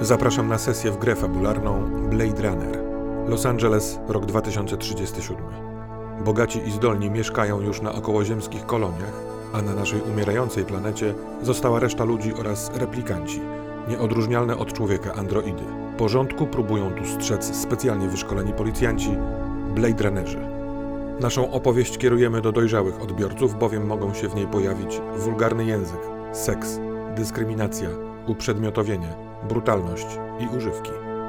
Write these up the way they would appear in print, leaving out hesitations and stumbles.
Zapraszam na sesję w grę fabularną Blade Runner. Los Angeles, rok 2037. Bogaci i zdolni mieszkają już na okołoziemskich koloniach, a na naszej umierającej planecie została reszta ludzi oraz replikanci, nieodróżnialne od człowieka androidy. Porządku próbują tu strzec specjalnie wyszkoleni policjanci, Blade Runnerzy. Naszą opowieść kierujemy do dojrzałych odbiorców, bowiem mogą się w niej pojawić wulgarny język, seks, dyskryminacja, uprzedmiotowienie, brutalność i używki.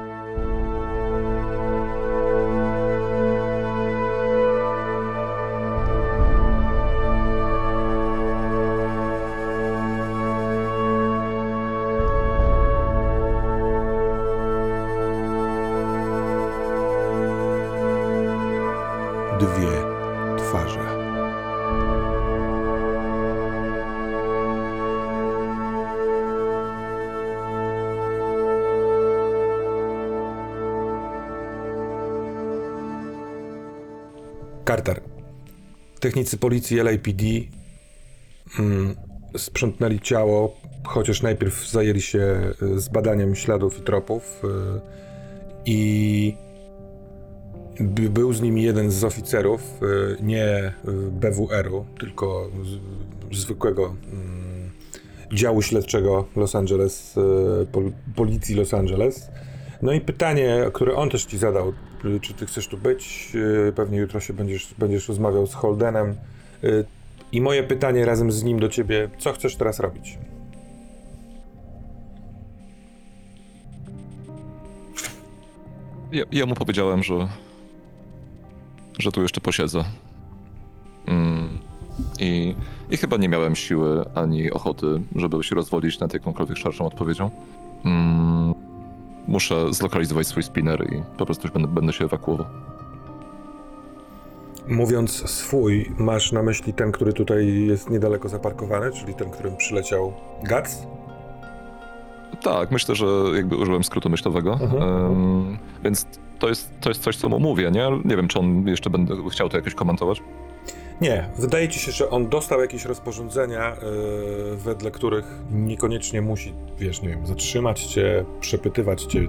Dwie twarze. Carter. Technicy policji LAPD sprzątnęli ciało, chociaż najpierw zajęli się zbadaniem śladów i tropów i był z nimi jeden z oficerów, nie BWR-u, tylko zwykłego działu śledczego Los Angeles, policji Los Angeles. No i pytanie, które on też ci zadał, czy ty chcesz tu być? Pewnie jutro się będziesz rozmawiał z Holdenem. I moje pytanie razem z nim do ciebie, co chcesz teraz robić? Ja mu powiedziałem, że tu jeszcze posiedzę. I chyba nie miałem siły ani ochoty, żeby się rozwodzić nad jakąkolwiek szerszą odpowiedzią. Muszę zlokalizować swój spinner i po prostu już będę się ewakuował. Mówiąc swój, masz na myśli ten, który tutaj jest niedaleko zaparkowany, czyli ten, którym przyleciał Guts? Tak, myślę, że jakby użyłem skrótu myślowego, więc to jest coś, co mu mówię, nie? Nie wiem, czy on jeszcze będzie chciał to jakoś komentować. Nie, wydaje ci się, że on dostał jakieś rozporządzenia, wedle których niekoniecznie musi, wiesz, nie wiem, zatrzymać cię, przepytywać cię.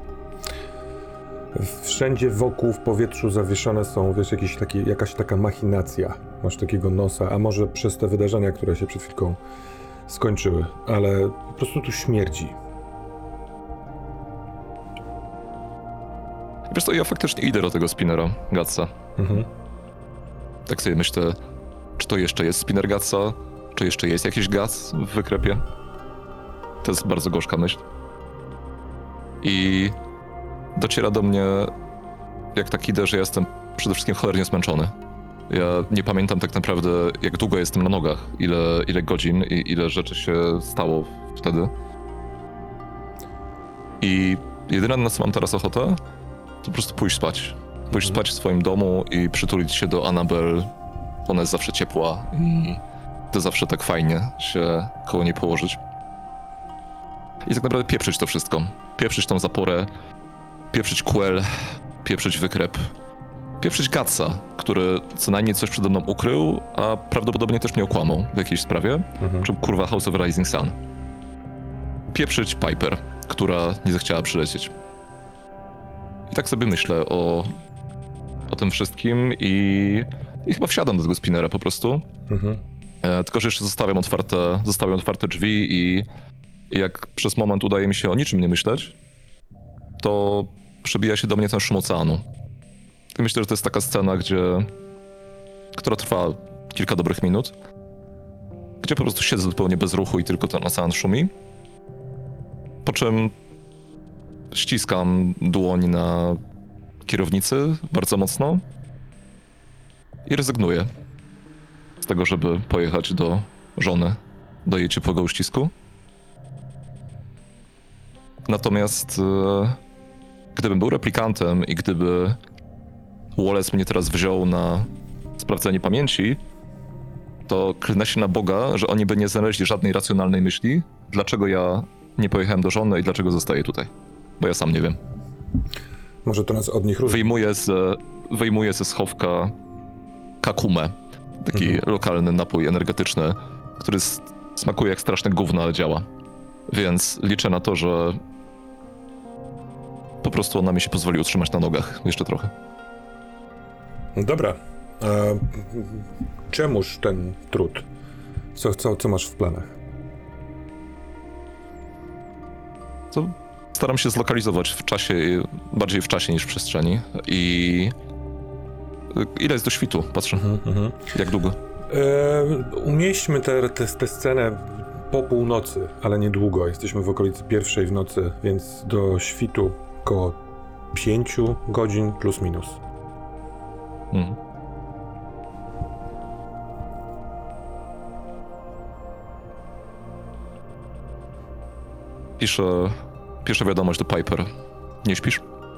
Wszędzie wokół w powietrzu zawieszone są, wiesz, jakaś taka machinacja. Masz takiego nosa, a może przez te wydarzenia, które się przed chwilką skończyły, ale po prostu tu śmierdzi. Wiesz co, ja faktycznie idę do tego spinnera Gutsa. Tak sobie myślę, czy to jeszcze jest spinner Gutsa, czy jeszcze jest jakiś Guts w wyklepie. To jest bardzo gorzka myśl. I dociera do mnie, jak tak idę, że ja jestem przede wszystkim cholernie zmęczony. Ja nie pamiętam tak naprawdę, jak długo jestem na nogach, ile godzin i ile rzeczy się stało wtedy. I jedyne, na co mam teraz ochotę, to po prostu pójść spać. Pójść spać w swoim domu i przytulić się do Annabelle. Ona jest zawsze ciepła i to zawsze tak fajnie się koło niej położyć. I tak naprawdę pieprzyć to wszystko. Pieprzyć tą zaporę, pieprzyć Quell, pieprzyć wykrep, pieprzyć Gutsa, który co najmniej coś przede mną ukrył, a prawdopodobnie też mnie okłamał w jakiejś sprawie, czy kurwa House of Rising Sun. Pieprzyć Piper, która nie zechciała przylecieć. I tak sobie myślę o tym wszystkim i chyba wsiadam do tego spinnera po prostu. Tylko że jeszcze zostawiam otwarte drzwi i jak przez moment udaje mi się o niczym nie myśleć, to przebija się do mnie ten szum oceanu. I myślę, że to jest taka scena, która trwa kilka dobrych minut, gdzie po prostu siedzę zupełnie bez ruchu i tylko ten ocean szumi. Po czym ściskam dłoń na kierownicy bardzo mocno i rezygnuję z tego, żeby pojechać do żony, do jej ciepłego uścisku. Natomiast gdybym był replikantem i gdyby Wallace mnie teraz wziął na sprawdzenie pamięci, to klnę się na Boga, że oni by nie znaleźli żadnej racjonalnej myśli, dlaczego ja nie pojechałem do żony i dlaczego zostaję tutaj. Bo ja sam nie wiem. Może to nas od nich różni. Wyjmuję ze schowka kakumę, taki lokalny napój energetyczny, który smakuje jak straszne gówno, ale działa. Więc liczę na to, że po prostu ona mi się pozwoli utrzymać na nogach jeszcze trochę. Dobra. A czemuż ten trud? Co masz w planach? To staram się zlokalizować w czasie, bardziej w czasie niż w przestrzeni. I ile jest do świtu? Patrzę. Jak długo? Umieśćmy tę scenę po północy, ale niedługo. Jesteśmy w okolicy 1:00 w nocy, więc do świtu około 5 godzin plus minus. Mhm. Piszę wiadomość do Piper. Nie śpisz?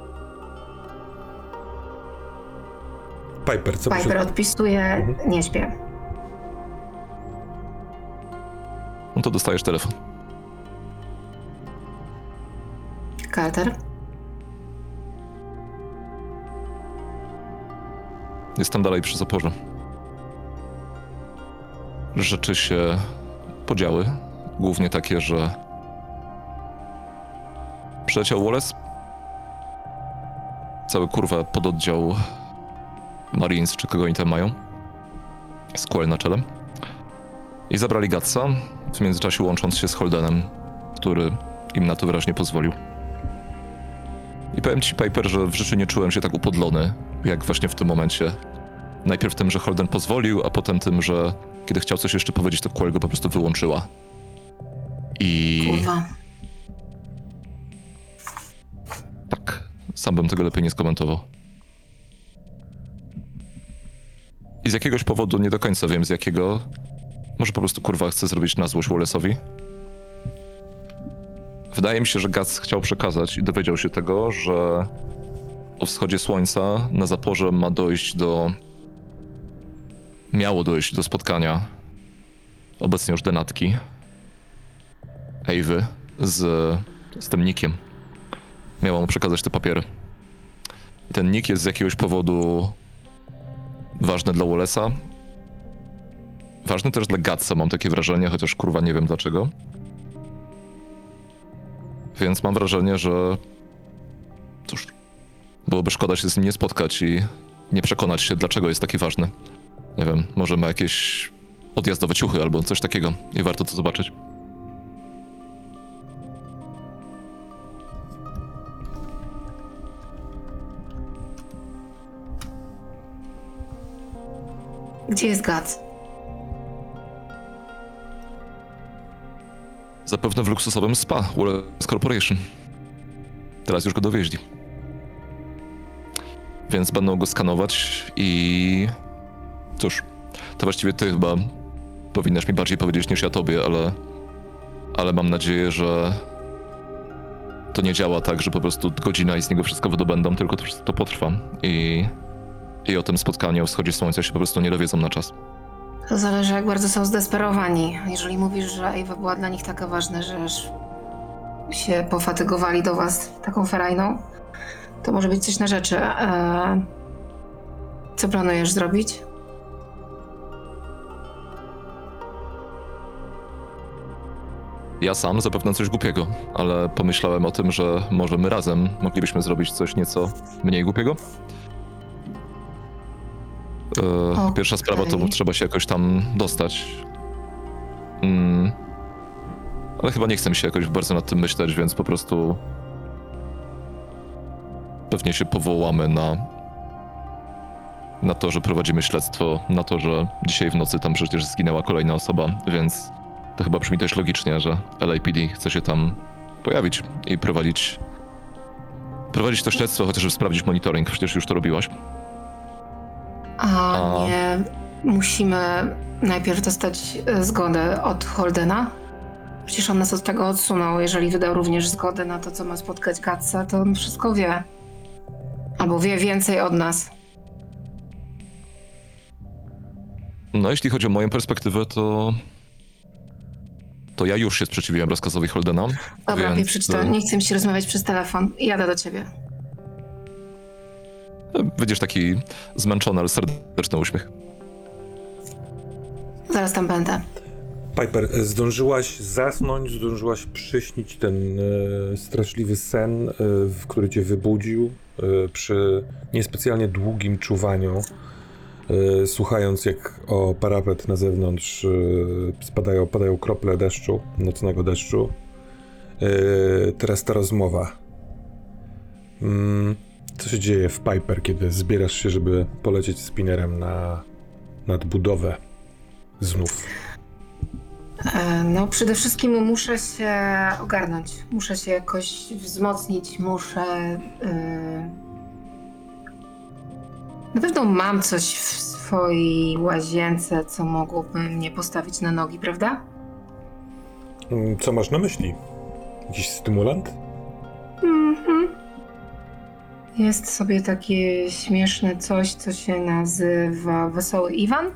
Piper, co Piper odpisuje, nie śpię. No to dostajesz telefon. Carter? Jestem dalej przy zaporze. Rzeczy się podziały. Głównie takie, że przyleciał Wallace. Cały kurwa pododdział Marines, czy kogo oni tam mają. Squall na czele. I zabrali Gatsa, w międzyczasie łącząc się z Holdenem, który im na to wyraźnie pozwolił. I powiem ci, Piper, że w życiu nie czułem się tak upodlony, jak właśnie w tym momencie. Najpierw tym, że Holden pozwolił, a potem tym, że kiedy chciał coś jeszcze powiedzieć, to Quell go po prostu wyłączyła. I Kurwa. tak, sam bym tego lepiej nie skomentował. I z jakiegoś powodu, nie do końca wiem z jakiego, może po prostu kurwa chce zrobić na złość Wallace'owi. Wydaje mi się, że Guts chciał przekazać i dowiedział się tego, że o wschodzie słońca na zaporze miało dojść do spotkania obecnie już denatki Ewy z tym Nickiem. Miała mu przekazać te papiery. I ten Nick jest z jakiegoś powodu ważny dla Wallace'a. Ważny też dla Gutsa, mam takie wrażenie, chociaż kurwa nie wiem dlaczego. Więc mam wrażenie, że cóż, byłoby szkoda się z nim nie spotkać i nie przekonać się, dlaczego jest taki ważny. Nie wiem, może ma jakieś odjazdowe ciuchy albo coś takiego i warto to zobaczyć. Gdzie jest Guts? Zapewne w luksusowym spa Wallace Corporation. Teraz już go dowieźli. Więc będą go skanować i... Cóż, to właściwie ty chyba powinnaś mi bardziej powiedzieć niż ja tobie, ale mam nadzieję, że to nie działa tak, że po prostu godzina i z niego wszystko wydobędą, tylko to potrwa. I o tym spotkaniu o wschodzie słońca się po prostu nie dowiedzą na czas. To zależy, jak bardzo są zdesperowani. Jeżeli mówisz, że Ewa była dla nich taka ważna, że aż się pofatygowali do was taką ferajną, to może być coś na rzeczy. Co planujesz zrobić? Ja sam zapewne coś głupiego, ale pomyślałem o tym, że może my razem moglibyśmy zrobić coś nieco mniej głupiego. Pierwsza sprawa to trzeba się jakoś tam dostać. Ale chyba nie chcę mi się jakoś bardzo nad tym myśleć, więc po prostu pewnie się powołamy na to, że prowadzimy śledztwo, na to, że dzisiaj w nocy tam przecież zginęła kolejna osoba, więc to chyba brzmi dość logicznie, że LAPD chce się tam pojawić i prowadzić to śledztwo, chociażby sprawdzić monitoring, przecież już to robiłaś. A nie musimy najpierw dostać zgodę od Holdena? Przecież on nas od tego odsunął. Jeżeli wydał również zgodę na to, co ma spotkać Gutsa, to on wszystko wie. Albo wie więcej od nas. No, jeśli chodzi o moją perspektywę, to ja już się sprzeciwiłem rozkazowi Holdena. Dobra, więc... pieprzyć to. Nie chcę mi się rozmawiać przez telefon. Jadę do ciebie. Widzisz taki zmęczony, ale serdeczny uśmiech. Zaraz tam będę. Piper, zdążyłaś zasnąć, zdążyłaś przyśnić ten straszliwy sen, który cię wybudził przy niespecjalnie długim czuwaniu, słuchając jak o parapet na zewnątrz padają krople deszczu, nocnego deszczu. Teraz ta rozmowa. Co się dzieje w Piper, kiedy zbierasz się, żeby polecieć spinnerem na nadbudowę znów? No, przede wszystkim muszę się ogarnąć. Muszę się jakoś wzmocnić. Na pewno mam coś w swojej łazience, co mogłoby mnie postawić na nogi, prawda? Co masz na myśli? Jakiś stymulant? Jest sobie takie śmieszne coś, co się nazywa Wesoły Iwan.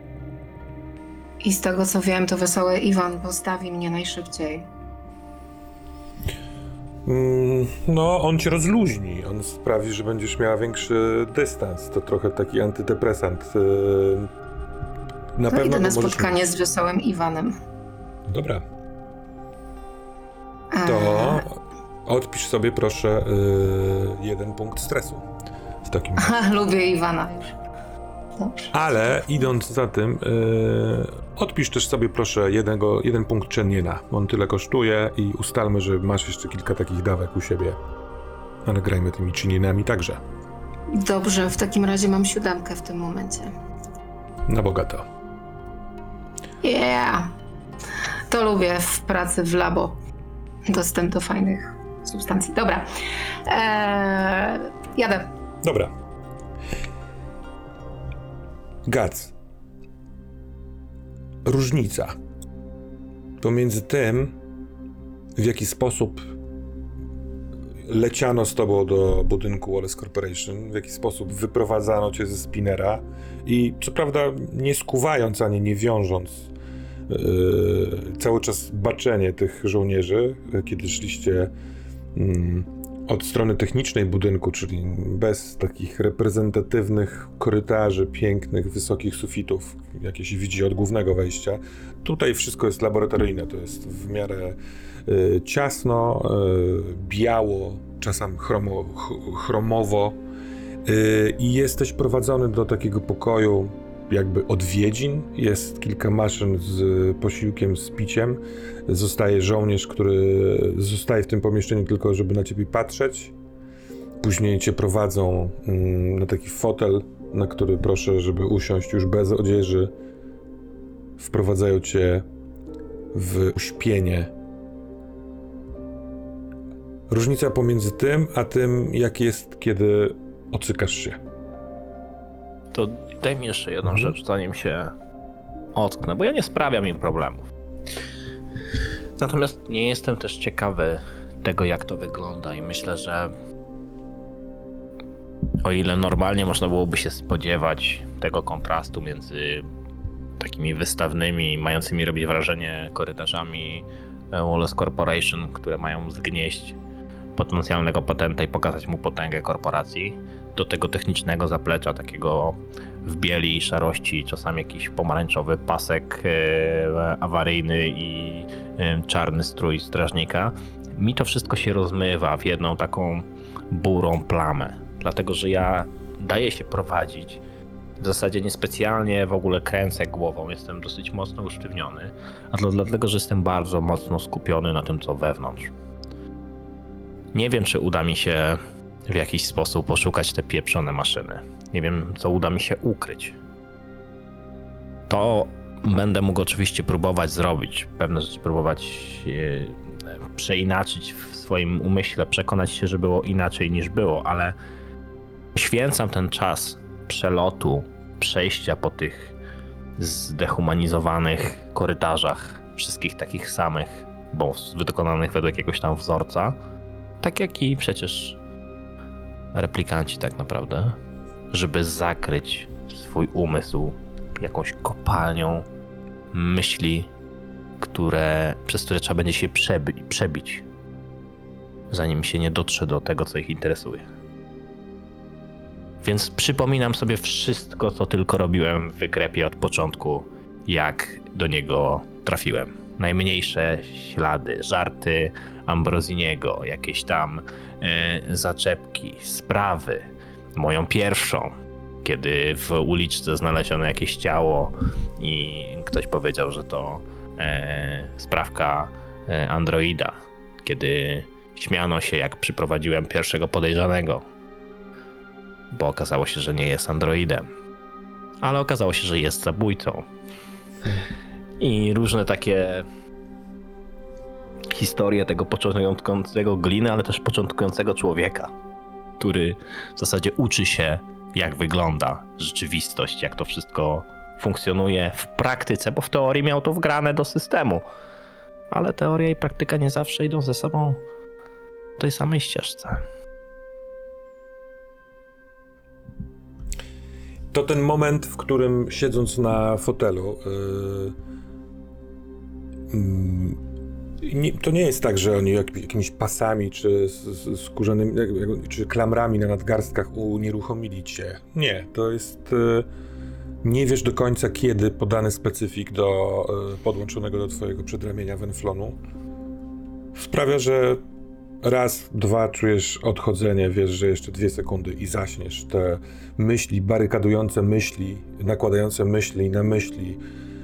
I z tego co wiem, to Wesoły Iwan postawi mnie najszybciej. No, on cię rozluźni. On sprawi, że będziesz miała większy dystans. To trochę taki antydepresant. Na To pewno idę na możesz spotkanie mieć. z Wesołym Iwanem. Dobra. To odpisz sobie proszę 1 punkt stresu w takim razie. Lubię Iwana już. Dobrze. Ale idąc za tym, odpisz też sobie proszę 1 punkt Cheniena. On tyle kosztuje i ustalmy, że masz jeszcze kilka takich dawek u siebie. Ale grajmy tymi Chenienami także. Dobrze, w takim razie mam 7 w tym momencie. Na bogato. Yeah! To lubię w pracy w labo. Dostęp do fajnych substancji. Dobra. Jadę. Dobra. Gac. Różnica pomiędzy tym, w jaki sposób leciano z tobą do budynku Wallace Corporation, w jaki sposób wyprowadzano cię ze Spinnera i co prawda nie skuwając ani nie wiążąc cały czas baczenie tych żołnierzy, kiedy szliście od strony technicznej budynku, czyli bez takich reprezentatywnych korytarzy, pięknych, wysokich sufitów, jakie się widzi od głównego wejścia. Tutaj wszystko jest laboratoryjne, to jest w miarę ciasno, biało, czasem chromowo i jesteś prowadzony do takiego pokoju jakby odwiedzin. Jest kilka maszyn z posiłkiem, z piciem. Zostaje żołnierz, który zostaje w tym pomieszczeniu tylko, żeby na ciebie patrzeć. Później cię prowadzą na taki fotel, na który proszę, żeby usiąść już bez odzieży. Wprowadzają cię w uśpienie. Różnica pomiędzy tym, a tym, jak jest, kiedy ocykasz się. To daj mi jeszcze jedną rzecz, zanim się ocknę, bo ja nie sprawiam im problemów. Natomiast nie jestem też ciekawy tego, jak to wygląda i myślę, że o ile normalnie można byłoby się spodziewać tego kontrastu między takimi wystawnymi, mającymi robić wrażenie korytarzami Wallace Corporation, które mają zgnieść potencjalnego patenta i pokazać mu potęgę korporacji, do tego technicznego zaplecza, takiego w bieli i szarości, czasami jakiś pomarańczowy pasek awaryjny i czarny strój strażnika. Mi to wszystko się rozmywa w jedną taką burą plamę, dlatego że ja daję się prowadzić. W zasadzie niespecjalnie w ogóle kręcę głową, jestem dosyć mocno usztywniony, a to dlatego, że jestem bardzo mocno skupiony na tym, co wewnątrz. Nie wiem, czy uda mi się w jakiś sposób oszukać te pieprzone maszyny. Nie wiem, co uda mi się ukryć. To będę mógł oczywiście próbować zrobić, pewne rzeczy próbować przeinaczyć w swoim umyśle, przekonać się, że było inaczej niż było, ale poświęcam ten czas przelotu, przejścia po tych zdehumanizowanych korytarzach, wszystkich takich samych, bo wykonanych według jakiegoś tam wzorca, tak jak i przecież replikanci tak naprawdę, żeby zakryć swój umysł jakąś kopalnią myśli, przez które trzeba będzie się przebić, zanim się nie dotrze do tego, co ich interesuje. Więc przypominam sobie wszystko, co tylko robiłem w wykrepie od początku, jak do niego trafiłem. Najmniejsze ślady, żarty Ambrosiniego, jakieś tam zaczepki, sprawy. Moją pierwszą, kiedy w uliczce znaleziono jakieś ciało i ktoś powiedział, że to sprawka androida. Kiedy śmiano się, jak przyprowadziłem pierwszego podejrzanego, bo okazało się, że nie jest androidem, ale okazało się, że jest zabójcą. I różne takie historie tego początkującego gliny, ale też początkującego człowieka, który w zasadzie uczy się, jak wygląda rzeczywistość, jak to wszystko funkcjonuje w praktyce, bo w teorii miał to wgrane do systemu. Ale teoria i praktyka nie zawsze idą ze sobą w tej samej ścieżce. To ten moment, w którym siedząc na fotelu, to nie jest tak, że oni jakimiś pasami czy skórzanymi, czy klamrami na nadgarstkach unieruchomili cię. Nie, to jest... Nie wiesz do końca, kiedy podany specyfik podłączonego do twojego przedramienia wenflonu sprawia, że raz, dwa czujesz odchodzenie, wiesz, że jeszcze 2 sekundy i zaśniesz. Te myśli, barykadujące myśli, nakładające myśli na myśli.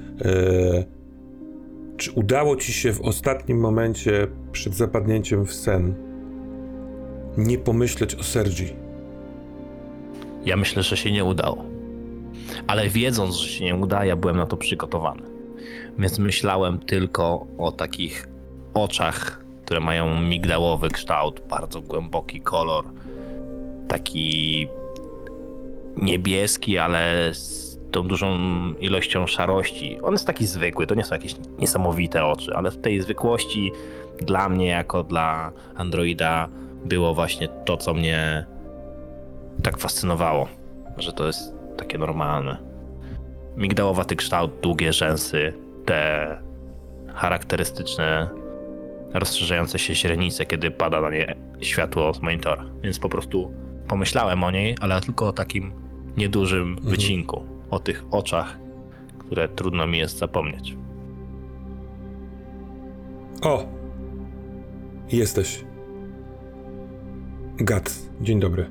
Czy udało ci się w ostatnim momencie, przed zapadnięciem w sen, nie pomyśleć o Sergi? Ja myślę, że się nie udało. Ale wiedząc, że się nie uda, ja byłem na to przygotowany. Więc myślałem tylko o takich oczach, które mają migdałowy kształt, bardzo głęboki kolor, taki niebieski, ale z tą dużą ilością szarości. On jest taki zwykły, to nie są jakieś niesamowite oczy, ale w tej zwykłości dla mnie, jako dla androida, było właśnie to, co mnie tak fascynowało, że to jest takie normalne. Migdałowaty kształt, długie rzęsy, te charakterystyczne rozszerzające się źrenice, kiedy pada na nie światło z monitora. Więc po prostu pomyślałem o niej, ale tylko o takim niedużym wycinku. O tych oczach, które trudno mi jest zapomnieć. O! Jesteś. Gad, dzień dobry.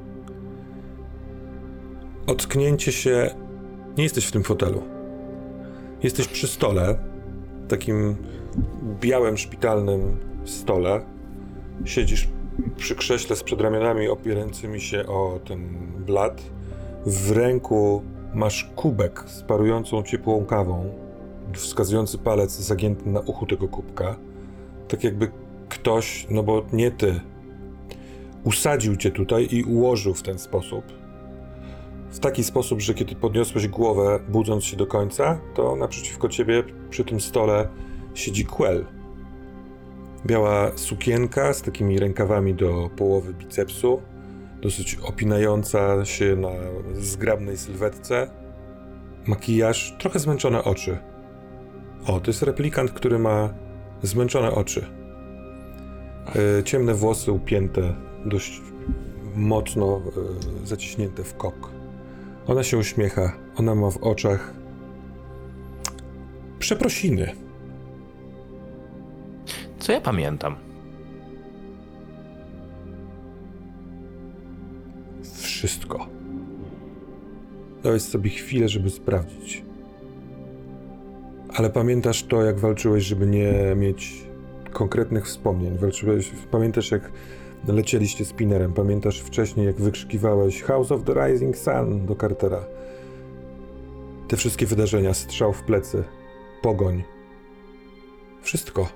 Ocknięcie się... Nie jesteś w tym fotelu. Jesteś przy stole, takim białym, szpitalnym stole. Siedzisz przy krześle z przedramionami opierającymi się o ten blat. W ręku masz kubek z parującą ciepłą kawą, wskazujący palec zagięty na uchu tego kubka. Tak jakby ktoś, no bo nie ty, usadził cię tutaj i ułożył w ten sposób. W taki sposób, że kiedy podniosłeś głowę, budząc się do końca, to naprzeciwko ciebie przy tym stole siedzi Quell. Biała sukienka z takimi rękawami do połowy bicepsu, dosyć opinająca się na zgrabnej sylwetce. Makijaż, trochę zmęczone oczy. O, to jest replikant, który ma zmęczone oczy. Ciemne włosy upięte, dość mocno zaciśnięte w kok. Ona się uśmiecha, ona ma w oczach przeprosiny. Co ja pamiętam? Wszystko. Dałeś sobie chwilę, żeby sprawdzić. Ale pamiętasz to, jak walczyłeś, żeby nie mieć konkretnych wspomnień. Pamiętasz, jak lecieliście spinnerem. Pamiętasz wcześniej, jak wykrzykiwałeś House of the Rising Sun do Cartera. Te wszystkie wydarzenia, strzał w plecy, pogoń. Wszystko.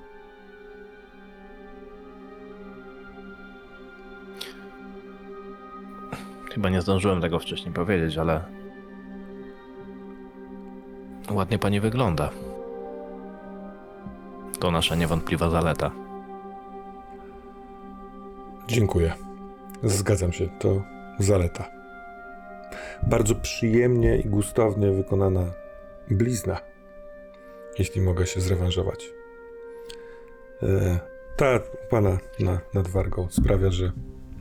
Chyba nie zdążyłem tego wcześniej powiedzieć, ale ładnie pani wygląda. To nasza niewątpliwa zaleta. Dziękuję. Zgadzam się, to zaleta. Bardzo przyjemnie i gustownie wykonana blizna, jeśli mogę się zrewanżować. Ta pana nad wargą sprawia, że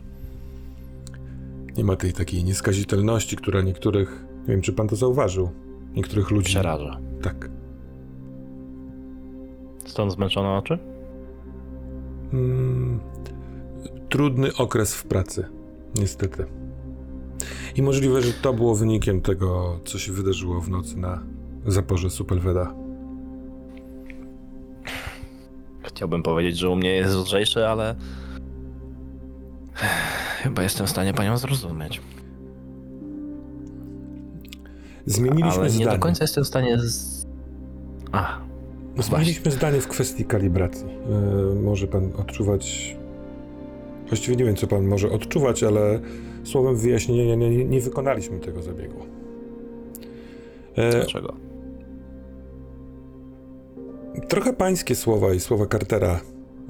nie ma tej takiej nieskazitelności, która niektórych, nie wiem, czy pan to zauważył, niektórych ludzi... Przeraża. Tak. Stąd zmęczone oczy? Trudny okres w pracy, niestety. I możliwe, że to było wynikiem tego, co się wydarzyło w nocy na zaporze Supelweda. Chciałbym powiedzieć, że u mnie jest lżejsze, ale chyba jestem w stanie panią zrozumieć. Zmieniliśmy Ale nie zdanie. do końca jestem w stanie Zmieniliśmy zdanie w kwestii kalibracji. Może pan odczuwać... Właściwie nie wiem, co pan może odczuwać, ale słowem wyjaśnienia nie wykonaliśmy tego zabiegu. Dlaczego? Trochę pańskie słowa i słowa Cartera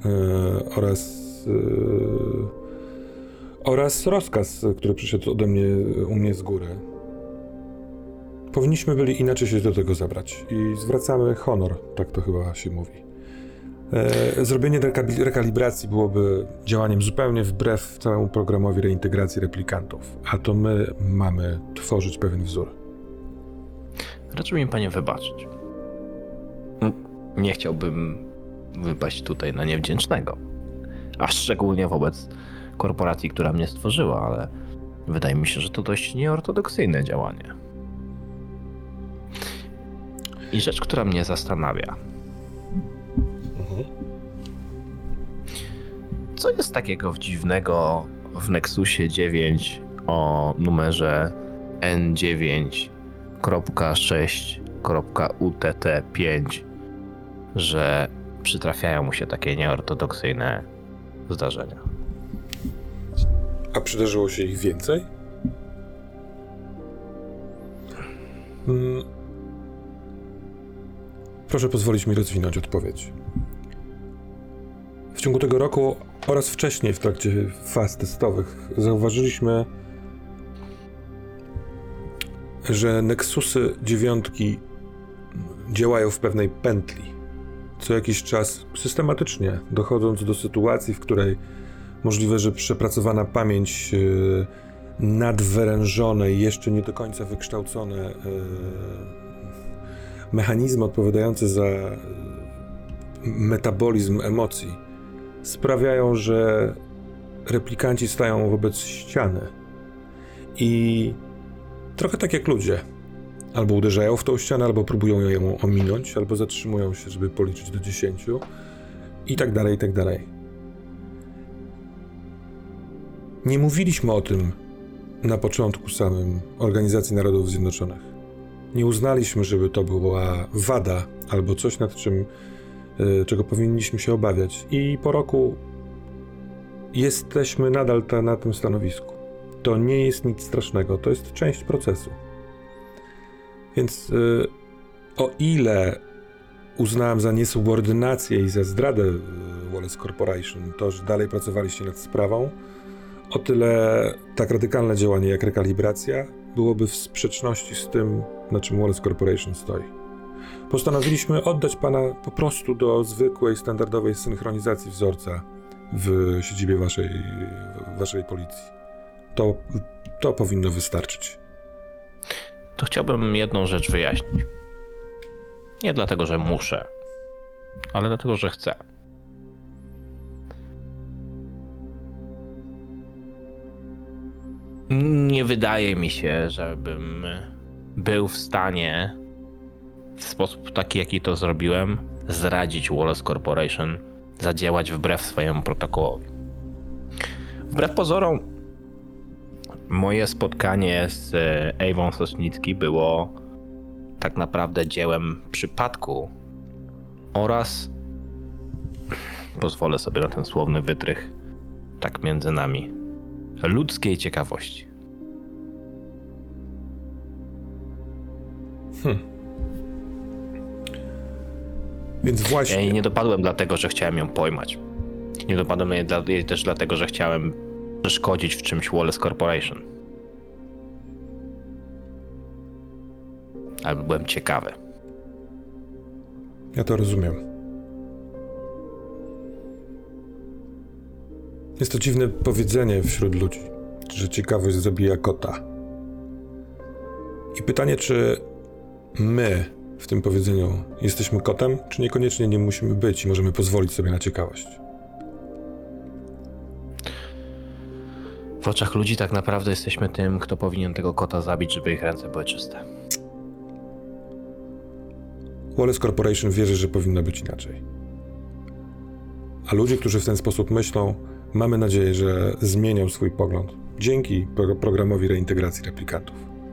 oraz rozkaz, który przyszedł u mnie z góry. Powinniśmy byli inaczej się do tego zabrać i zwracamy honor, tak to chyba się mówi. Zrobienie rekalibracji byłoby działaniem zupełnie wbrew całemu programowi reintegracji replikantów, a to my mamy tworzyć pewien wzór. Raczy mi panie wybaczyć. Nie chciałbym wypaść tutaj na niewdzięcznego. A szczególnie wobec korporacji, która mnie stworzyła, ale wydaje mi się, że to dość nieortodoksyjne działanie. I rzecz, która mnie zastanawia. Co jest takiego dziwnego w Nexusie 9 o numerze N9.6.UTT5, że przytrafiają mu się takie nieortodoksyjne zdarzenia? A przydarzyło się ich więcej? Proszę pozwolić mi rozwinąć odpowiedź. W ciągu tego roku oraz wcześniej w trakcie faz testowych zauważyliśmy, że Nexusy 9 działają w pewnej pętli. Co jakiś czas systematycznie, dochodząc do sytuacji, w której możliwe, że przepracowana pamięć, nadwyrężone i jeszcze nie do końca wykształcone mechanizmy odpowiadające za metabolizm emocji sprawiają, że replikanci stają wobec ściany i trochę tak jak ludzie. Albo uderzają w tą ścianę, albo próbują ją ominąć, albo zatrzymują się, żeby policzyć do 10 i tak dalej, i tak dalej. Nie mówiliśmy o tym na początku samym Organizacji Narodów Zjednoczonych. Nie uznaliśmy, żeby to była wada albo coś, czego powinniśmy się obawiać. I po roku jesteśmy nadal na tym stanowisku. To nie jest nic strasznego, to jest część procesu. Więc o ile uznałem za niesubordynację i za zdradę Wallace Corporation to, że dalej pracowaliście nad sprawą, o tyle tak radykalne działanie jak rekalibracja byłoby w sprzeczności z tym, na czym Wallace Corporation stoi. Postanowiliśmy oddać pana po prostu do zwykłej, standardowej synchronizacji wzorca w siedzibie waszej policji. To powinno wystarczyć. To chciałbym jedną rzecz wyjaśnić. Nie dlatego, że muszę, ale dlatego, że chcę. Nie wydaje mi się, żebym był w stanie w sposób taki, jaki to zrobiłem, zradzić Wallace Corporation, zadziałać wbrew swojemu protokołowi. Wbrew pozorom, moje spotkanie z Ewą Sośnicki było tak naprawdę dziełem przypadku oraz, pozwolę sobie na ten słowny wytrych, tak między nami, ludzkiej ciekawości. Więc właśnie... Ja jej nie dopadłem dlatego, że chciałem ją pojmać. Nie dopadłem jej też dlatego, że chciałem przeszkodzić w czymś Wallace Corporation. Ale byłem ciekawy. Ja to rozumiem. Jest to dziwne powiedzenie wśród ludzi, że ciekawość zabija kota. I pytanie, czy my w tym powiedzeniu jesteśmy kotem, czy niekoniecznie nie musimy być i możemy pozwolić sobie na ciekawość? W oczach ludzi tak naprawdę jesteśmy tym, kto powinien tego kota zabić, żeby ich ręce były czyste. Wallace Corporation wierzy, że powinno być inaczej. A ludzie, którzy w ten sposób myślą, mamy nadzieję, że zmienią swój pogląd dzięki programowi reintegracji replikantów.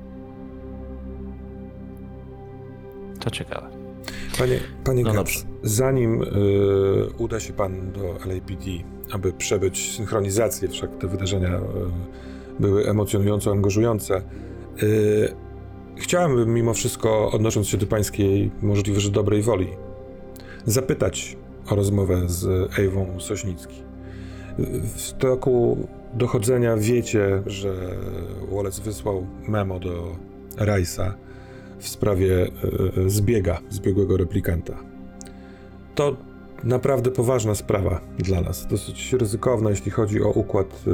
To ciekawe. Panie No Katz, dobrze. zanim uda się pan do LAPD, aby przebyć synchronizację, wszak te wydarzenia były emocjonująco angażujące, chciałem mimo wszystko, odnosząc się do pańskiej możliwe, że dobrej woli, zapytać o rozmowę z Ewą Sośnicki. W toku dochodzenia wiecie, że Wallace wysłał memo do Rice'a w sprawie zbiegłego replikanta. To naprawdę poważna sprawa dla nas, dosyć ryzykowna, jeśli chodzi o układ,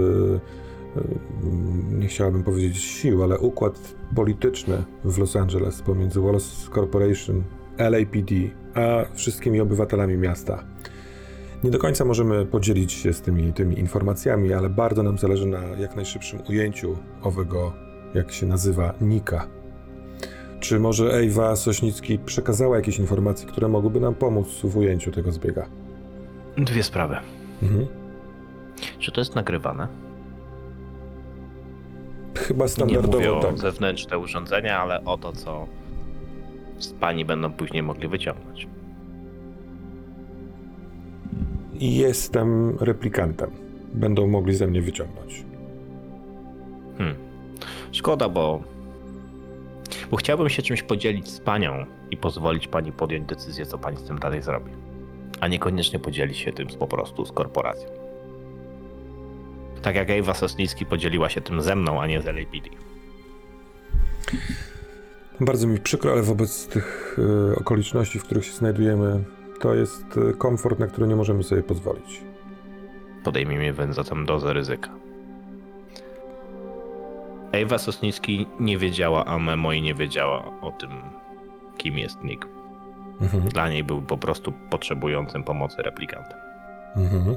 nie chciałabym powiedzieć sił, ale układ polityczny w Los Angeles pomiędzy Wallace Corporation, LAPD, a wszystkimi obywatelami miasta. Nie do końca możemy podzielić się z tymi informacjami, ale bardzo nam zależy na jak najszybszym ujęciu owego, jak się nazywa, Nika. Czy może Ewa Sośnicki przekazała jakieś informacje, które mogłyby nam pomóc w ujęciu tego zbiega? Dwie sprawy. Mhm. Czy to jest nagrywane? Chyba Nie standardowo mówię o tak. zewnętrzne urządzenia, ale o to, co z pani będą później mogli wyciągnąć. Jestem replikantem. Będą mogli ze mnie wyciągnąć. Szkoda, bo chciałbym się czymś podzielić z panią i pozwolić pani podjąć decyzję, co pani z tym dalej zrobi. A niekoniecznie podzielić się tym po prostu z korporacją. Tak jak Ewa Sośnicki podzieliła się tym ze mną, a nie z LAPD. Bardzo mi przykro, ale wobec tych okoliczności, w których się znajdujemy, to jest komfort, na który nie możemy sobie pozwolić. Podejmijmy więc zatem dozę ryzyka. Ewa Sośnicki nie wiedziała o memo i nie wiedziała o tym, kim jest Nick. Mhm. Dla niej był po prostu potrzebującym pomocy replikantem. Mhm.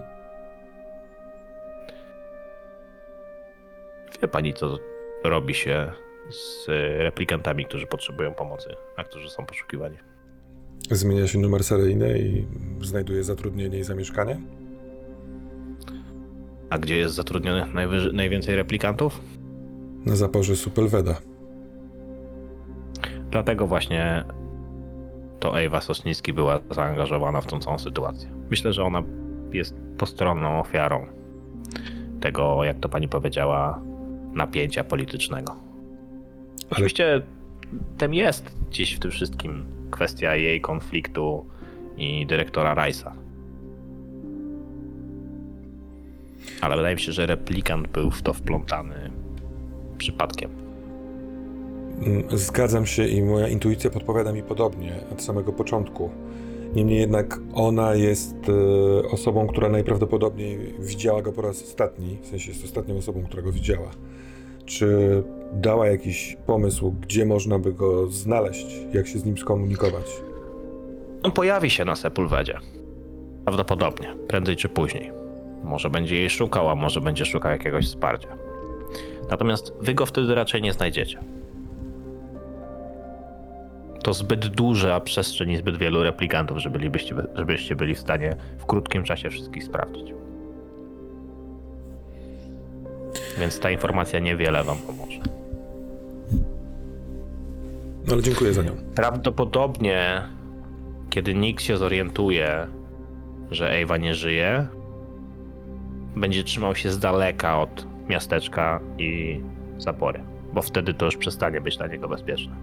Wie pani, co robi się z replikantami, którzy potrzebują pomocy, a którzy są poszukiwani? Zmienia się numer seryjny i znajduje zatrudnienie i zamieszkanie? A gdzie jest zatrudnionych najwięcej replikantów? Na zaporze Supelweda. Dlatego właśnie to Ewa Sośnicki była zaangażowana w tą całą sytuację. Myślę, że ona jest postronną ofiarą tego, jak to pani powiedziała, napięcia politycznego. Oczywiście tym jest gdzieś w tym wszystkim kwestia jej konfliktu i dyrektora Rice'a. Ale wydaje mi się, że replikant był w to wplątany przypadkiem. Zgadzam się i moja intuicja podpowiada mi podobnie od samego początku. Niemniej jednak ona jest osobą, która najprawdopodobniej widziała go po raz ostatni, w sensie jest ostatnią osobą, która go widziała. Czy dała jakiś pomysł, gdzie można by go znaleźć, jak się z nim skomunikować? On pojawi się na Sepulvedzie. Prawdopodobnie, prędzej czy później. Może będzie jej szukał, a może będzie szukał jakiegoś wsparcia. Natomiast wy go wtedy raczej nie znajdziecie. To zbyt duża przestrzeń i zbyt wielu replikantów, żebyście byli w stanie w krótkim czasie wszystkich sprawdzić. Więc ta informacja niewiele wam pomoże. No ale dziękuję za nią. Prawdopodobnie, kiedy Nick się zorientuje, że Ewa nie żyje, będzie trzymał się z daleka od miasteczka i zapory, bo wtedy to już przestanie być dla niego bezpieczne.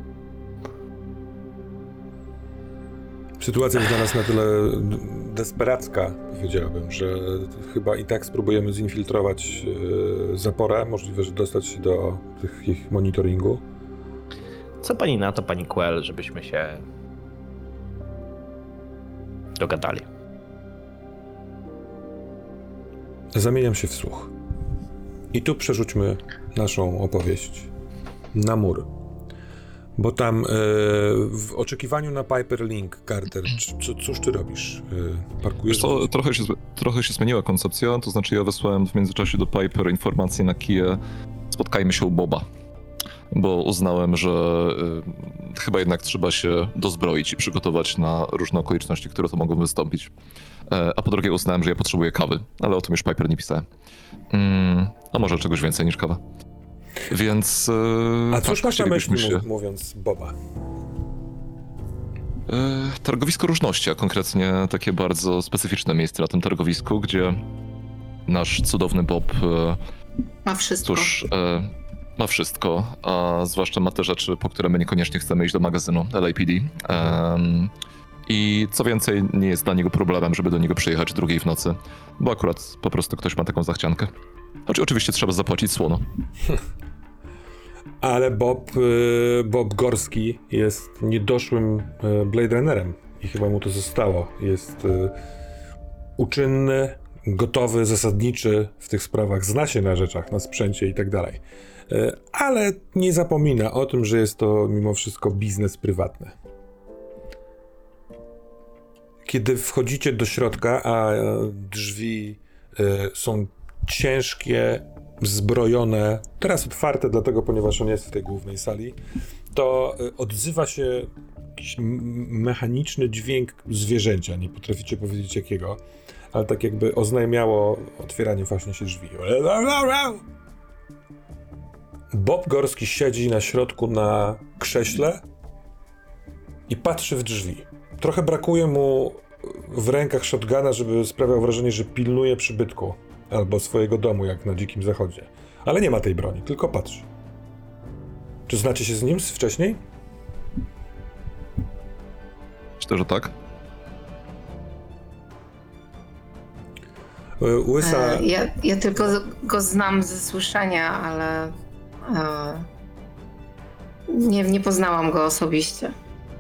Sytuacja jest dla nas na tyle desperacka, powiedziałbym, że chyba i tak spróbujemy zinfiltrować zaporę, możliwe, że dostać się do ich monitoringu. Co pani na to, pani Quell, żebyśmy się dogadali? Zamieniam się w słuch. I tu przerzućmy naszą opowieść na mur. Bo tam w oczekiwaniu na Piper Link, Carter, cóż ty robisz? Parkujesz? Wiesz co, trochę się zmieniła koncepcja, to znaczy ja wysłałem w międzyczasie do Piper informację na kiję, spotkajmy się u Boba, bo uznałem, że chyba jednak trzeba się dozbroić i przygotować na różne okoliczności, które to mogą wystąpić. A po drugie uznałem, że ja potrzebuję kawy, ale o tym już Piper nie pisałem. A może czegoś więcej niż kawa. Więc A cóż masz na myśli, się... mówiąc Boba? Targowisko różności, a konkretnie takie bardzo specyficzne miejsce na tym targowisku, gdzie nasz cudowny Bob Ma wszystko. ma wszystko, a zwłaszcza ma te rzeczy, po które my niekoniecznie chcemy iść do magazynu LAPD. I co więcej, nie jest dla niego problemem, żeby do niego przyjechać 2:00 w nocy, bo akurat po prostu ktoś ma taką zachciankę. Choć oczywiście trzeba zapłacić słono. Ale Bob Gorski jest niedoszłym Blade Runnerem i chyba mu to zostało. Jest uczynny, gotowy, zasadniczy w tych sprawach, zna się na rzeczach, na sprzęcie i tak dalej. Ale nie zapomina o tym, że jest to mimo wszystko biznes prywatny. Kiedy wchodzicie do środka, a drzwi są ciężkie, zbrojone, teraz otwarte dlatego, ponieważ on jest w tej głównej sali, to odzywa się jakiś mechaniczny dźwięk zwierzęcia, nie potraficie powiedzieć jakiego, ale tak jakby oznajmiało otwieranie właśnie się drzwi. Bob Gorski siedzi na środku na krześle i patrzy w drzwi. Trochę brakuje mu w rękach shotguna, żeby sprawiał wrażenie, że pilnuje przybytku albo swojego domu, jak na Dzikim Zachodzie. Ale nie ma tej broni, tylko patrzy. Czy znacie się z nim wcześniej? Myślę, że tak. Łysa... Ja tylko go znam ze słyszenia, ale nie poznałam go osobiście.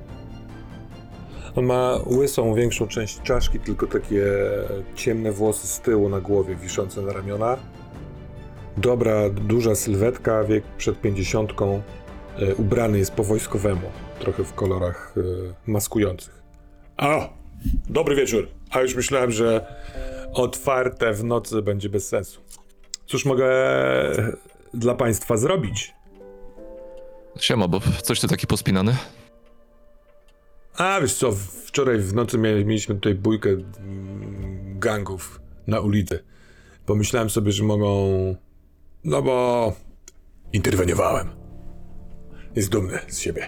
On ma łysą większą część czaszki, tylko takie ciemne włosy z tyłu na głowie, wiszące na ramiona. Dobra, duża sylwetka, wiek przed 50. Ubrany jest po wojskowemu, trochę w kolorach maskujących. A, dobry wieczór. A już myślałem, że otwarte w nocy będzie bez sensu. Cóż mogę dla państwa zrobić? Siema, Bob. Coś ty taki pospinany? A wiesz co, wczoraj w nocy mieliśmy tutaj bójkę gangów na ulicy. Pomyślałem sobie, że mogą... No bo... interweniowałem. Jest dumny z siebie.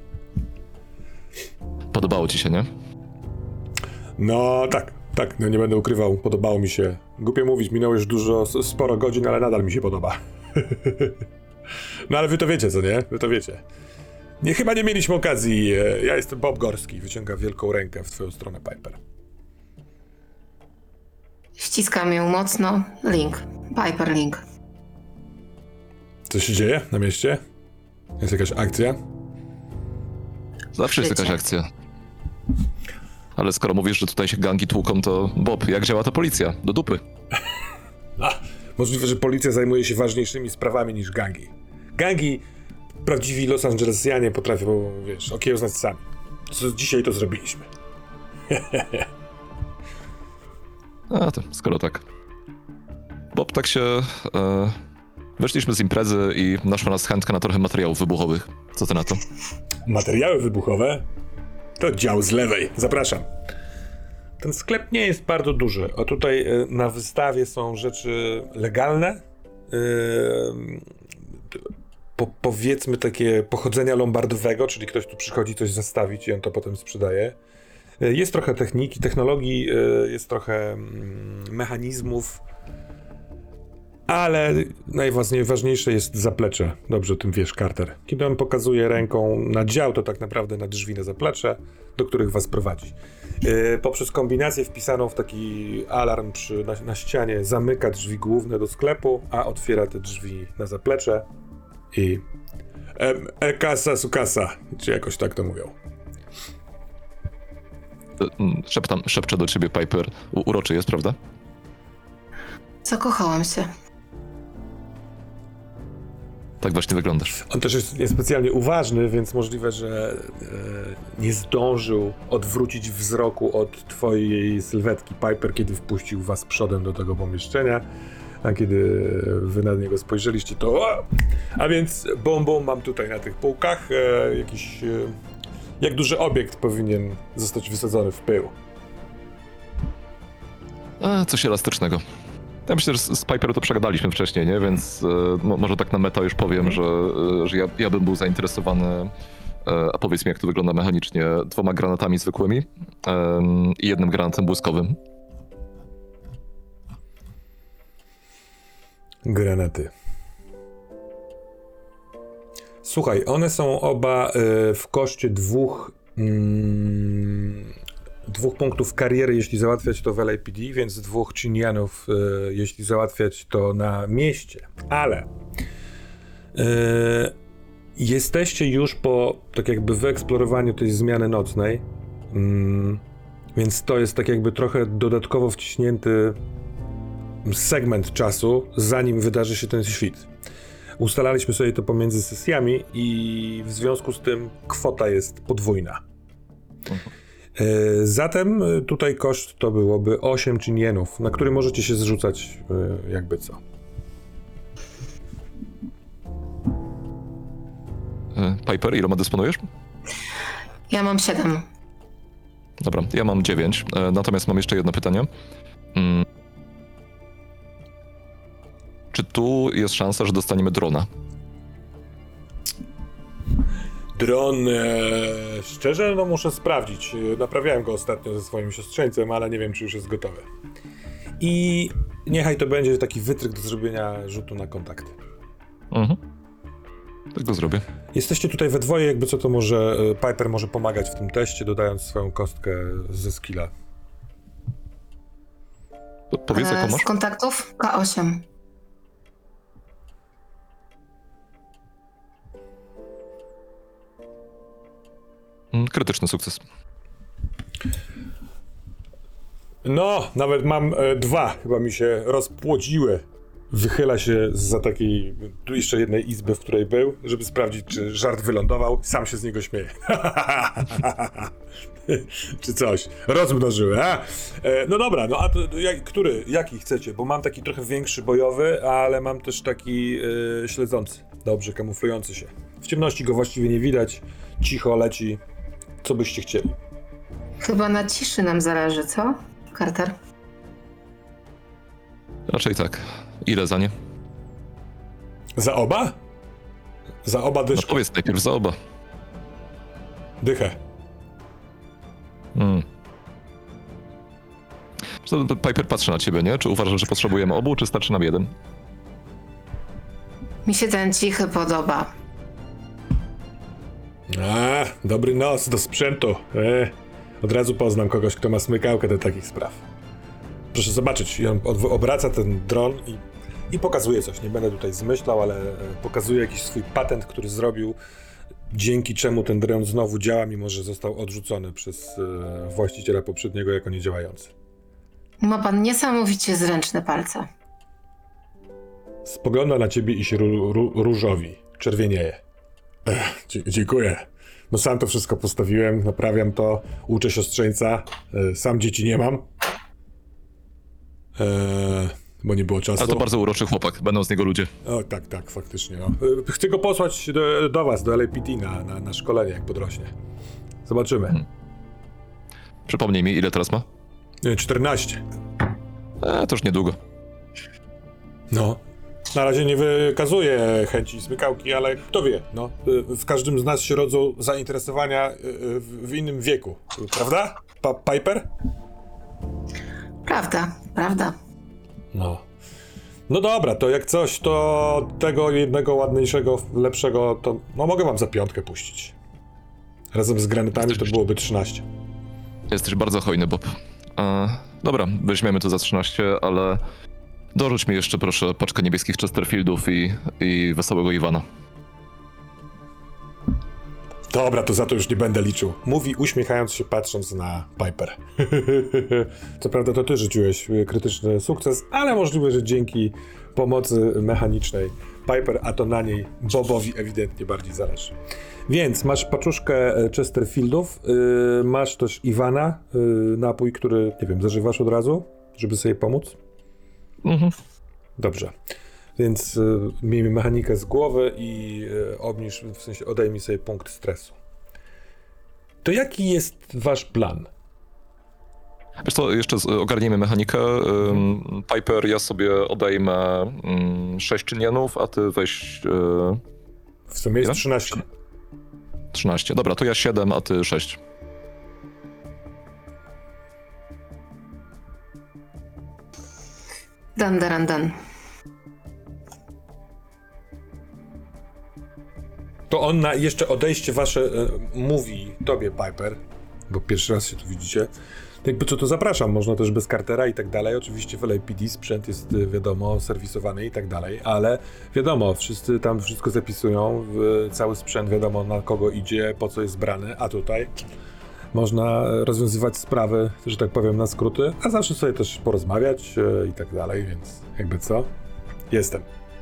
Podobało ci się, nie? No tak, no nie będę ukrywał, podobało mi się. Głupio mówić, minęło już sporo godzin, ale nadal mi się podoba. No ale wy to wiecie, co nie? Wy to wiecie. Chyba nie mieliśmy okazji. Ja jestem Bob Gorski. Wyciąga wielką rękę w twoją stronę, Piper. Ściskam ją mocno. Link. Piper Link. Co się dzieje na mieście? Jest jakaś akcja? Zawsze jest Życie. jakaś akcja. Ale skoro mówisz, że tutaj się gangi tłuką, to Bob, jak działa ta policja? Do dupy. Możliwe, że policja zajmuje się ważniejszymi sprawami niż gangi. Gangi, prawdziwi Los Angelesianie potrafią, wiesz, okiełznać sami. Dzisiaj to zrobiliśmy. A to, skoro tak. Bob, tak się... Wyszliśmy z imprezy i naszła nas chętka na trochę materiałów wybuchowych. Co ty na to? Materiały wybuchowe? To dział z lewej. Zapraszam. Ten sklep nie jest bardzo duży, a tutaj na wystawie są rzeczy legalne, powiedzmy takie pochodzenia lombardowego, czyli ktoś tu przychodzi coś zastawić i on to potem sprzedaje. Jest trochę techniki, technologii, jest trochę mechanizmów, ale najważniejsze jest zaplecze. Dobrze o tym wiesz, Carter. Kiedy on pokazuje ręką na dział, to tak naprawdę na drzwi na zaplecze, do których was prowadzi. Poprzez kombinację wpisaną w taki alarm na ścianie zamyka drzwi główne do sklepu, a otwiera te drzwi na zaplecze i casa su casa, czy jakoś tak to mówią. Szepczę do ciebie, Piper. Uroczy jest, prawda? Tak właśnie wyglądasz. On też jest niespecjalnie uważny, więc możliwe, że nie zdążył odwrócić wzroku od twojej sylwetki Piper, kiedy wpuścił was przodem do tego pomieszczenia. A kiedy wy na niego spojrzeliście, to... A więc bombą mam tutaj na tych półkach jakiś... jak duży obiekt powinien zostać wysadzony w pył? Coś elastycznego. Ja myślę, że z Piper to przegadaliśmy wcześniej, nie? Więc może tak na meta już powiem, że ja bym był zainteresowany, a powiedz mi, jak to wygląda mechanicznie, 2 granatami zwykłymi i 1 granatem błyskowym. Granaty. Słuchaj, one są oba w koszcie 2 punktów kariery, jeśli załatwiać to w LAPD, więc 2 Chinianów, jeśli załatwiać to na mieście. Ale jesteście już po tak jakby wyeksplorowaniu tej zmiany nocnej, więc to jest tak jakby trochę dodatkowo wciśnięty segment czasu, zanim wydarzy się ten świt. Ustalaliśmy sobie to pomiędzy sesjami i w związku z tym kwota jest podwójna. Zatem tutaj koszt to byłoby 8 Chinienów, na który możecie się zrzucać jakby co. Piper, iloma dysponujesz? Ja mam 7. Dobra, ja mam 9, natomiast mam jeszcze jedno pytanie. Czy tu jest szansa, że dostaniemy drona? Dron, szczerze, no muszę sprawdzić. Naprawiałem go ostatnio ze swoim siostrzeńcem, ale nie wiem, czy już jest gotowy. I niechaj to będzie taki wytryk do zrobienia rzutu na kontakty. Tak to zrobię. Jesteście tutaj we dwoje, jakby co to może Piper może pomagać w tym teście, dodając swoją kostkę ze skilla. Powiedz, jaką Z masz? kontaktów K8. Krytyczny sukces. No, nawet mam 2, chyba mi się rozpłodziły. Wychyla się zza takiej, tu jeszcze jednej izby, w której był, żeby sprawdzić, czy żart wylądował. Sam się z niego śmieje. Czy coś. Rozmnożyły, a? No dobra, no a to, jaki chcecie? Bo mam taki trochę większy bojowy, ale mam też taki śledzący, dobrze kamuflujący się. W ciemności go właściwie nie widać, cicho leci. Co byście chcieli? Chyba na ciszy nam zależy, co, Carter? Raczej tak. Ile za nie? Za oba? Za oba No dyszki? powiedz najpierw za oba. Dychę. Piper patrzy na ciebie, nie? Czy uważasz, że potrzebujemy obu, czy starczy nam 1? Mi się ten cichy podoba. A, dobry nos do sprzętu. Od razu poznam kogoś, kto ma smykałkę do takich spraw. Proszę zobaczyć, i on obraca ten dron i pokazuje coś. Nie będę tutaj zmyślał, ale pokazuje jakiś swój patent, który zrobił, dzięki czemu ten dron znowu działa, mimo że został odrzucony przez właściciela poprzedniego jako niedziałający. Ma pan niesamowicie zręczne palce. Spogląda na ciebie i się różowi, czerwienieje. Dziękuję. No sam to wszystko postawiłem, naprawiam to, uczę siostrzeńca, sam dzieci nie mam. Bo nie było czasu. Ale to bardzo uroczy chłopak, będą z niego ludzie. O, tak, faktycznie. No. Chcę go posłać do was, do LAPD na szkolenie, jak podrośnie. Zobaczymy. Przypomnij mi, ile teraz ma? 14. To już niedługo. No. Na razie nie wykazuje chęci smykałki, ale kto wie, no. W każdym z nas się rodzą zainteresowania w innym wieku, prawda? Piper? Prawda. No. No dobra, to jak coś, to tego jednego ładniejszego, lepszego, to no mogę wam za 5 puścić. Razem z granatami to byłoby 13. Jesteś bardzo hojny, Bob. Dobra, weźmiemy to za 13, ale dorzuć mi jeszcze proszę paczkę niebieskich Chesterfieldów i wesołego Iwana. Dobra, to za to już nie będę liczył. Mówi, uśmiechając się, patrząc na Piper. Co prawda to ty rzuciłeś krytyczny sukces, ale możliwe, że dzięki pomocy mechanicznej Piper, a to na niej Bobowi ewidentnie bardziej zależy. Więc masz paczuszkę Chesterfieldów, masz też Iwana, napój, który, nie wiem, zażywasz od razu, żeby sobie pomóc? Mhm. Dobrze. Więc miejmy mechanikę z głowy i obniż, w sensie odejmij sobie punkt stresu. To jaki jest wasz plan? Wiesz co, jeszcze ogarniemy mechanikę. Piper, ja sobie odejmę 6 czynienów, a ty weź W sumie jest Ile? 13. 13. Dobra, to ja 7, a ty 6. Dan. To on na jeszcze odejście wasze mówi tobie, Piper, bo pierwszy raz się tu widzicie. Jakby co, to zapraszam, można też bez Cartera i tak dalej. Oczywiście w LAPD sprzęt jest, wiadomo, serwisowany i tak dalej, ale wiadomo, wszyscy tam wszystko zapisują, cały sprzęt wiadomo na kogo idzie, po co jest brany, a tutaj można rozwiązywać sprawy, że tak powiem, na skróty, a zawsze sobie też porozmawiać i tak dalej, więc jakby co, jestem.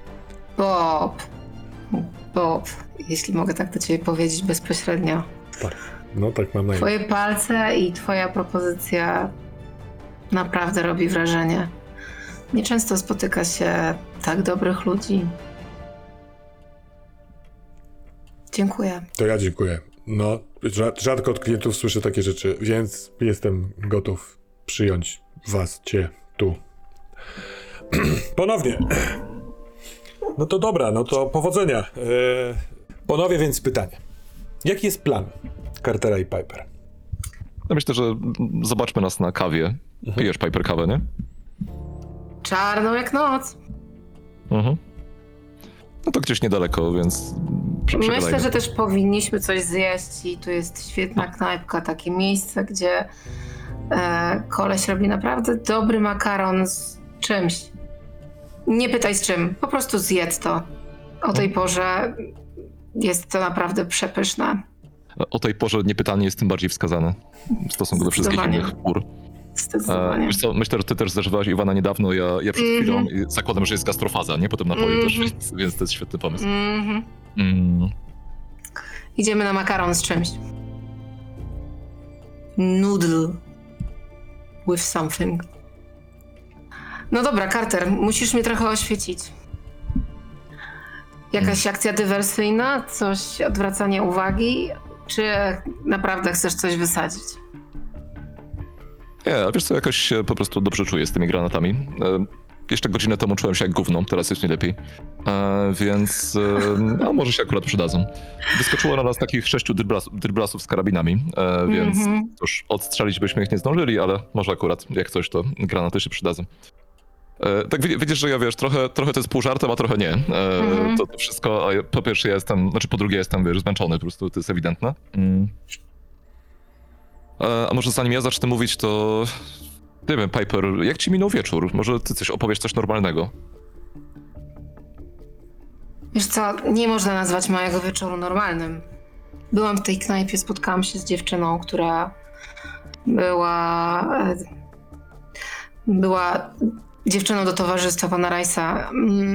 Bob, jeśli mogę tak do ciebie powiedzieć bezpośrednio. Tak, no tak mam na imię. Twoje palce i twoja propozycja naprawdę robi wrażenie. Nieczęsto spotyka się tak dobrych ludzi. Dziękuję. To ja dziękuję. No, rzadko od klientów słyszę takie rzeczy, więc jestem gotów przyjąć cię tu. Ponownie. No to dobra, no to powodzenia. Ponownie więc pytanie. Jaki jest plan Cartera i Piper? Ja myślę, że zobaczmy nas na kawie. Pijesz, Piper, kawę, nie? Czarną jak noc. Mhm. No to gdzieś niedaleko, więc Myślę, że też powinniśmy coś zjeść i tu jest świetna knajpka, takie miejsce, gdzie koleś robi naprawdę dobry makaron z czymś. Nie pytaj z czym, po prostu zjedz to. O tej porze jest to naprawdę przepyszne. O tej porze niepytanie jest tym bardziej wskazane w stosunku do wszystkich Zdecydowanie. innych pór. Zdecydowanie. Wiesz co, myślę, że ty też zażywałaś Iwana niedawno, ja przed chwilą i zakładam, że jest gastrofaza, nie? Potem napoju też, więc to jest świetny pomysł. Idziemy na makaron z czymś. Noodle with something. No dobra, Carter, musisz mnie trochę oświecić. Jakaś akcja dywersyjna? Coś, odwracanie uwagi? Czy naprawdę chcesz coś wysadzić? Nie, a wiesz co, jakoś się po prostu dobrze czuję z tymi granatami. Jeszcze godzinę temu czułem się jak gówno, teraz jest mi lepiej. Więc no, może się akurat przydadzą. Wyskoczyło na nas takich 6 dryblasów z karabinami, więc cóż, odstrzelić byśmy ich nie zdążyli, ale może akurat jak coś, to granaty się przydadzą. Tak widzisz, że ja wiesz, trochę to jest pół żartem, a trochę nie. To wszystko, po pierwsze ja jestem, znaczy po drugie jestem, wiesz, zmęczony, po prostu to jest ewidentne. A może zanim ja zacznę mówić, to nie wiem, Piper, jak ci minął wieczór? Może ty opowiesz coś normalnego? Wiesz co, nie można nazwać mojego wieczoru normalnym. Byłam w tej knajpie, spotkałam się z dziewczyną, która była dziewczyną do towarzystwa pana Rice'a.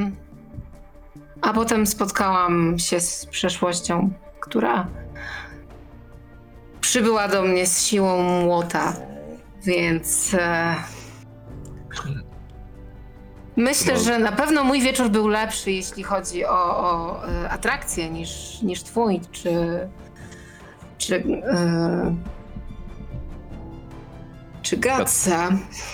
A potem spotkałam się z przeszłością, która przybyła do mnie z siłą młota, więc myślę, że na pewno mój wieczór był lepszy, jeśli chodzi o atrakcję niż twój, czy Gatsa.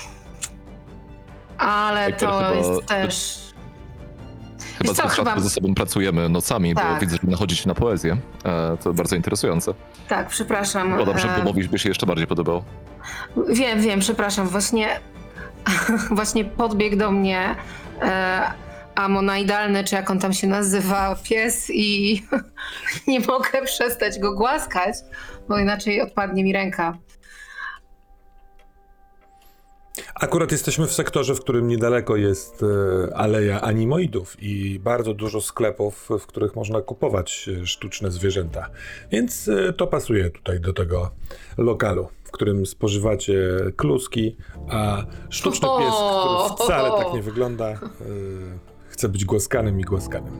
Ale Piper, to chyba jest też... Chyba Wiesz co, zbyt rzadko ze sobą pracujemy nocami, Tak. bo widzę, że nachodzicie na poezję. To bardzo interesujące. Tak, przepraszam. Bo dobrze, bo mówisz, by się jeszcze bardziej podobało. Wiem, przepraszam. Właśnie podbiegł do mnie amonaidalny, czy jak on tam się nazywa, pies i nie mogę przestać go głaskać, bo inaczej odpadnie mi ręka. Akurat jesteśmy w sektorze, w którym niedaleko jest aleja animoidów i bardzo dużo sklepów, w których można kupować sztuczne zwierzęta. Więc to pasuje tutaj do tego lokalu, w którym spożywacie kluski, a sztuczny pies, który wcale tak nie wygląda, chce być głaskanym i głaskanym.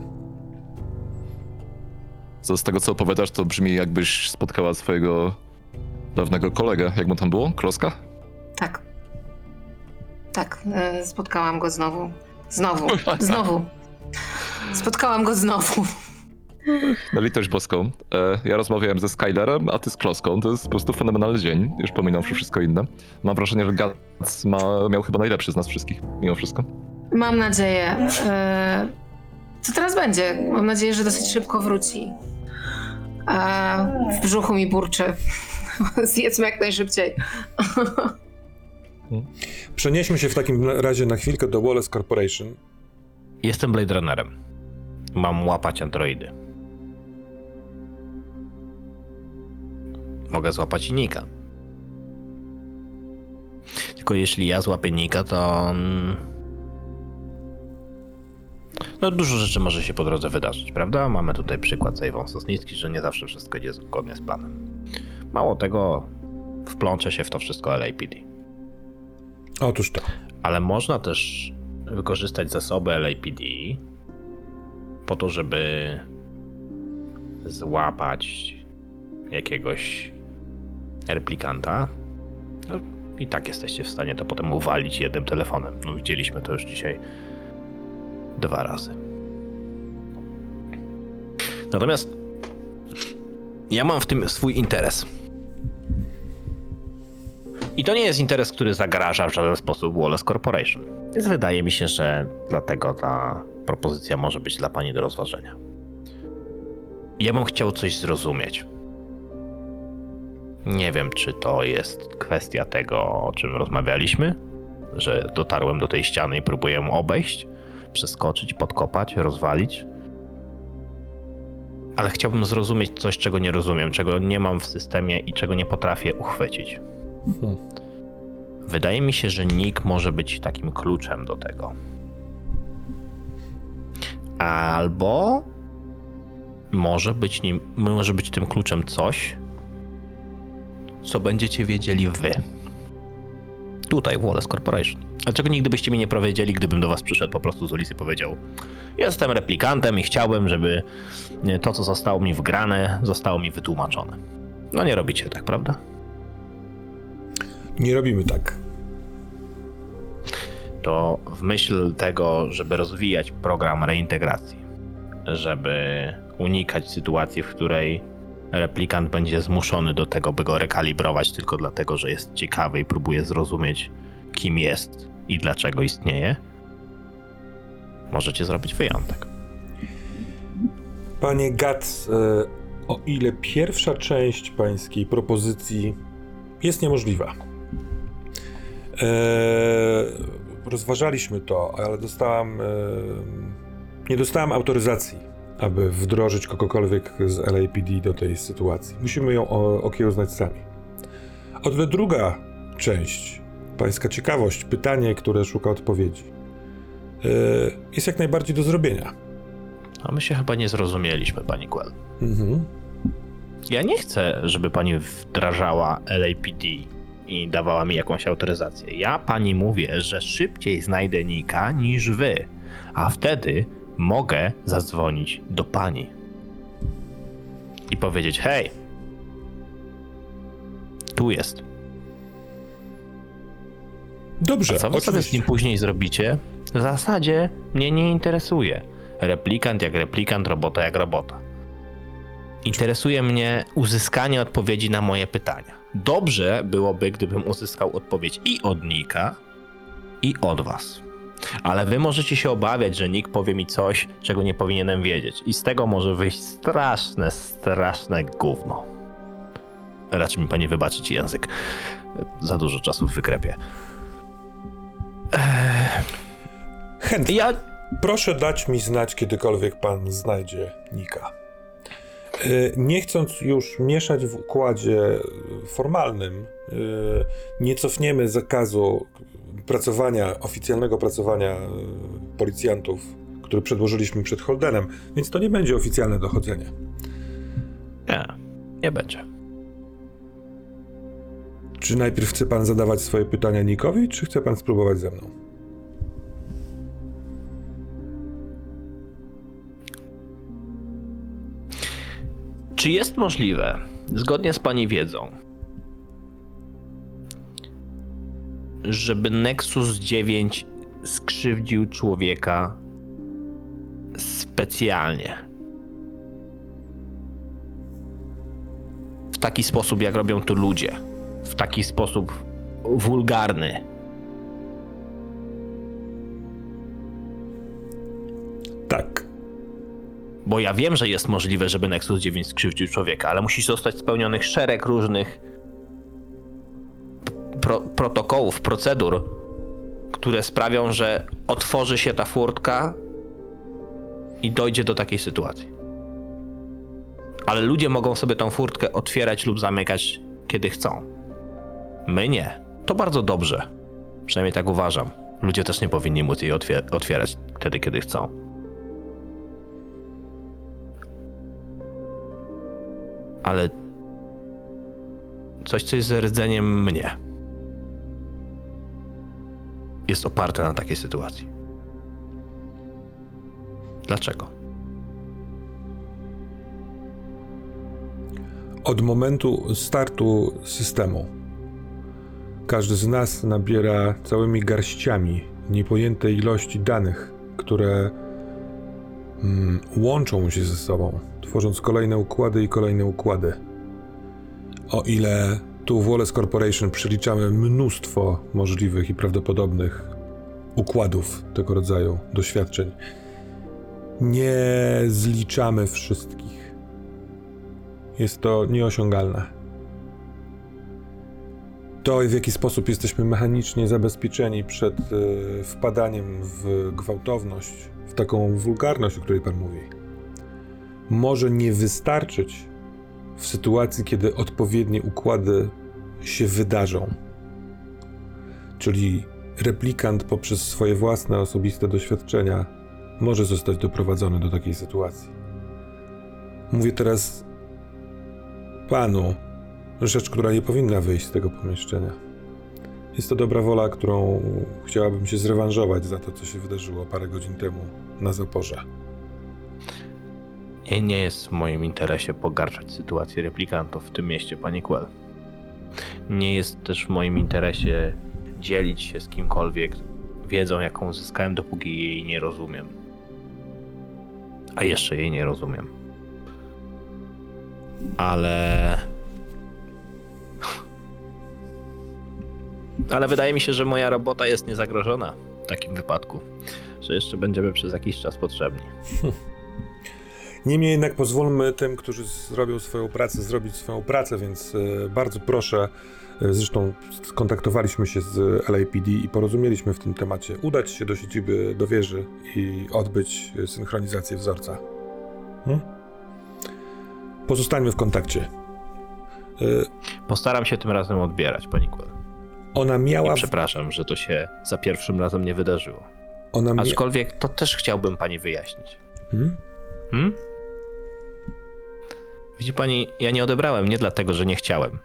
Z tego, co opowiadasz, to brzmi, jakbyś spotkała swojego dawnego kolegę. Jak mu tam było? Kloska? Tak. Tak, spotkałam go znowu. Znowu. Spotkałam go znowu. Na litość boską. Ja rozmawiałem ze Skylerem, a ty z Kloską. To jest po prostu fenomenalny dzień, już pominąwszy wszystko inne. Mam wrażenie, że Gac miał chyba najlepszy z nas wszystkich, mimo wszystko. Mam nadzieję. Co teraz będzie? Mam nadzieję, że dosyć szybko wróci. W brzuchu mi burczy. Zjedzmy jak najszybciej. Przenieśmy się w takim razie na chwilkę do Wallace Corporation. Jestem Blade Runnerem. Mam łapać androidy. Mogę złapać i Nika. Tylko jeśli ja złapię Nika, to... No dużo rzeczy może się po drodze wydarzyć, prawda? Mamy tutaj przykład z Ewą Sosnicki, że nie zawsze wszystko idzie zgodnie z planem. Mało tego, wplącze się w to wszystko LAPD. Otóż to. Ale można też wykorzystać zasoby LAPD po to, żeby złapać jakiegoś replikanta. No, i tak jesteście w stanie to potem uwalić jednym telefonem. No, widzieliśmy to już dzisiaj 2 razy. Natomiast ja mam w tym swój interes. I to nie jest interes, który zagraża w żaden sposób Wallace Corporation. Więc wydaje mi się, że dlatego ta propozycja może być dla pani do rozważenia. Ja bym chciał coś zrozumieć. Nie wiem, czy to jest kwestia tego, o czym rozmawialiśmy, że dotarłem do tej ściany i próbuję ją obejść, przeskoczyć, podkopać, rozwalić. Ale chciałbym zrozumieć coś, czego nie rozumiem, czego nie mam w systemie i czego nie potrafię uchwycić. Wydaje mi się, że Nick może być takim kluczem do tego. Albo może być tym kluczem coś, co będziecie wiedzieli wy. Tutaj, w Wallace Corporation. Dlaczego nigdy byście mi nie powiedzieli, gdybym do was przyszedł po prostu z ulicy i powiedział: jestem replikantem i chciałbym, żeby to, co zostało mi wgrane, zostało mi wytłumaczone. No nie robicie tak, prawda? Nie robimy tak. To w myśl tego, żeby rozwijać program reintegracji, żeby unikać sytuacji, w której replikant będzie zmuszony do tego, by go rekalibrować tylko dlatego, że jest ciekawy i próbuje zrozumieć, kim jest i dlaczego istnieje, możecie zrobić wyjątek. Panie Gac, o ile pierwsza część pańskiej propozycji jest niemożliwa. Rozważaliśmy to, ale nie dostałem autoryzacji, aby wdrożyć kogokolwiek z LAPD do tej sytuacji. Musimy ją okiełznać sami. O tyle druga część, pańska ciekawość, pytanie, które szuka odpowiedzi, jest jak najbardziej do zrobienia. A my się chyba nie zrozumieliśmy, pani Quell. Mhm. Ja nie chcę, żeby pani wdrażała LAPD i dawała mi jakąś autoryzację. Ja pani mówię, że szybciej znajdę Nika niż wy, a wtedy mogę zadzwonić do pani i powiedzieć: hej, tu jest. Dobrze, A co wy sobie z oczywiście. nim później zrobicie? W zasadzie mnie nie interesuje. Replikant jak replikant, robota jak robota. Interesuje mnie uzyskanie odpowiedzi na moje pytania. Dobrze byłoby, gdybym uzyskał odpowiedź i od Nika, i od was. Ale wy możecie się obawiać, że Nick powie mi coś, czego nie powinienem wiedzieć. I z tego może wyjść straszne gówno. Raczej mi pani wybaczyć język. Za dużo czasu w wyklepie. Chętnie. Ja... Proszę dać mi znać, kiedykolwiek pan znajdzie Nika. Nie chcąc już mieszać w układzie formalnym, nie cofniemy zakazu oficjalnego pracowania policjantów, który przedłożyliśmy przed Holdenem, więc to nie będzie oficjalne dochodzenie. Nie będzie. Czy najpierw chce pan zadawać swoje pytania Nikowi, czy chce pan spróbować ze mną? Czy jest możliwe, zgodnie z pani wiedzą, żeby Nexus 9 skrzywdził człowieka specjalnie? W taki sposób, jak robią to ludzie. W taki sposób wulgarny. Tak. Bo ja wiem, że jest możliwe, żeby Nexus 9 skrzywdził człowieka, ale musi zostać spełnionych szereg różnych protokołów, procedur, które sprawią, że otworzy się ta furtka i dojdzie do takiej sytuacji. Ale ludzie mogą sobie tą furtkę otwierać lub zamykać, kiedy chcą. My nie. To bardzo dobrze. Przynajmniej tak uważam. Ludzie też nie powinni móc jej otwierać wtedy, kiedy chcą. Ale coś, co jest rdzeniem mnie, jest oparte na takiej sytuacji. Dlaczego? Od momentu startu systemu każdy z nas nabiera całymi garściami niepojętej ilości danych, które łączą się ze sobą, tworząc kolejne układy i kolejne układy. O ile tu w Wallace Corporation przeliczamy mnóstwo możliwych i prawdopodobnych układów tego rodzaju doświadczeń, nie zliczamy wszystkich. Jest to nieosiągalne. To, w jaki sposób jesteśmy mechanicznie zabezpieczeni przed wpadaniem w gwałtowność, w taką wulgarność, o której Pan mówi, może nie wystarczyć w sytuacji, kiedy odpowiednie układy się wydarzą. Czyli replikant poprzez swoje własne osobiste doświadczenia może zostać doprowadzony do takiej sytuacji. Mówię teraz Panu rzecz, która nie powinna wyjść z tego pomieszczenia. Jest to dobra wola, którą chciałabym się zrewanżować za to, co się wydarzyło parę godzin temu na Zaporze. I nie jest w moim interesie pogarszać sytuację replikantów w tym mieście, Panie Quell. Nie jest też w moim interesie dzielić się z kimkolwiek wiedzą, jaką uzyskałem, dopóki jej nie rozumiem. A jeszcze jej nie rozumiem. Ale wydaje mi się, że moja robota jest niezagrożona w takim wypadku, że jeszcze będziemy przez jakiś czas potrzebni. Niemniej jednak pozwólmy tym, którzy zrobią swoją pracę, zrobić swoją pracę, więc bardzo proszę, zresztą skontaktowaliśmy się z LAPD i porozumieliśmy w tym temacie, udać się do siedziby, do wieży i odbyć synchronizację wzorca. Pozostańmy w kontakcie. Postaram się tym razem odbierać, Pani Quell. Ona miała... I przepraszam, że to się za pierwszym razem nie wydarzyło. Aczkolwiek to też chciałbym Pani wyjaśnić. Widzi Pani, ja nie odebrałem nie dlatego, że nie chciałem.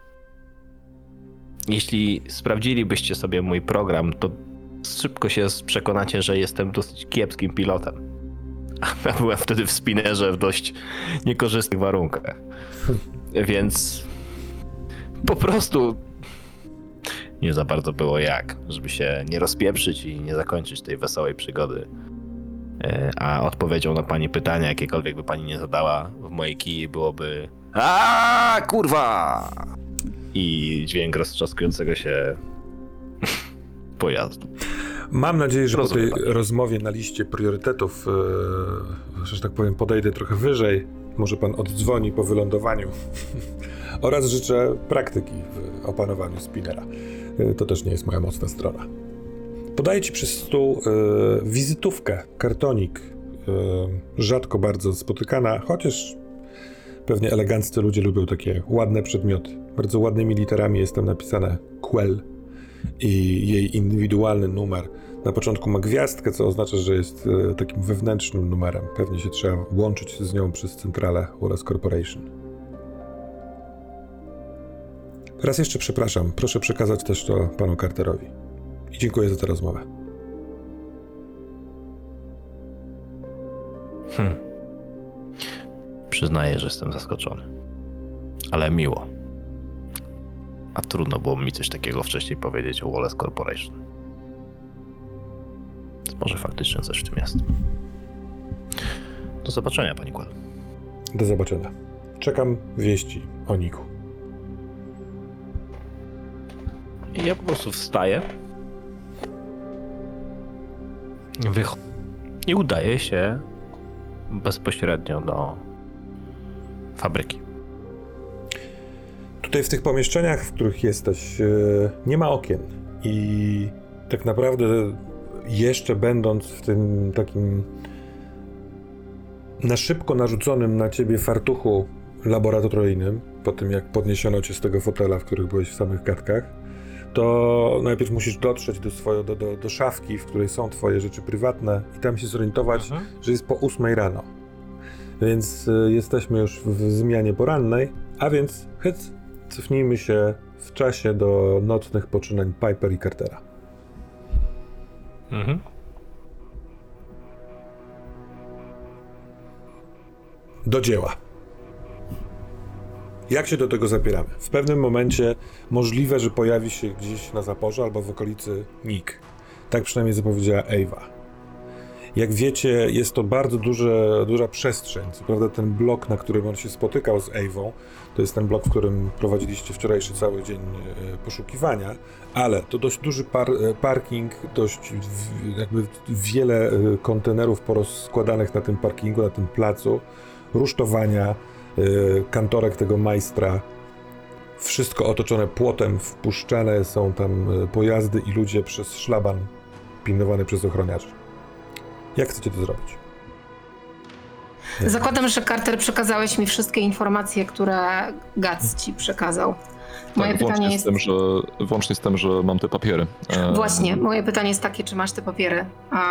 Jeśli sprawdzilibyście sobie mój program, to szybko się przekonacie, że jestem dosyć kiepskim pilotem. Ja byłem wtedy w spinnerze w dość niekorzystnych warunkach. Więc po prostu nie za bardzo było jak, żeby się nie rozpieprzyć i nie zakończyć tej wesołej przygody. A odpowiedzią na Pani pytania, jakiekolwiek by Pani nie zadała, w mojej kiji byłoby "Aaaa, kurwa!" i dźwięk roztrzaskującego się pojazdu. Mam nadzieję, że Rozumiem, po tej rozmowie na liście priorytetów, że tak powiem, podejdę trochę wyżej. Może Pan oddzwoni po wylądowaniu. Oraz życzę praktyki w opanowaniu spinnera. To też nie jest moja mocna strona. Podaję Ci przez stół wizytówkę, kartonik. Rzadko bardzo spotykana, chociaż pewnie eleganccy ludzie lubią takie ładne przedmioty. Bardzo ładnymi literami jest tam napisane Quell i jej indywidualny numer. Na początku ma gwiazdkę, co oznacza, że jest takim wewnętrznym numerem. Pewnie się trzeba łączyć z nią przez centralę Wallace Corporation. Raz jeszcze przepraszam. Proszę przekazać też to panu Carterowi. I dziękuję za tę rozmowę. Przyznaję, że jestem zaskoczony. ale miło. A trudno było mi coś takiego wcześniej powiedzieć o Wallace Corporation. Może faktycznie coś w tym jest. Do zobaczenia, pani Quell. Do zobaczenia. Czekam wieści o Niku. I ja po prostu wstaję. I udaję się bezpośrednio do fabryki. Tutaj w tych pomieszczeniach, w których jesteś, nie ma okien i tak naprawdę jeszcze będąc w tym takim na szybko narzuconym na ciebie fartuchu laboratoryjnym, po tym jak podniesiono cię z tego fotela, w których byłeś w samych gadkach, to najpierw musisz dotrzeć do szafki, w której są twoje rzeczy prywatne i tam się zorientować, że jest po 8 rano. Więc jesteśmy już w zmianie porannej, a więc cofnijmy się w czasie do nocnych poczynań Piper i Cartera. Do dzieła. Jak się do tego zapieramy? W pewnym momencie możliwe, że pojawi się gdzieś na zaporze albo w okolicy Nick. Tak przynajmniej zapowiedziała Ewa. Jak wiecie, jest to bardzo duża przestrzeń. Co prawda ten blok, na którym on się spotykał z Ewą, to jest ten blok, w którym prowadziliście wczorajszy cały dzień poszukiwania, ale to dość duży parking, dość jakby wiele kontenerów porozkładanych na tym parkingu, na tym placu, rusztowania, kantorek tego majstra. Wszystko otoczone płotem, wpuszczane są tam pojazdy i ludzie przez szlaban pilnowany przez ochroniarzy. Jak chcecie to zrobić? Zakładam, że Carter przekazałeś mi wszystkie informacje, które Guts ci przekazał. Moje pytanie jest... Włącznie z tym, że mam te papiery. Właśnie, moje pytanie jest takie, czy masz te papiery?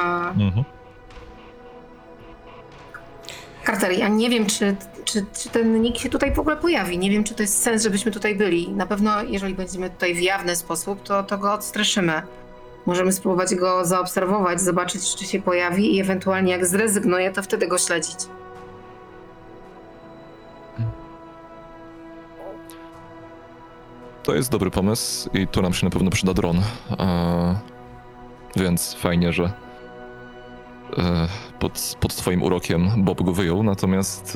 Carter, ja nie wiem, czy ten nick się tutaj w ogóle pojawi. Nie wiem, czy to jest sens, żebyśmy tutaj byli. Na pewno, jeżeli będziemy tutaj w jawny sposób, to go odstraszymy. Możemy spróbować go zaobserwować, zobaczyć, czy się pojawi i ewentualnie jak zrezygnuje, to wtedy go śledzić. To jest dobry pomysł i tu nam się na pewno przyda dron. Więc fajnie, że pod twoim urokiem Bob go wyjął, natomiast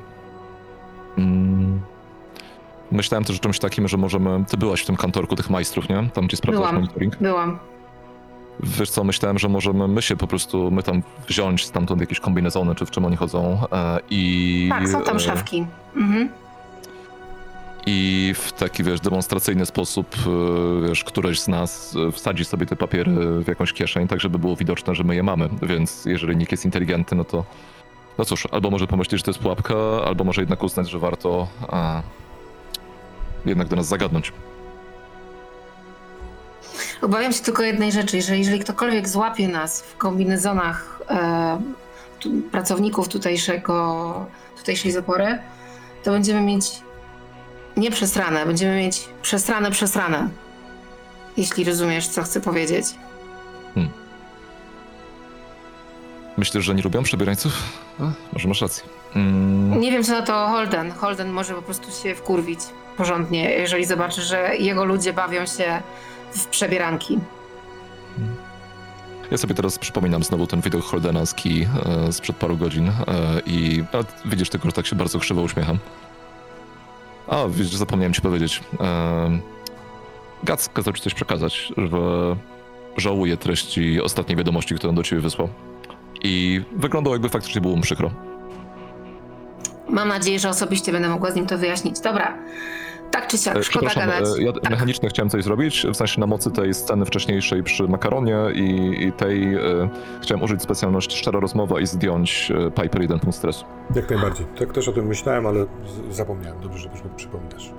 myślałem też o czymś takim, że możemy... Ty byłaś w tym kantorku tych majstrów, nie? Tam, gdzie sprawdzasz monitoring. Byłam. Wiesz co, myślałem, że możemy my tam wziąć stamtąd jakieś kombinezony, czy w czym oni chodzą i... Tak, są tam szafki. I w taki, demonstracyjny sposób, któreś z nas wsadzi sobie te papiery w jakąś kieszeń, tak żeby było widoczne, że my je mamy. Więc jeżeli nikt jest inteligentny, no to... No cóż, albo może pomyśleć, że to jest pułapka, albo może jednak uznać, że warto jednak do nas zagadnąć. Obawiam się tylko jednej rzeczy, że jeżeli ktokolwiek złapie nas w kombinezonach pracowników tutejszej zapory, to będziemy mieć nie przesrane, będziemy mieć przesrane. Jeśli rozumiesz, co chcę powiedzieć. Myślisz, że nie lubią przebierańców? Może masz rację. Nie wiem, co na to Holden. Holden może po prostu się wkurwić porządnie, jeżeli zobaczy, że jego ludzie bawią się w przebieranki. Ja sobie teraz przypominam znowu ten widok Holdena z Key sprzed paru godzin i widzisz tylko, że tak się bardzo krzywo uśmiecham. A, widzisz, zapomniałem ci powiedzieć. Guts kazał ci coś przekazać, że żałuje treści ostatniej wiadomości, którą do ciebie wysłał. I wyglądało, jakby faktycznie było mu przykro. Mam nadzieję, że osobiście będę mogła z nim to wyjaśnić. Dobra, tak czy siak, szkoda gadać. Ja tak. mechanicznie chciałem coś zrobić, w sensie na mocy tej sceny wcześniejszej przy makaronie i tej chciałem użyć specjalności szczera rozmowa i zdjąć Piper 1 punkt stresu. Jak najbardziej. Tak też o tym myślałem, ale zapomniałem. Dobrze, że przypominasz.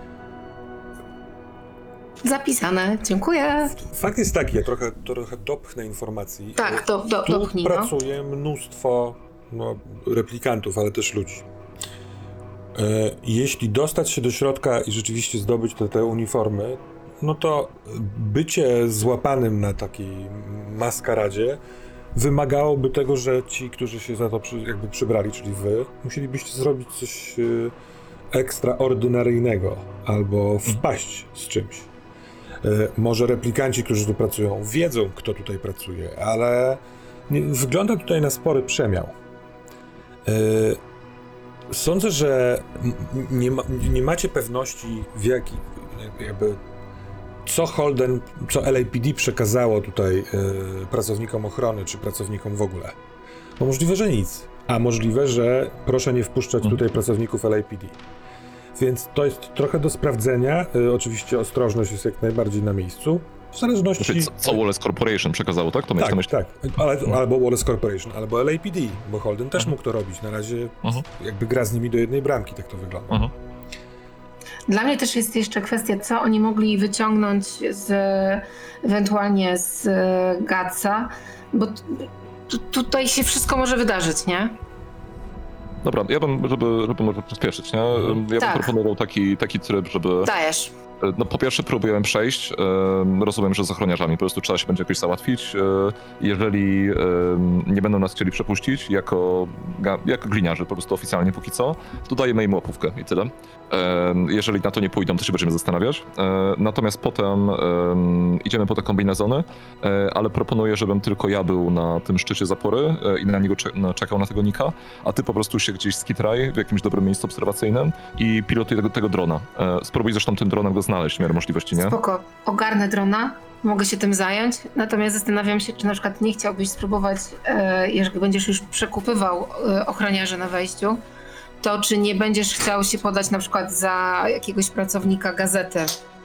Zapisane, dziękuję. Fakt jest taki, ja trochę dopchnę informacji. Tak, Tu dopchnij. pracuje mnóstwo replikantów, ale też ludzi. Jeśli dostać się do środka i rzeczywiście zdobyć te uniformy, no to bycie złapanym na takiej maskaradzie wymagałoby tego, że ci, którzy się za to jakby przybrali, czyli wy, musielibyście zrobić coś ekstraordynaryjnego albo wpaść z czymś. Może replikanci, którzy tu pracują, wiedzą, kto tutaj pracuje, ale wygląda tutaj na spory przemiał. Sądzę, że nie macie pewności, co Holden, co LAPD przekazało tutaj pracownikom ochrony, czy pracownikom w ogóle. Bo możliwe, że nic, a możliwe, że proszę nie wpuszczać tutaj pracowników LAPD. Więc to jest trochę do sprawdzenia. Oczywiście ostrożność jest jak najbardziej na miejscu. W zależności... Znaczy, co Wallace Corporation przekazało, tak? To miałeś na myśli? Tak. Albo Wallace Corporation, albo LAPD, bo Holden też mógł to robić. Na razie jakby gra z nimi do jednej bramki, tak to wygląda. Dla mnie też jest jeszcze kwestia, co oni mogli wyciągnąć ewentualnie z Gatsa, bo tutaj się wszystko może wydarzyć, nie? Dobra, ja bym, żeby może przyspieszyć, nie? Ja bym proponował taki tryb, żeby... Dajesz. No po pierwsze próbujemy przejść, rozumiem, że z ochroniarzami po prostu trzeba się będzie jakoś załatwić. Jeżeli nie będą nas chcieli przepuścić jako gliniarzy po prostu oficjalnie póki co, to dajemy im łapówkę i tyle. Jeżeli na to nie pójdą, to się będziemy zastanawiać. Natomiast potem idziemy po te kombinezony, ale proponuję, żebym tylko ja był na tym szczycie zapory i na niego czekał na tego Nika, a ty po prostu się gdzieś skitraj w jakimś dobrym miejscu obserwacyjnym i pilotuj tego drona. Spróbuj zresztą tym dronem go znaleźć w miarę możliwości, nie? Spoko, ogarnę drona, mogę się tym zająć, natomiast zastanawiam się, czy na przykład nie chciałbyś spróbować, jeżeli będziesz już przekupywał ochroniarzy na wejściu, to czy nie będziesz chciał się podać na przykład za jakiegoś pracownika gazety?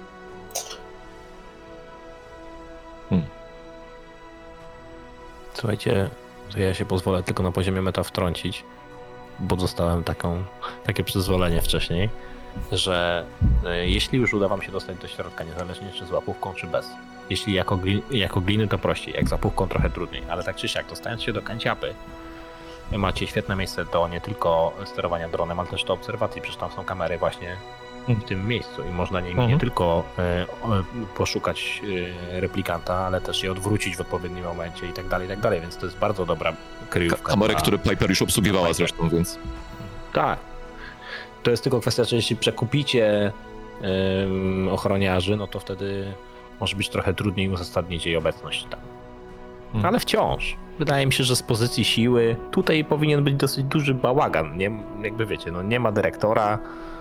Słuchajcie, to ja się pozwolę tylko na poziomie meta wtrącić, bo dostałem takie przyzwolenie wcześniej, że jeśli już uda wam się dostać do środka, niezależnie czy z łapówką, czy bez, jeśli jako gliny to prościej, jak z łapówką trochę trudniej, ale tak czy siak, dostając się do kanciapy, macie świetne miejsce do nie tylko sterowania dronem, ale też do obserwacji, przecież tam są kamery właśnie w tym miejscu i można nimi nie tylko poszukać replikanta, ale też je odwrócić w odpowiednim momencie i tak dalej, więc to jest bardzo dobra kryjówka. Kamery, które Piper już obsługiwała zresztą, więc... Tak. To jest tylko kwestia, że jeśli przekupicie ochroniarzy, no to wtedy może być trochę trudniej uzasadnić jej obecność tam. Ale wciąż. Wydaje mi się, że z pozycji siły tutaj powinien być dosyć duży bałagan. Nie, jakby wiecie, no nie ma dyrektora.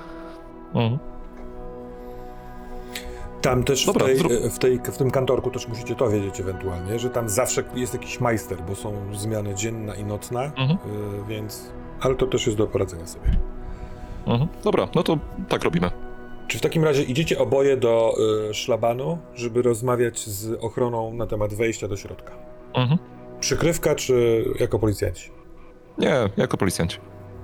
Tam też w tym kantorku też musicie to wiedzieć ewentualnie, że tam zawsze jest jakiś majster, bo są zmiany dzienna i nocna, więc... Ale to też jest do poradzenia sobie. Dobra, no to tak robimy. Czy w takim razie idziecie oboje do szlabanu, żeby rozmawiać z ochroną na temat wejścia do środka? Przykrywka czy jako policjanci? Nie, jako policjanci.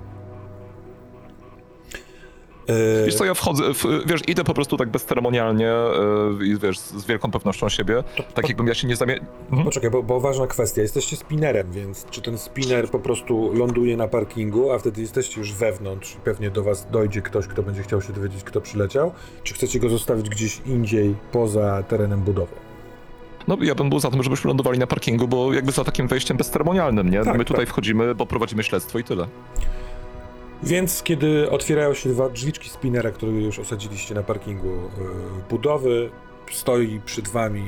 Wiesz co, ja wchodzę, idę po prostu tak bezceremonialnie i wiesz, z wielką pewnością siebie, tak jakbym ja się nie Poczekaj, bo ważna kwestia, jesteście spinnerem, więc czy ten spinner po prostu ląduje na parkingu, a wtedy jesteście już wewnątrz i pewnie do was dojdzie ktoś, kto będzie chciał się dowiedzieć, kto przyleciał, czy chcecie go zostawić gdzieś indziej, poza terenem budowy? No ja bym był za tym, żebyśmy lądowali na parkingu, bo jakby za takim wejściem bezceremonialnym, nie? Tak, My tutaj wchodzimy, bo prowadzimy śledztwo i tyle. Więc kiedy otwierają się dwa drzwiczki spinera, które już osadziliście na parkingu budowy, stoi przed wami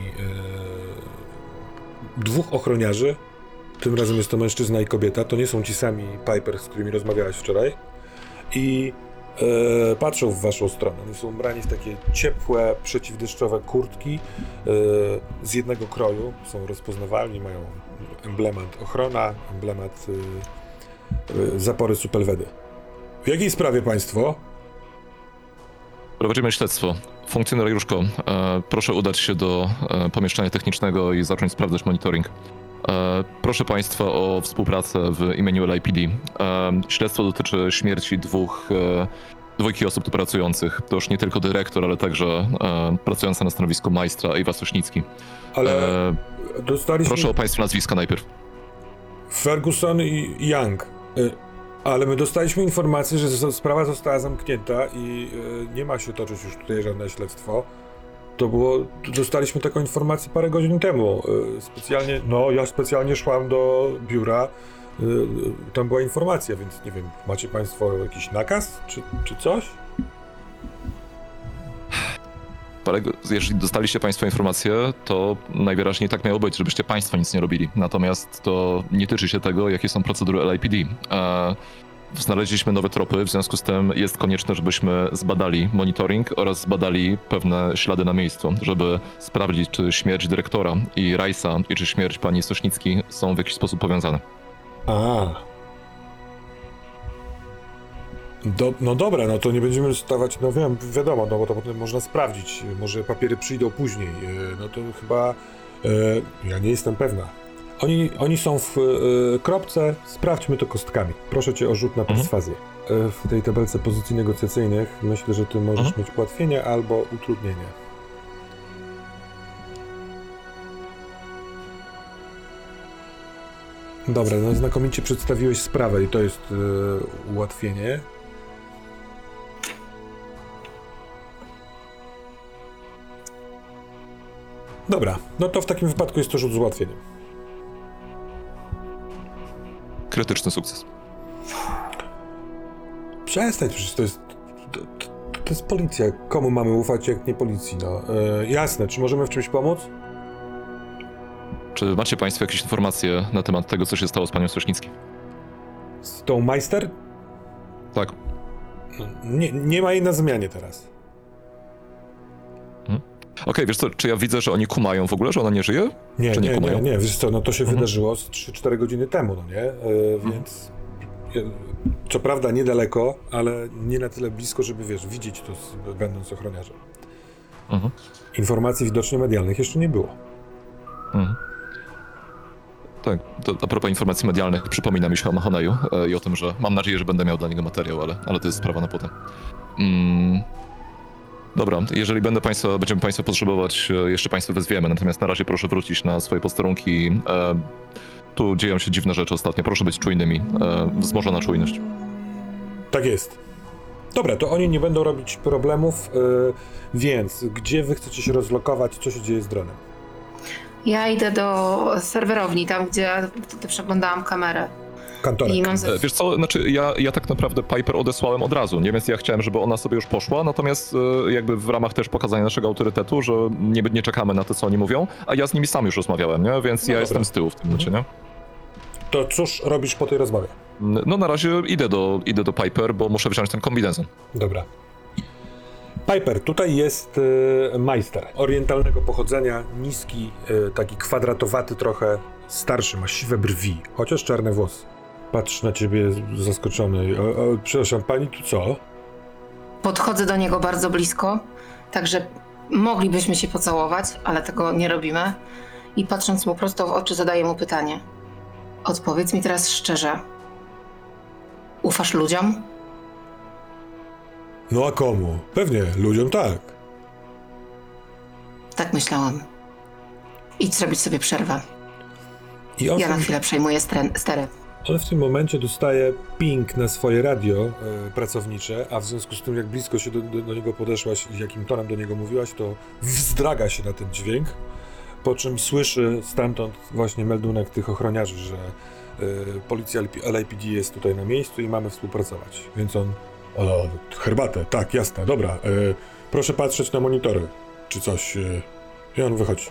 dwóch ochroniarzy. Tym razem jest to mężczyzna i kobieta. To nie są ci sami Piper, z którymi rozmawiałaś wczoraj. I patrzą w waszą stronę. Oni są ubrani w takie ciepłe, przeciwdeszczowe kurtki z jednego kroju. Są rozpoznawalni, mają emblemat ochrona, emblemat zapory Supelwedy. W jakiej sprawie państwo? Prowadzimy śledztwo. Funkcjonariuszko, proszę udać się do pomieszczenia technicznego i zacząć sprawdzać monitoring. Proszę państwa o współpracę w imieniu LAPD. Śledztwo dotyczy śmierci dwójki osób tu pracujących. To już nie tylko dyrektor, ale także pracująca na stanowisku majstra Ewa Sośnicki. Ale dostaliśmy... Proszę o państwa nazwiska najpierw. Ferguson i Young. Ale my dostaliśmy informację, że sprawa została zamknięta i nie ma się toczyć już tutaj żadne śledztwo. Dostaliśmy taką informację parę godzin temu. Ja specjalnie szłam do biura, tam była informacja, więc nie wiem, macie państwo jakiś nakaz, czy coś? Ale jeżeli dostaliście państwo informację, to najwyraźniej tak miało być, żebyście państwo nic nie robili. Natomiast to nie tyczy się tego, jakie są procedury LAPD. Znaleźliśmy nowe tropy, w związku z tym jest konieczne, żebyśmy zbadali monitoring oraz zbadali pewne ślady na miejscu, żeby sprawdzić, czy śmierć dyrektora i Rajsa i czy śmierć pani Sośnicki są w jakiś sposób powiązane. No dobra, no to nie będziemy stawać, no wiem, wiadomo, no bo to potem można sprawdzić, może papiery przyjdą później, no to chyba, ja nie jestem pewna. Oni są w kropce, sprawdźmy to kostkami. Proszę cię o rzut na perswazję. W tej tabelce pozycji negocjacyjnych myślę, że ty możesz mieć ułatwienie albo utrudnienie. Dobra, no znakomicie przedstawiłeś sprawę i to jest ułatwienie. Dobra, no to w takim wypadku jest to rzut z ułatwieniem. Krytyczny sukces. Przestań, przecież to jest policja. Komu mamy ufać, jak nie policji, no. Jasne, czy możemy w czymś pomóc? Czy macie państwo jakieś informacje na temat tego, co się stało z panią Sośnickim? Z tą Meister? Tak. Nie ma jej na zmianie teraz. Okej, wiesz co, czy ja widzę, że oni kumają w ogóle, że ona nie żyje? Czy nie kumają? Nie, wiesz co, no to się wydarzyło z 3-4 godziny temu, no nie? Więc co prawda niedaleko, ale nie na tyle blisko, żeby, wiesz, widzieć to będąc ochroniarzem. Informacji widocznie medialnych jeszcze nie było. Tak, to a propos informacji medialnych, przypomina mi się o Mahoneju i o tym, że mam nadzieję, że będę miał dla niego materiał, ale to jest sprawa na potem. Dobra, jeżeli będziemy państwo potrzebować, jeszcze państwo wezwiemy, natomiast na razie proszę wrócić na swoje posterunki. Tu dzieją się dziwne rzeczy ostatnio, proszę być czujnymi, wzmożona czujność. Tak jest. Dobra, to oni nie będą robić problemów, więc gdzie wy chcecie się rozlokować, co się dzieje z dronem? Ja idę do serwerowni, tam gdzie wtedy przeglądałam kamerę. Kantorek. I mam Wiesz co, znaczy ja tak naprawdę Piper odesłałem od razu, nie? Więc ja chciałem, żeby ona sobie już poszła, natomiast jakby w ramach też pokazania naszego autorytetu, że nie czekamy na to, co oni mówią, a ja z nimi sam już rozmawiałem, nie? Więc ja jestem z tyłu w tym momencie, nie? To cóż robisz po tej rozmowie? No na razie idę do Piper, bo muszę wziąć ten kombinezon. Dobra. Piper, tutaj jest Meister. Orientalnego pochodzenia, niski, taki kwadratowaty trochę, starszy, ma siwe brwi, chociaż czarne włosy. Patrzy na ciebie zaskoczony. Przepraszam, pani tu co? Podchodzę do niego bardzo blisko, także moglibyśmy się pocałować, ale tego nie robimy. I patrząc mu prosto w oczy, zadaję mu pytanie. Odpowiedz mi teraz szczerze. Ufasz ludziom? No a komu? Pewnie, ludziom tak. Tak myślałam. Idź zrobić sobie przerwę. I on, Ja na chwilę przejmuję stery. on w tym momencie dostaje ping na swoje radio pracownicze, a w związku z tym, jak blisko się do niego podeszłaś i jakim tonem do niego mówiłaś, to wzdraga się na ten dźwięk, po czym słyszy stamtąd właśnie meldunek tych ochroniarzy, że policja LAPD jest tutaj na miejscu i mamy współpracować. Więc on, herbatę, tak, jasne, dobra, proszę patrzeć na monitory, czy coś. I on wychodzi.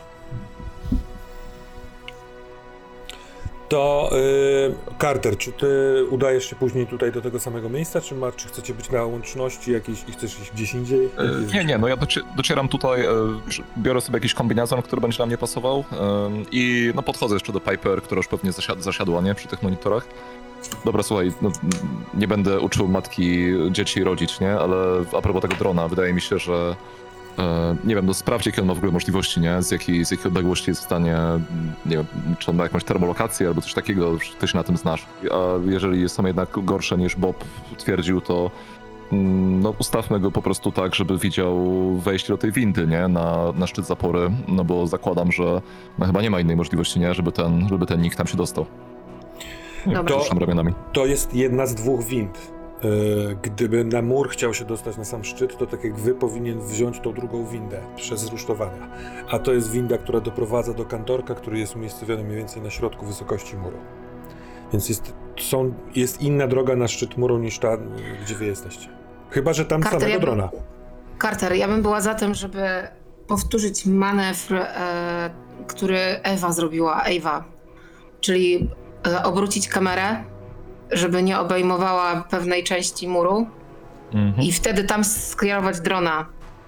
To Carter, czy ty udajesz się później tutaj do tego samego miejsca, czy chcecie być na łączności jakiejś i chcesz iść gdzieś indziej? Nie, no ja docieram tutaj, biorę sobie jakiś kombinezon, który będzie na mnie pasował i no podchodzę jeszcze do Piper, która już pewnie zasiadła, nie, przy tych monitorach. Dobra, słuchaj, no, nie będę uczył matki dzieci rodzić, nie, ale a propos tego drona, wydaje mi się, że nie wiem, no sprawdź, jakie on ma w ogóle możliwości, nie? Z jakiej odległości jest w stanie, nie wiem, czy on ma jakąś termolokację albo coś takiego, ty się na tym znasz. A jeżeli są jednak gorsze niż Bob twierdził, to no ustawmy go po prostu tak, żeby widział wejście do tej windy, nie? Na szczyt zapory, no bo zakładam, że no chyba nie ma innej możliwości, nie? Żeby ten nikt tam się dostał. Dobra. Ruszam ramionami. To jest jedna z dwóch wind. Gdyby na mur chciał się dostać na sam szczyt, to tak jak wy powinien wziąć tą drugą windę przez rusztowania. A to jest winda, która doprowadza do kantorka, który jest umiejscowiony mniej więcej na środku wysokości muru. Więc jest inna droga na szczyt muru niż ta, gdzie wy jesteście. Chyba że tam Carter, samego drona. Carter, ja bym była za tym, żeby powtórzyć manewr, który Ewa zrobiła, czyli obrócić kamerę, żeby nie obejmowała pewnej części muru i wtedy tam skierować drona.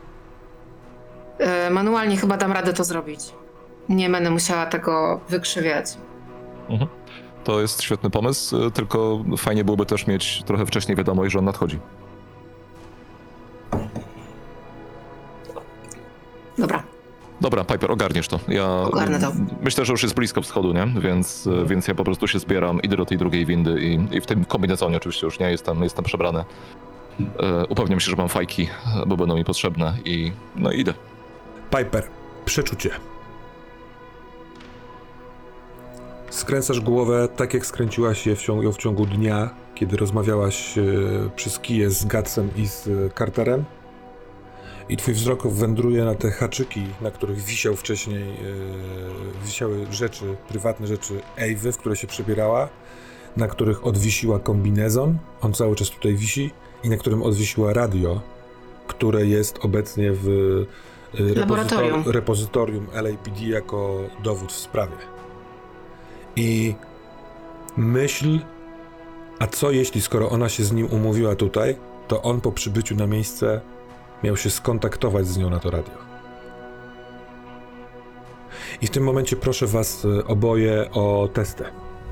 Manualnie chyba dam radę to zrobić. Nie będę musiała tego wykrzywiać. To jest świetny pomysł, tylko fajnie byłoby też mieć trochę wcześniej wiadomość, że on nadchodzi. Dobra, Piper, ogarniesz to. Ja Ogarnę to. myślę, że już jest blisko wschodu, nie? Więc ja po prostu się zbieram, idę do tej drugiej windy i w tym kombinezonie oczywiście już nie jestem przebrany. Upewniam się, że mam fajki, bo będą mi potrzebne i no idę. Piper, przeczucie. Skręcasz głowę tak, jak skręciłaś ją w ciągu dnia, kiedy rozmawiałaś przez kiję z Gutsem i z Carterem. I twój wzrok wędruje na te haczyki, na których wisiał wcześniej, wisiały rzeczy, prywatne rzeczy Ewy, w które się przebierała, na których odwisiła kombinezon, on cały czas tutaj wisi, i na którym odwisiła radio, które jest obecnie w repozytorium LAPD jako dowód w sprawie. I myśl, a co jeśli, skoro ona się z nim umówiła tutaj, to on po przybyciu na miejsce miał się skontaktować z nią na to radio. I w tym momencie proszę was oboje o testy.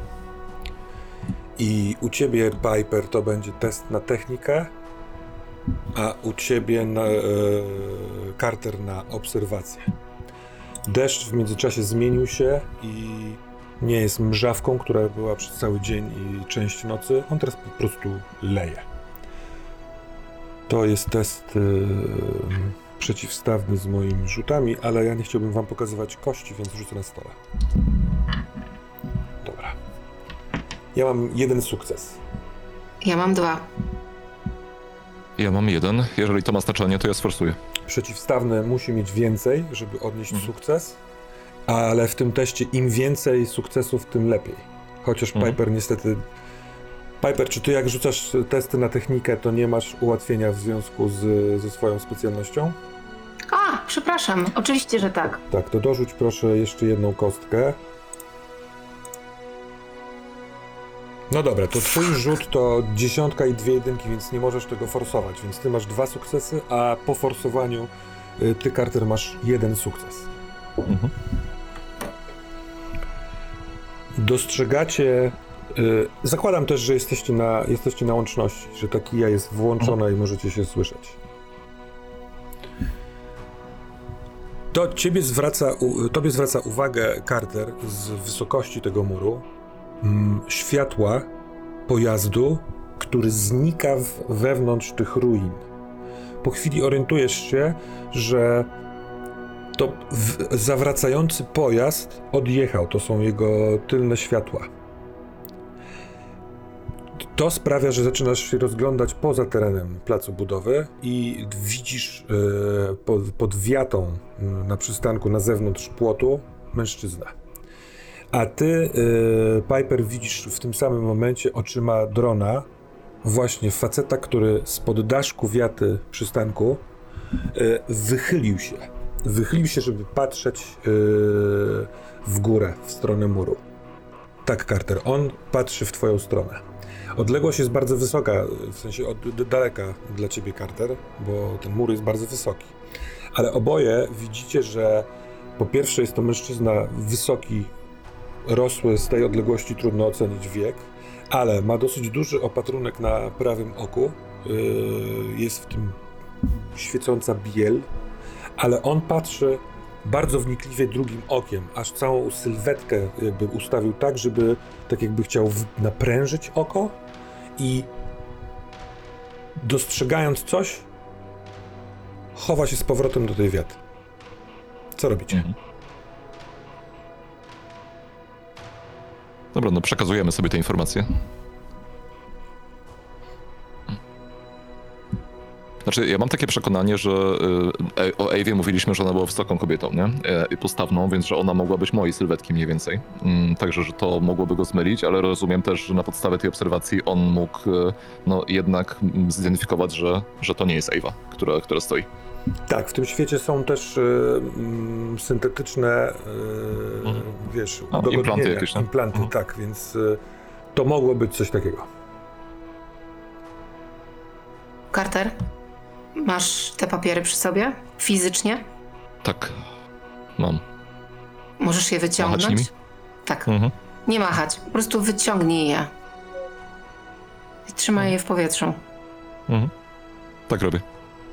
I u ciebie, Piper, to będzie test na technikę, a u ciebie, Carter, na obserwację. Deszcz w międzyczasie zmienił się i nie jest mrzawką, która była przez cały dzień i część nocy. On teraz po prostu leje. To jest test przeciwstawny z moimi rzutami, ale ja nie chciałbym wam pokazywać kości, więc rzucę na stole. Dobra. Ja mam 1 sukces. Ja mam 2. Ja mam 1. Jeżeli to ma znaczenie, to ja sforsuję. Przeciwstawny musi mieć więcej, żeby odnieść sukces, ale w tym teście im więcej sukcesów, tym lepiej. Chociaż Piper niestety... Piper, czy ty jak rzucasz testy na technikę, to nie masz ułatwienia w związku ze swoją specjalnością? A, przepraszam, oczywiście, że tak. Tak, to dorzuć proszę jeszcze 1 kostkę. No dobra, to twój rzut to 10 i 2 jedynki, więc nie możesz tego forsować, więc ty masz 2 sukcesy, a po forsowaniu ty, Carter, masz 1 sukces. Dostrzegacie... zakładam też, że jesteście na łączności, że ta kija jest włączona i możecie się słyszeć. Tobie zwraca uwagę, Carter, z wysokości tego muru, światła pojazdu, który znika wewnątrz tych ruin. Po chwili orientujesz się, że to zawracający pojazd odjechał, to są jego tylne światła. To sprawia, że zaczynasz się rozglądać poza terenem placu budowy i widzisz pod wiatą na przystanku na zewnątrz płotu mężczyznę. A ty, Piper, widzisz w tym samym momencie oczyma drona właśnie faceta, który spod daszku wiaty przystanku wychylił się. Wychylił się, żeby patrzeć w górę, w stronę muru. Tak, Carter, on patrzy w twoją stronę. Odległość jest bardzo wysoka, w sensie od daleka dla ciebie, Carter, bo ten mur jest bardzo wysoki. Ale oboje widzicie, że po pierwsze jest to mężczyzna wysoki, rosły, z tej odległości trudno ocenić wiek, ale ma dosyć duży opatrunek na prawym oku, jest w tym świecąca biel, ale on patrzy bardzo wnikliwie drugim okiem, aż całą sylwetkę jakby ustawił tak, żeby tak jakby chciał naprężyć oko i dostrzegając coś, chowa się z powrotem do tej wiaty. Co robicie? Dobra, no przekazujemy sobie te informacje. Znaczy, ja mam takie przekonanie, że o Ewie mówiliśmy, że ona była wysoką kobietą, nie? I postawną, więc że ona mogła być mojej sylwetki mniej więcej. Także, że to mogłoby go zmylić, ale rozumiem też, że na podstawie tej obserwacji on mógł no jednak zidentyfikować, że to nie jest Ewa, która stoi. Tak, w tym świecie są też syntetyczne, wiesz, udogodnienia, implanty jakieś, nie? implanty, tak, więc to mogło być coś takiego. Carter, masz te papiery przy sobie? Fizycznie? Tak, mam. Możesz je wyciągnąć? Machać nimi? Tak. Mhm. Nie machać, po prostu wyciągnij je. I trzymaj je w powietrzu. Mhm. Tak robię.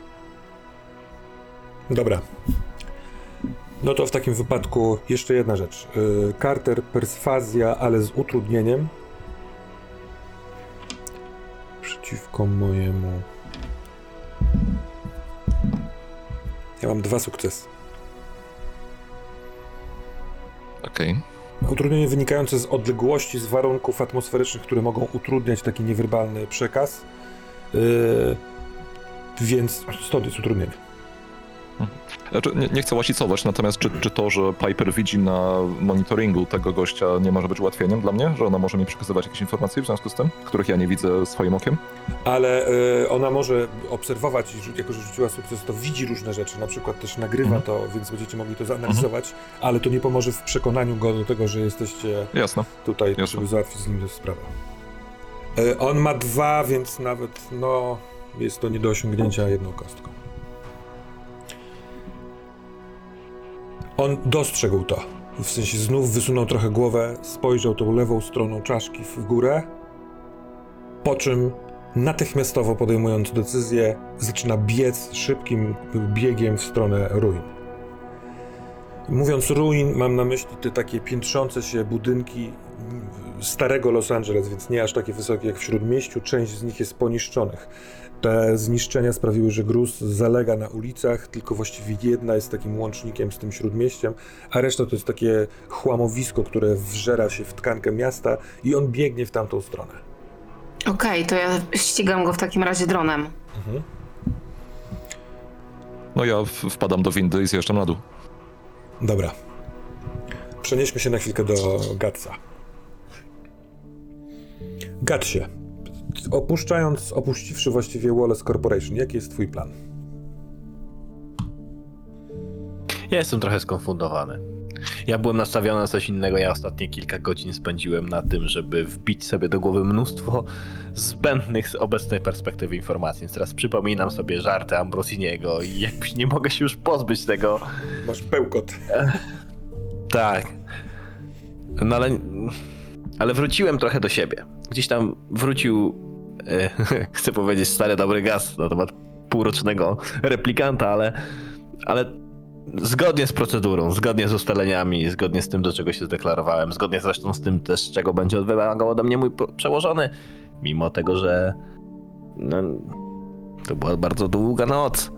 Dobra. No to w takim wypadku jeszcze jedna rzecz. Carter, perswazja, ale z utrudnieniem. Przeciwko mojemu... Ja mam 2 sukcesy. Okej. Utrudnienie wynikające z odległości, z warunków atmosferycznych, które mogą utrudniać taki niewerbalny przekaz. Więc stąd jest utrudnienie. Znaczy, nie chcę łasicować, natomiast czy to, że Piper widzi na monitoringu tego gościa nie może być ułatwieniem dla mnie? Że ona może mi przekazywać jakieś informacje w związku z tym, których ja nie widzę swoim okiem? Ale ona może obserwować, i jako że rzuciła sukces, to widzi różne rzeczy, na przykład też nagrywa to, więc będziecie mogli to zanalizować, ale to nie pomoże w przekonaniu go do tego, że jesteście Jasne. tutaj, Jasne. żeby załatwić z nim tę sprawę. On ma 2, więc nawet, no, jest to nie do osiągnięcia jedną kostką. On dostrzegł to, w sensie znów wysunął trochę głowę, spojrzał tą lewą stroną czaszki w górę, po czym natychmiastowo podejmując decyzję, zaczyna biec szybkim biegiem w stronę ruin. Mówiąc ruin, mam na myśli te takie piętrzące się budynki starego Los Angeles, więc nie aż takie wysokie jak w Śródmieściu, część z nich jest poniszczonych. Te zniszczenia sprawiły, że gruz zalega na ulicach, tylko właściwie jedna jest takim łącznikiem z tym Śródmieściem, a reszta to jest takie chłamowisko, które wżera się w tkankę miasta i on biegnie w tamtą stronę. Okej, to ja ścigam go w takim razie dronem. No ja wpadam do windy i zjeżdżam na dół. Dobra. Przenieśmy się na chwilkę do Gatsa. Gatsie, opuściwszy właściwie Wallace Corporation, jaki jest twój plan? Ja jestem trochę skonfundowany. Ja byłem nastawiony na coś innego, ja ostatnie kilka godzin spędziłem na tym, żeby wbić sobie do głowy mnóstwo zbędnych z obecnej perspektywy informacji. Więc teraz przypominam sobie żarty Ambrosiniego i jakbyś nie mogę się już pozbyć tego. Masz bełkot. Tak. No ale wróciłem trochę do siebie. Gdzieś tam wrócił, chcę powiedzieć, stary dobry gaz na temat półrocznego replikanta, ale zgodnie z procedurą, zgodnie z ustaleniami, zgodnie z tym, do czego się zdeklarowałem, zgodnie zresztą z tym też, czego będzie wymagał ode mnie mój przełożony, mimo tego, że no, to była bardzo długa noc.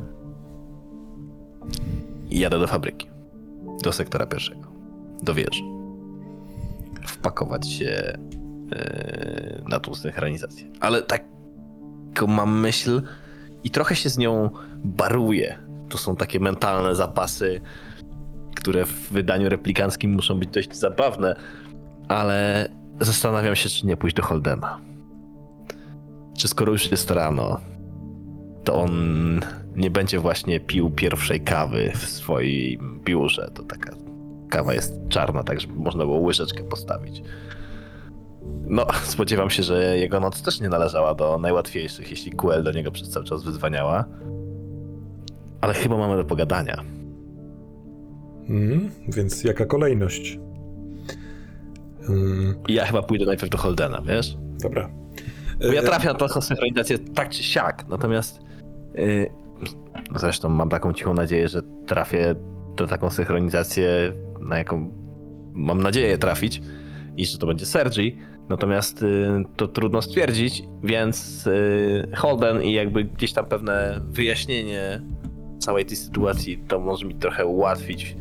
I jadę do fabryki, do sektora pierwszego, do wieży. Wpakować się na tą synchronizację. Ale taką mam myśl i trochę się z nią baruję. To są takie mentalne zapasy, które w wydaniu replikanckim muszą być dość zabawne, ale zastanawiam się, czy nie pójść do Holdena. Czy skoro już jest rano, to on nie będzie właśnie pił pierwszej kawy w swoim biurze. To taka kawa jest czarna, tak żeby można było łyżeczkę postawić. No, spodziewam się, że jego noc też nie należała do najłatwiejszych, jeśli QL do niego przez cały czas wyzwaniała. Ale chyba mamy do pogadania. Więc jaka kolejność? I ja chyba pójdę najpierw do Holdena, wiesz? Dobra. Bo ja trafię na tą synchronizację tak czy siak, natomiast zresztą mam taką cichą nadzieję, że trafię do taką synchronizację, na jaką mam nadzieję trafić i że to będzie Sergi, natomiast to trudno stwierdzić, więc Holden i jakby gdzieś tam pewne wyjaśnienie całej tej sytuacji to może mi trochę ułatwić,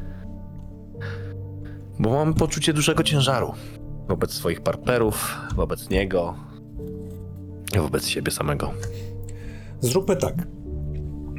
bo mam poczucie dużego ciężaru wobec swoich partnerów, wobec niego, wobec siebie samego. Zróbmy tak.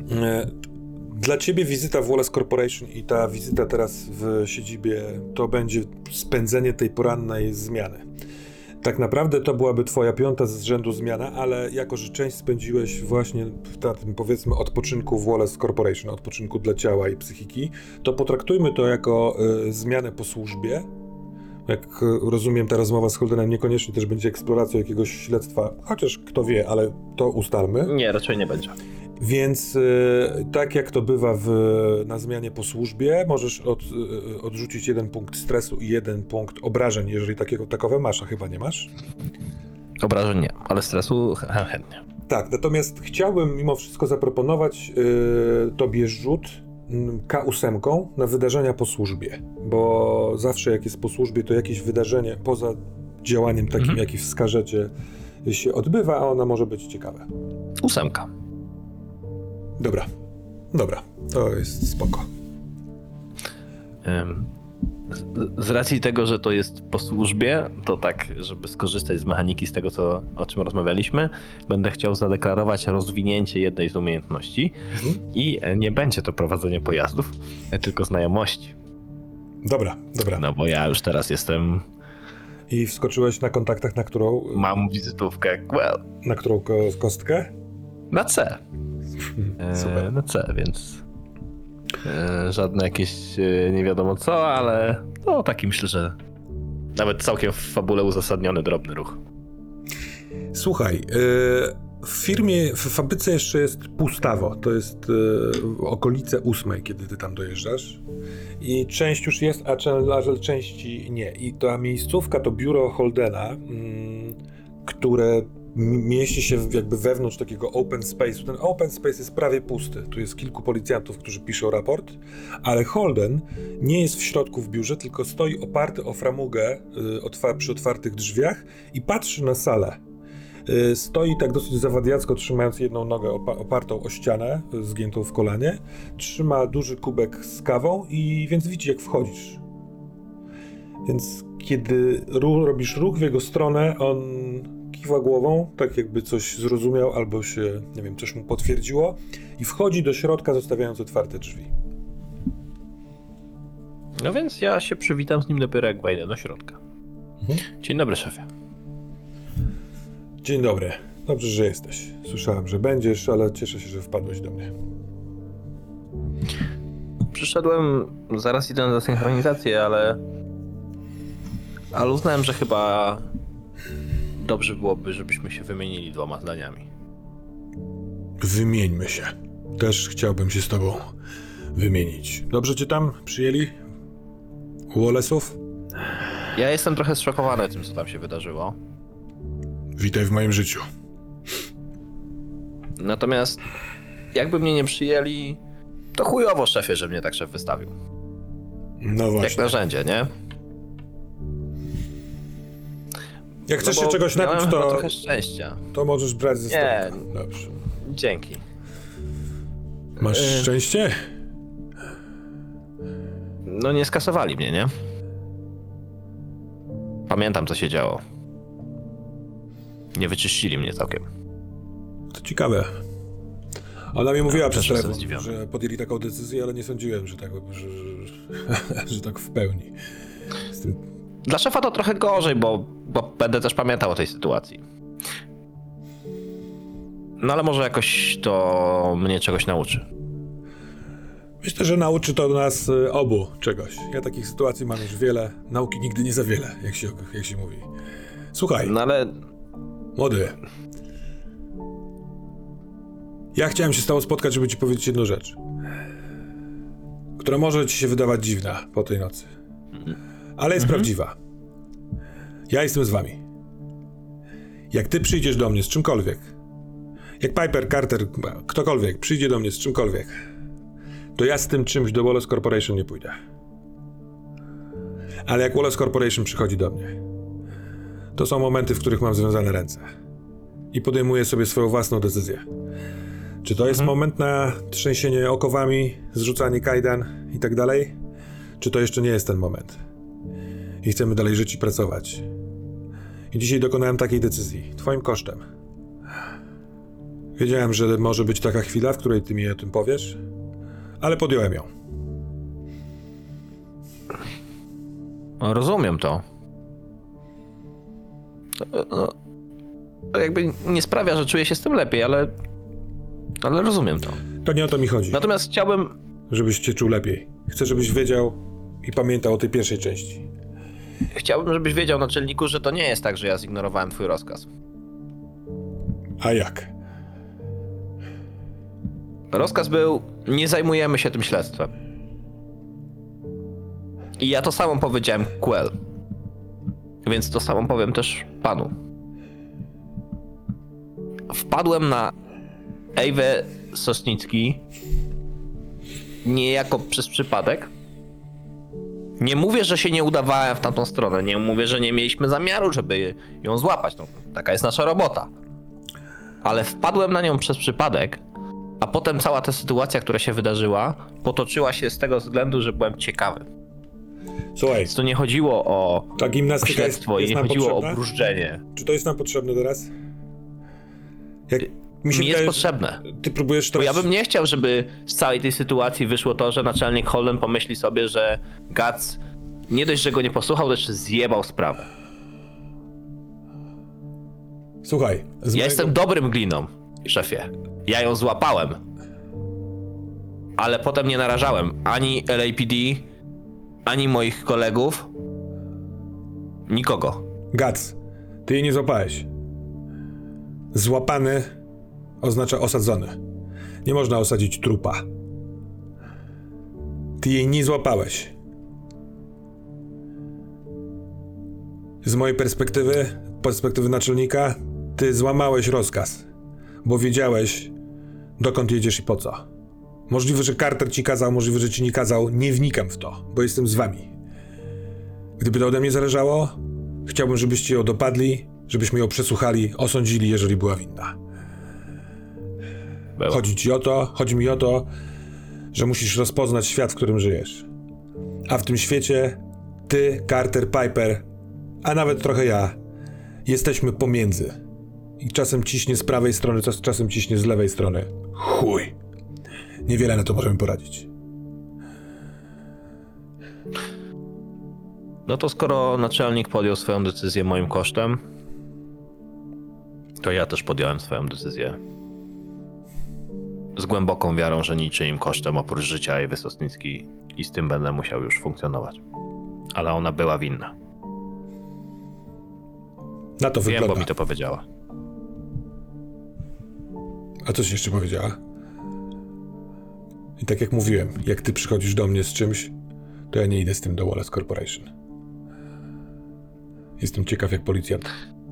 Dla ciebie wizyta w Wallace Corporation i ta wizyta teraz w siedzibie to będzie spędzenie tej porannej zmiany. Tak naprawdę to byłaby twoja 5. z rzędu zmiana, ale jako, że część spędziłeś właśnie w tym, powiedzmy, odpoczynku w Wallace Corporation, odpoczynku dla ciała i psychiki, to potraktujmy to jako zmianę po służbie. Jak rozumiem, ta rozmowa z Holdenem niekoniecznie też będzie eksploracją jakiegoś śledztwa, chociaż kto wie, ale to ustalmy. Nie, raczej nie będzie. Więc tak jak to bywa na zmianie po służbie, możesz odrzucić 1 punkt stresu i 1 punkt obrażeń, jeżeli takowe masz, a chyba nie masz. Obrażeń nie, ale stresu chętnie. Tak, natomiast chciałbym mimo wszystko zaproponować tobie rzut K8 na wydarzenia po służbie, bo zawsze jak jest po służbie, to jakieś wydarzenie poza działaniem takim, jaki wskażecie, się odbywa, a ona może być ciekawe. 8. Dobra, to jest spoko. Z racji tego, że to jest po służbie, to tak, żeby skorzystać z mechaniki, z tego, o czym rozmawialiśmy, będę chciał zadeklarować rozwinięcie jednej z umiejętności i nie będzie to prowadzenie pojazdów, tylko znajomości. Dobra. No bo ja już teraz jestem... I wskoczyłeś na kontaktach, na którą... Mam wizytówkę, Na którą kostkę? na C. Super. Na C, więc żadne jakieś nie wiadomo co, ale no taki myślę, że nawet całkiem w fabule uzasadniony drobny ruch. Słuchaj, w fabryce jeszcze jest pustawo. To jest okolice 8, kiedy ty tam dojeżdżasz. I część już jest, a części nie. I ta miejscówka to biuro Holdena, które mieści się jakby wewnątrz takiego open space'u. Ten open space jest prawie pusty. Tu jest kilku policjantów, którzy piszą raport, ale Holden nie jest w środku w biurze, tylko stoi oparty o framugę przy otwartych drzwiach i patrzy na salę. Stoi tak dosyć zawadiacko, trzymając jedną nogę opartą o ścianę, zgiętą w kolanie. Trzyma duży kubek z kawą i więc widzi, jak wchodzisz. Więc kiedy robisz ruch w jego stronę, on kiwa głową, tak jakby coś zrozumiał albo się, nie wiem, coś mu potwierdziło i wchodzi do środka, zostawiając otwarte drzwi. No więc ja się przywitam z nim dopiero jak wejdę do środka. Dzień dobry, szefie. Dzień dobry. Dobrze, że jesteś. Słyszałem, że będziesz, ale cieszę się, że wpadłeś do mnie. Przyszedłem, zaraz idę na synchronizację, ale uznałem, że chyba dobrze byłoby, żebyśmy się wymienili 2 zdaniami. Wymieńmy się. Też chciałbym się z tobą wymienić. Dobrze cię tam przyjęli? U Wallace'ów? Ja jestem trochę zszokowany tym, co tam się wydarzyło. Witaj w moim życiu. Natomiast jakby mnie nie przyjęli, to chujowo, szefie, że mnie tak szef wystawił. No Jak właśnie. narzędzie, nie? Jak chcesz No się bo czegoś miałem napić, chyba to, trochę szczęścia. to możesz brać ze Nie. stolika. Dobrze. Dzięki. Masz szczęście? No nie skasowali mnie, nie? Pamiętam, co się działo. Nie wyczyścili mnie całkiem. To ciekawe. Ona mi mówiła przez też jestem telefon, zdziwiony. że podjęli taką decyzję, ale nie sądziłem, że tak, że tak w pełni. Z tym... Dla szefa to trochę gorzej, bo będę też pamiętał o tej sytuacji. No ale może jakoś to mnie czegoś nauczy. Myślę, że nauczy to nas obu czegoś. Ja takich sytuacji mam już wiele. Nauki nigdy nie za wiele, jak się mówi. Słuchaj, No ale młody. Ja chciałem się z tobą spotkać, żeby ci powiedzieć jedną rzecz, która może ci się wydawać dziwna po tej nocy, ale jest prawdziwa. Ja jestem z wami. Jak ty przyjdziesz do mnie z czymkolwiek, jak Piper, Carter, ktokolwiek przyjdzie do mnie z czymkolwiek, to ja z tym czymś do Wallace Corporation nie pójdę. Ale jak Wallace Corporation przychodzi do mnie, to są momenty, w których mam związane ręce i podejmuję sobie swoją własną decyzję. Czy to jest moment na trzęsienie okowami, zrzucanie kajdan i tak dalej? Czy to jeszcze nie jest ten moment? I chcemy dalej żyć i pracować. I dzisiaj dokonałem takiej decyzji, twoim kosztem. Wiedziałem, że może być taka chwila, w której ty mi o tym powiesz, ale podjąłem ją. No, rozumiem to. To jakby nie sprawia, że czuję się z tym lepiej, ale rozumiem to. To nie o to mi chodzi, Natomiast chciałbym... żebyś cię czuł lepiej. Chcę, żebyś wiedział i pamiętał o tej pierwszej części. Chciałbym, żebyś wiedział, naczelniku, że to nie jest tak, że ja zignorowałem twój rozkaz. A jak? Rozkaz był, nie zajmujemy się tym śledztwem. I ja to samo powiedziałem Quell. Więc to samo powiem też panu. Wpadłem na Ewę Sosnicki niejako przez przypadek. Nie mówię, że się nie udawałem w tamtą stronę. Nie mówię, że nie mieliśmy zamiaru, żeby ją złapać. No, taka jest nasza robota. Ale wpadłem na nią przez przypadek, a potem cała ta sytuacja, która się wydarzyła, potoczyła się z tego względu, że byłem ciekawy. Słuchaj, Więc to nie chodziło o ta gimnastyka śledztwo jest i nie nam chodziło potrzebna? o bróżdżenie. Czy to jest nam potrzebne teraz? Jak mi się Mi jest wydaje, potrzebne. ty próbujesz Bo teraz... ja bym nie chciał, żeby z całej tej sytuacji wyszło to, że naczelnik Holden pomyśli sobie, że Guts nie dość, że go nie posłuchał, to jeszcze zjebał sprawę. Słuchaj, Ja jestem dobrym gliną, szefie. Ja ją złapałem. Ale potem nie narażałem ani LAPD, ani moich kolegów. Nikogo. Gac, ty jej nie złapałeś. Złapany oznacza osadzony. Nie można osadzić trupa. Ty jej nie złapałeś. Z mojej perspektywy naczelnika, ty złamałeś rozkaz, bo wiedziałeś, dokąd jedziesz i po co. Możliwe, że Carter ci kazał, możliwe, że ci nie kazał, nie wnikam w to, bo jestem z wami. Gdyby to ode mnie zależało, chciałbym, żebyście ją dopadli, żebyśmy ją przesłuchali, osądzili, jeżeli była winna. Było. Chodzi mi o to, że musisz rozpoznać świat, w którym żyjesz. A w tym świecie ty, Carter, Piper, a nawet trochę ja, jesteśmy pomiędzy. I czasem ciśnie z prawej strony, czasem ciśnie z lewej strony. Chuj. Niewiele na to możemy poradzić. No to skoro naczelnik podjął swoją decyzję moim kosztem, to ja też podjąłem swoją decyzję. Z głęboką wiarą, że niczyim kosztem oprócz życia Ewy Sosnicki i z tym będę musiał już funkcjonować. Ale ona była winna. Na to Wiem, wygląda. bo mi to powiedziała. A coś jeszcze powiedziała? I tak jak mówiłem, jak ty przychodzisz do mnie z czymś, to ja nie idę z tym do Wallace Corporation. Jestem ciekaw jak policjant.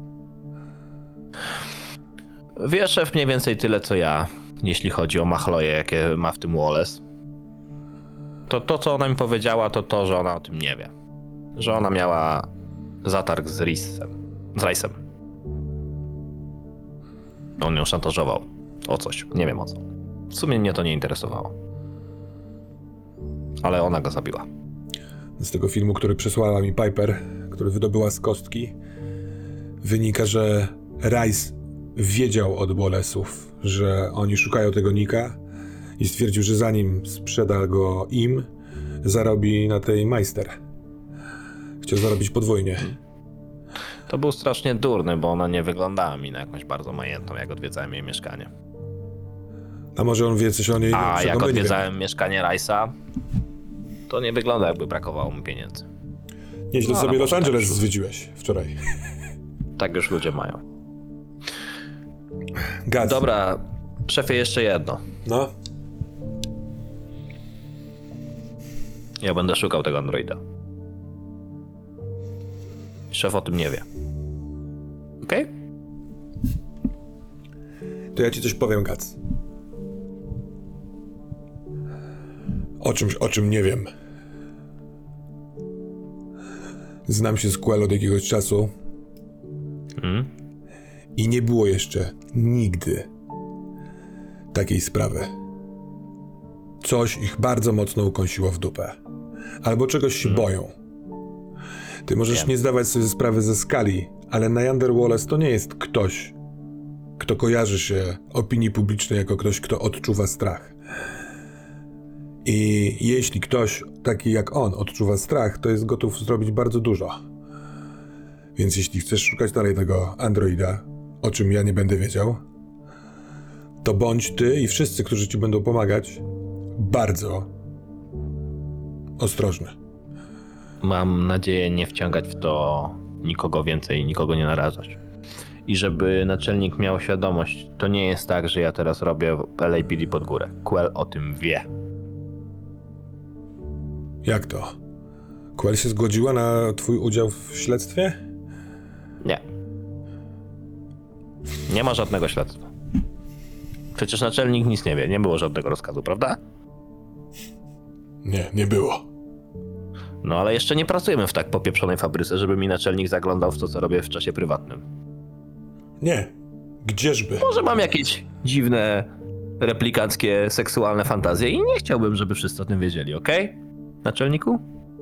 Wie szef mniej więcej tyle, co ja, jeśli chodzi o machloje, jakie ma w tym Wallace. To, co ona mi powiedziała, to to, że ona o tym nie wie. Że ona miała zatarg z Rice'em. On ją szantażował o coś, nie wiem o co. W sumie mnie to nie interesowało. Ale ona go zabiła. Z tego filmu, który przesłała mi Piper, który wydobyła z kostki, wynika, że Rice wiedział od Wallace'ów, że oni szukają tego Nika i stwierdził, że zanim sprzeda go im, zarobi na tej Meister. Chciał zarobić podwójnie. To był strasznie durny, bo ona nie wyglądała mi na jakąś bardzo majętną, jak odwiedzałem jej mieszkanie. A może on wie coś o niej? A czego jak my nie wiemy? odwiedzałem mieszkanie Rice'a, to nie wygląda, jakby brakowało mu pieniędzy. Nieźle No, sobie ale Los może Angeles tak. zwiedziłeś wczoraj. Tak już ludzie mają. Gaz. Dobra, szefie, jeszcze jedno. No, Ja będę szukał tego androida. Szef o tym nie wie. Okej? to ja ci coś powiem, Gaz. O czym nie wiem. Znam się z Quell od jakiegoś czasu i nie było jeszcze nigdy takiej sprawy. Coś ich bardzo mocno ukąsiło w dupę. Albo czegoś się boją. Ty możesz Wiem. nie zdawać sobie sprawy ze skali, ale Nyander Wallace to nie jest ktoś, kto kojarzy się opinii publicznej jako ktoś, kto odczuwa strach. I jeśli ktoś taki jak on odczuwa strach, to jest gotów zrobić bardzo dużo. Więc jeśli chcesz szukać dalej tego androida, o czym ja nie będę wiedział, to bądź ty i wszyscy, którzy ci będą pomagać, bardzo ostrożny. Mam nadzieję nie wciągać w to nikogo więcej, nikogo nie narażać. I żeby naczelnik miał świadomość, to nie jest tak, że ja teraz robię LAPD pod górę. Quell o tym wie. Jak to? Quell się zgodziła na twój udział w śledztwie? Nie. Nie ma żadnego śledztwa. Przecież naczelnik nic nie wie, nie było żadnego rozkazu, prawda? Nie, nie było. No ale jeszcze nie pracujemy w tak popieprzonej fabryce, żeby mi naczelnik zaglądał w to, co robię w czasie prywatnym. Nie. Gdzieżby? Może mam jakieś dziwne, replikanckie, seksualne fantazje i nie chciałbym, żeby wszyscy o tym wiedzieli, okej? Naczelniku?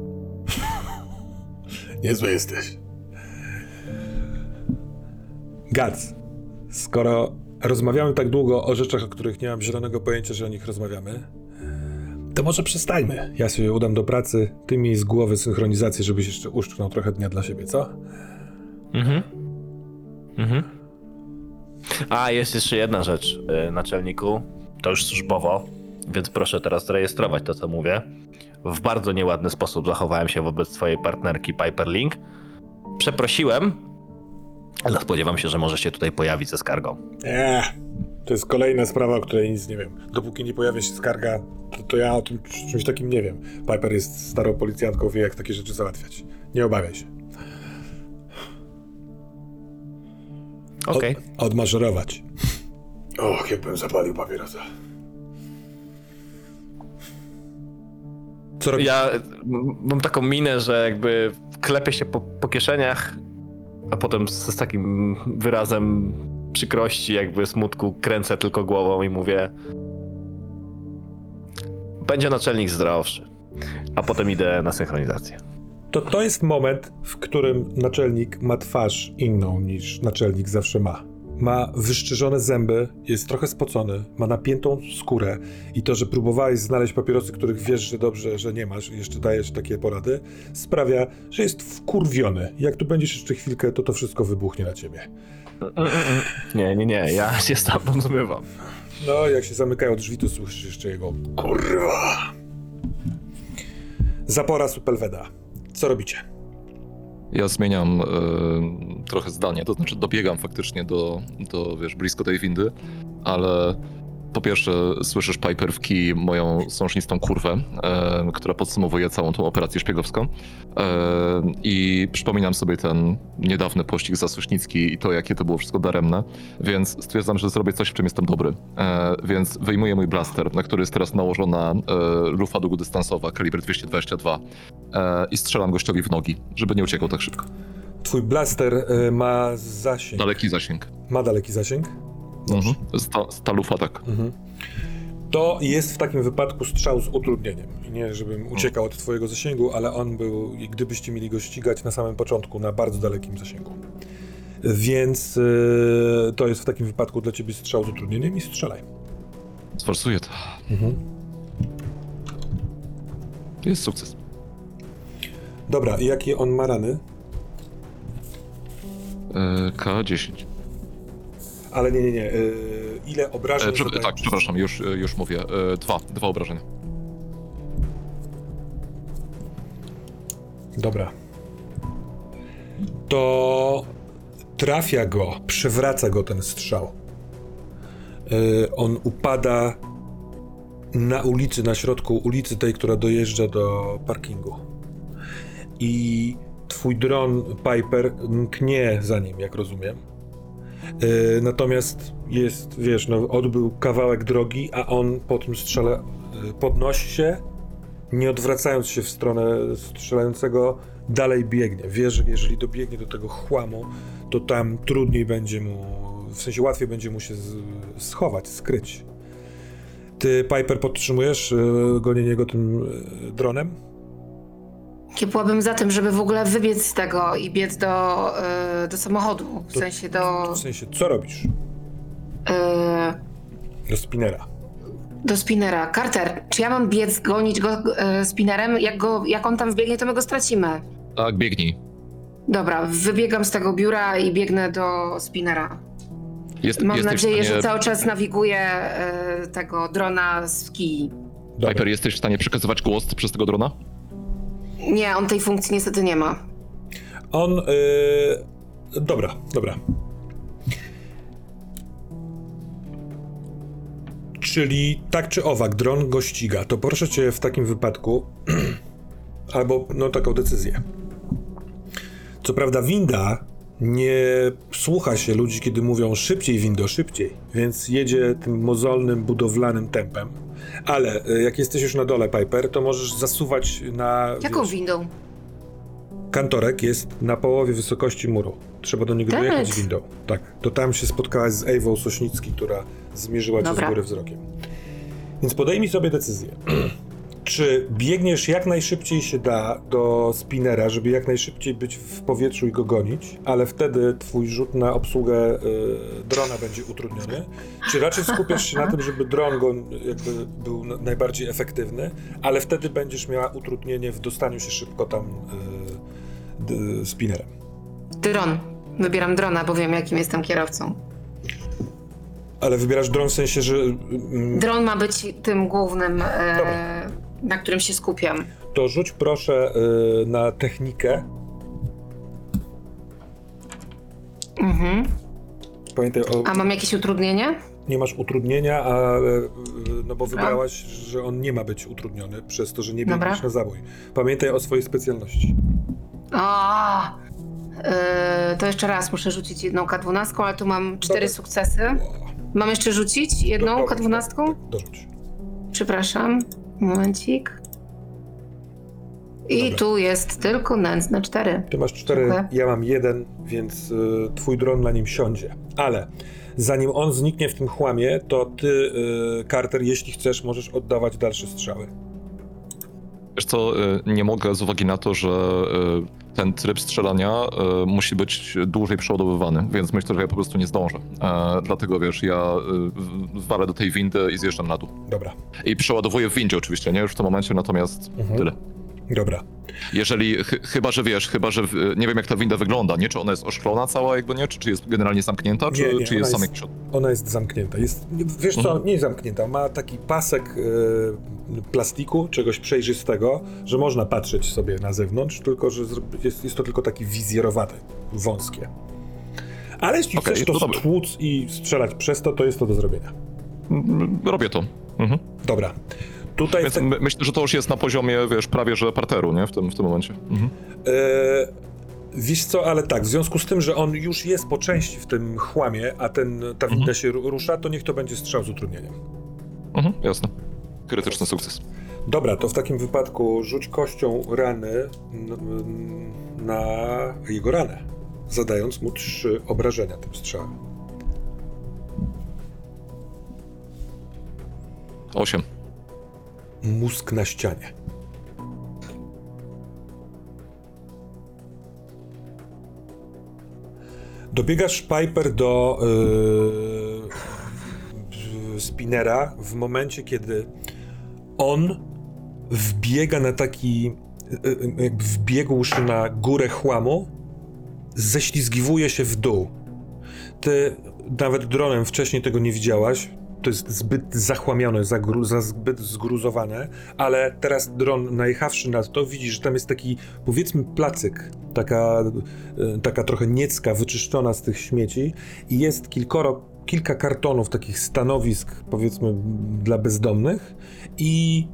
Niezły jesteś. Gac, skoro rozmawiamy tak długo o rzeczach, o których nie mam zielonego pojęcia, że o nich rozmawiamy, to może przestańmy. Ja się udam do pracy, ty mi z głowy synchronizację, żebyś jeszcze uszczknął trochę dnia dla siebie, co? A, jest jeszcze jedna rzecz, naczelniku. To już służbowo, więc proszę teraz rejestrować to, co mówię. W bardzo nieładny sposób zachowałem się wobec twojej partnerki Piper Link. Przeprosiłem, ale spodziewam się, że może się tutaj pojawić ze skargą. To jest kolejna sprawa, o której nic nie wiem. Dopóki nie pojawia się skarga, to ja o tym czymś takim nie wiem. Piper jest starą policjantką, wie jak takie rzeczy załatwiać. Nie obawiaj się. Okej. Odmaszerować. Och, jakbym zapalił papierosa. Co robisz? Ja mam taką minę, że jakby klepię się po kieszeniach, a potem z takim wyrazem przykrości, jakby smutku, kręcę tylko głową i mówię: będzie naczelnik zdrowszy. A potem idę na synchronizację. To jest moment, w którym naczelnik ma twarz inną niż naczelnik zawsze ma. Ma wyszczerzone zęby, jest trochę spocony, ma napiętą skórę i to, że próbowałeś znaleźć papierosy, których wiesz, że dobrze, że nie masz i jeszcze dajesz takie porady, sprawia, że jest wkurwiony. Jak tu będziesz jeszcze chwilkę, to wszystko wybuchnie na ciebie. Nie, ja się stamtąd zmywam. No, jak się zamykają drzwi, to słyszysz jeszcze jego kurwa. Zapora Supelweda. Co robicie? Ja zmieniam trochę zdanie, to znaczy dobiegam faktycznie do wiesz, blisko tej windy, ale po pierwsze słyszysz Piper w kij moją sążnistą kurwę, która podsumowuje całą tą operację szpiegowską i przypominam sobie ten niedawny pościg zasuśnicki i to, jakie to było wszystko daremne, więc stwierdzam, że zrobię coś, w czym jestem dobry, więc wyjmuję mój blaster, na który jest teraz nałożona lufa długodystansowa kaliber 222 i strzelam gościowi w nogi, żeby nie uciekał tak szybko. Twój blaster ma zasięg. Daleki zasięg. Ma daleki zasięg? Mhm. Ta lufa, tak. To jest w takim wypadku strzał z utrudnieniem. I nie, żebym uciekał od twojego zasięgu, ale on był, i gdybyście mieli go ścigać na samym początku, na bardzo dalekim zasięgu. Więc to jest w takim wypadku dla ciebie strzał z utrudnieniem i strzelaj. Sforsuję to. Jest sukces. Dobra, i jakie on ma rany? K10. Ale nie. Ile obrażeń? Tak, przepraszam, już mówię. Dwa obrażenia. Dobra. To trafia go, przewraca go ten strzał. On upada na ulicy, na środku ulicy tej, która dojeżdża do parkingu. I twój dron Piper mknie za nim, jak rozumiem. Natomiast jest, wiesz, odbył kawałek drogi, a on po tym strzale podnosi się, nie odwracając się w stronę strzelającego, dalej biegnie. Wie, że jeżeli dobiegnie do tego chłamu, to tam trudniej będzie mu, w sensie łatwiej będzie mu się schować, skryć. Ty, Piper, podtrzymujesz gonienie go tym dronem? Kiepłabym za tym, żeby w ogóle wybiec z tego i biec do samochodu. W sensie, Co robisz? Do spinera. Do spinera. Carter, czy ja mam biec, gonić go spinerem? Jak on tam wbiegnie, to my go stracimy. Tak, biegnij. Dobra, wybiegam z tego biura i biegnę do spinera. Mam jesteś nadzieję, w stanie, że cały czas nawiguję tego drona z kij. Dobra. Piper, jesteś w stanie przekazywać głos przez tego drona? Nie, on tej funkcji niestety nie ma. On... Dobra. Czyli tak czy owak, dron go ściga. To proszę cię w takim wypadku, albo taką decyzję. Co prawda winda nie słucha się ludzi, kiedy mówią szybciej, windo, szybciej, więc jedzie tym mozolnym, budowlanym tempem. Ale jak jesteś już na dole, Piper, to możesz zasuwać na... Jaką windą? Kantorek jest na połowie wysokości muru. Trzeba do niego Tak. dojechać windą. Tak, to tam się spotkałaś z Ewą Sośnicki, która zmierzyła cię Dobra. z góry wzrokiem. Więc podejmij sobie decyzję. Czy biegniesz jak najszybciej się da do spinera, żeby jak najszybciej być w powietrzu i go gonić, ale wtedy twój rzut na obsługę drona będzie utrudniony? Czy raczej skupiasz się na tym, żeby dron go jakby był najbardziej efektywny, ale wtedy będziesz miała utrudnienie w dostaniu się szybko tam spinerem? Dron. Wybieram drona, bo wiem, jakim jestem kierowcą. Ale wybierasz dron w sensie, że... Dron ma być tym głównym, na którym się skupiam. To rzuć proszę na technikę. Mhm. Pamiętaj, A mam jakieś utrudnienie? nie masz utrudnienia, no bo wybrałaś, że on nie ma być utrudniony przez to, że nie biegniesz Dobra. na zabój. Pamiętaj o swojej specjalności. To jeszcze raz muszę rzucić jedną K12, ale tu mam 4 Dobra. sukcesy. Mam jeszcze rzucić jedną Dobra, K12? tak, dorzuć. Przepraszam, momencik. I Dobra. tu jest tylko nędzne 4. Ty masz 4, Dziękuję. ja mam 1, więc twój dron na nim siądzie. Ale zanim on zniknie w tym chłamie, to ty, Carter, jeśli chcesz, możesz oddawać dalsze strzały. Wiesz co, nie mogę z uwagi na to, że ten tryb strzelania musi być dłużej przeładowywany, więc myślę, że ja po prostu nie zdążę. Dlatego wiesz, ja walę do tej windy i zjeżdżam na dół. Dobra, I przeładowuję w windzie oczywiście, nie? Już w tym momencie, natomiast tyle. dobra. Jeżeli, chyba że nie wiem jak ta winda wygląda, nie? Czy ona jest oszklona cała jakby, nie? Czy jest generalnie zamknięta, Nie, czy ona jest jest- sam jakiś... Ona jest zamknięta. Wiesz co, nie jest zamknięta. Ma taki pasek plastiku, czegoś przejrzystego, że można patrzeć sobie na zewnątrz, tylko że jest to tylko taki wizjerowaty, wąskie. Ale jeśli Okej, chcesz to to dobra. stłuc i strzelać przez to jest to do zrobienia. Robię to. Mhm. Dobra. Tutaj Więc myślę, że to już jest na poziomie, wiesz, prawie że parteru, nie? W tym momencie. Mhm. wiesz co, ale tak, w związku z tym, że on już jest po części w tym chłamie, a ta winda się rusza, to niech to będzie strzał z utrudnieniem. Mhm, jasne. Krytyczny sukces. Dobra, to w takim wypadku rzuć kością rany na jego ranę, zadając mu 3 obrażenia tym strzałem. 8. Mózg na ścianie. Dobiegasz, Piper, do spinera w momencie, kiedy on wbiega na taki, jakby wbiegłszy na górę chłamu, ześlizgiwuje się w dół. Ty nawet dronem wcześniej tego nie widziałaś. To jest zbyt zachłamione, zbyt zgruzowane, ale teraz dron, najechawszy na to, widzisz, że tam jest taki, powiedzmy, placyk, taka trochę niecka, wyczyszczona z tych śmieci i jest kilka kartonów, takich stanowisk, powiedzmy, dla bezdomnych i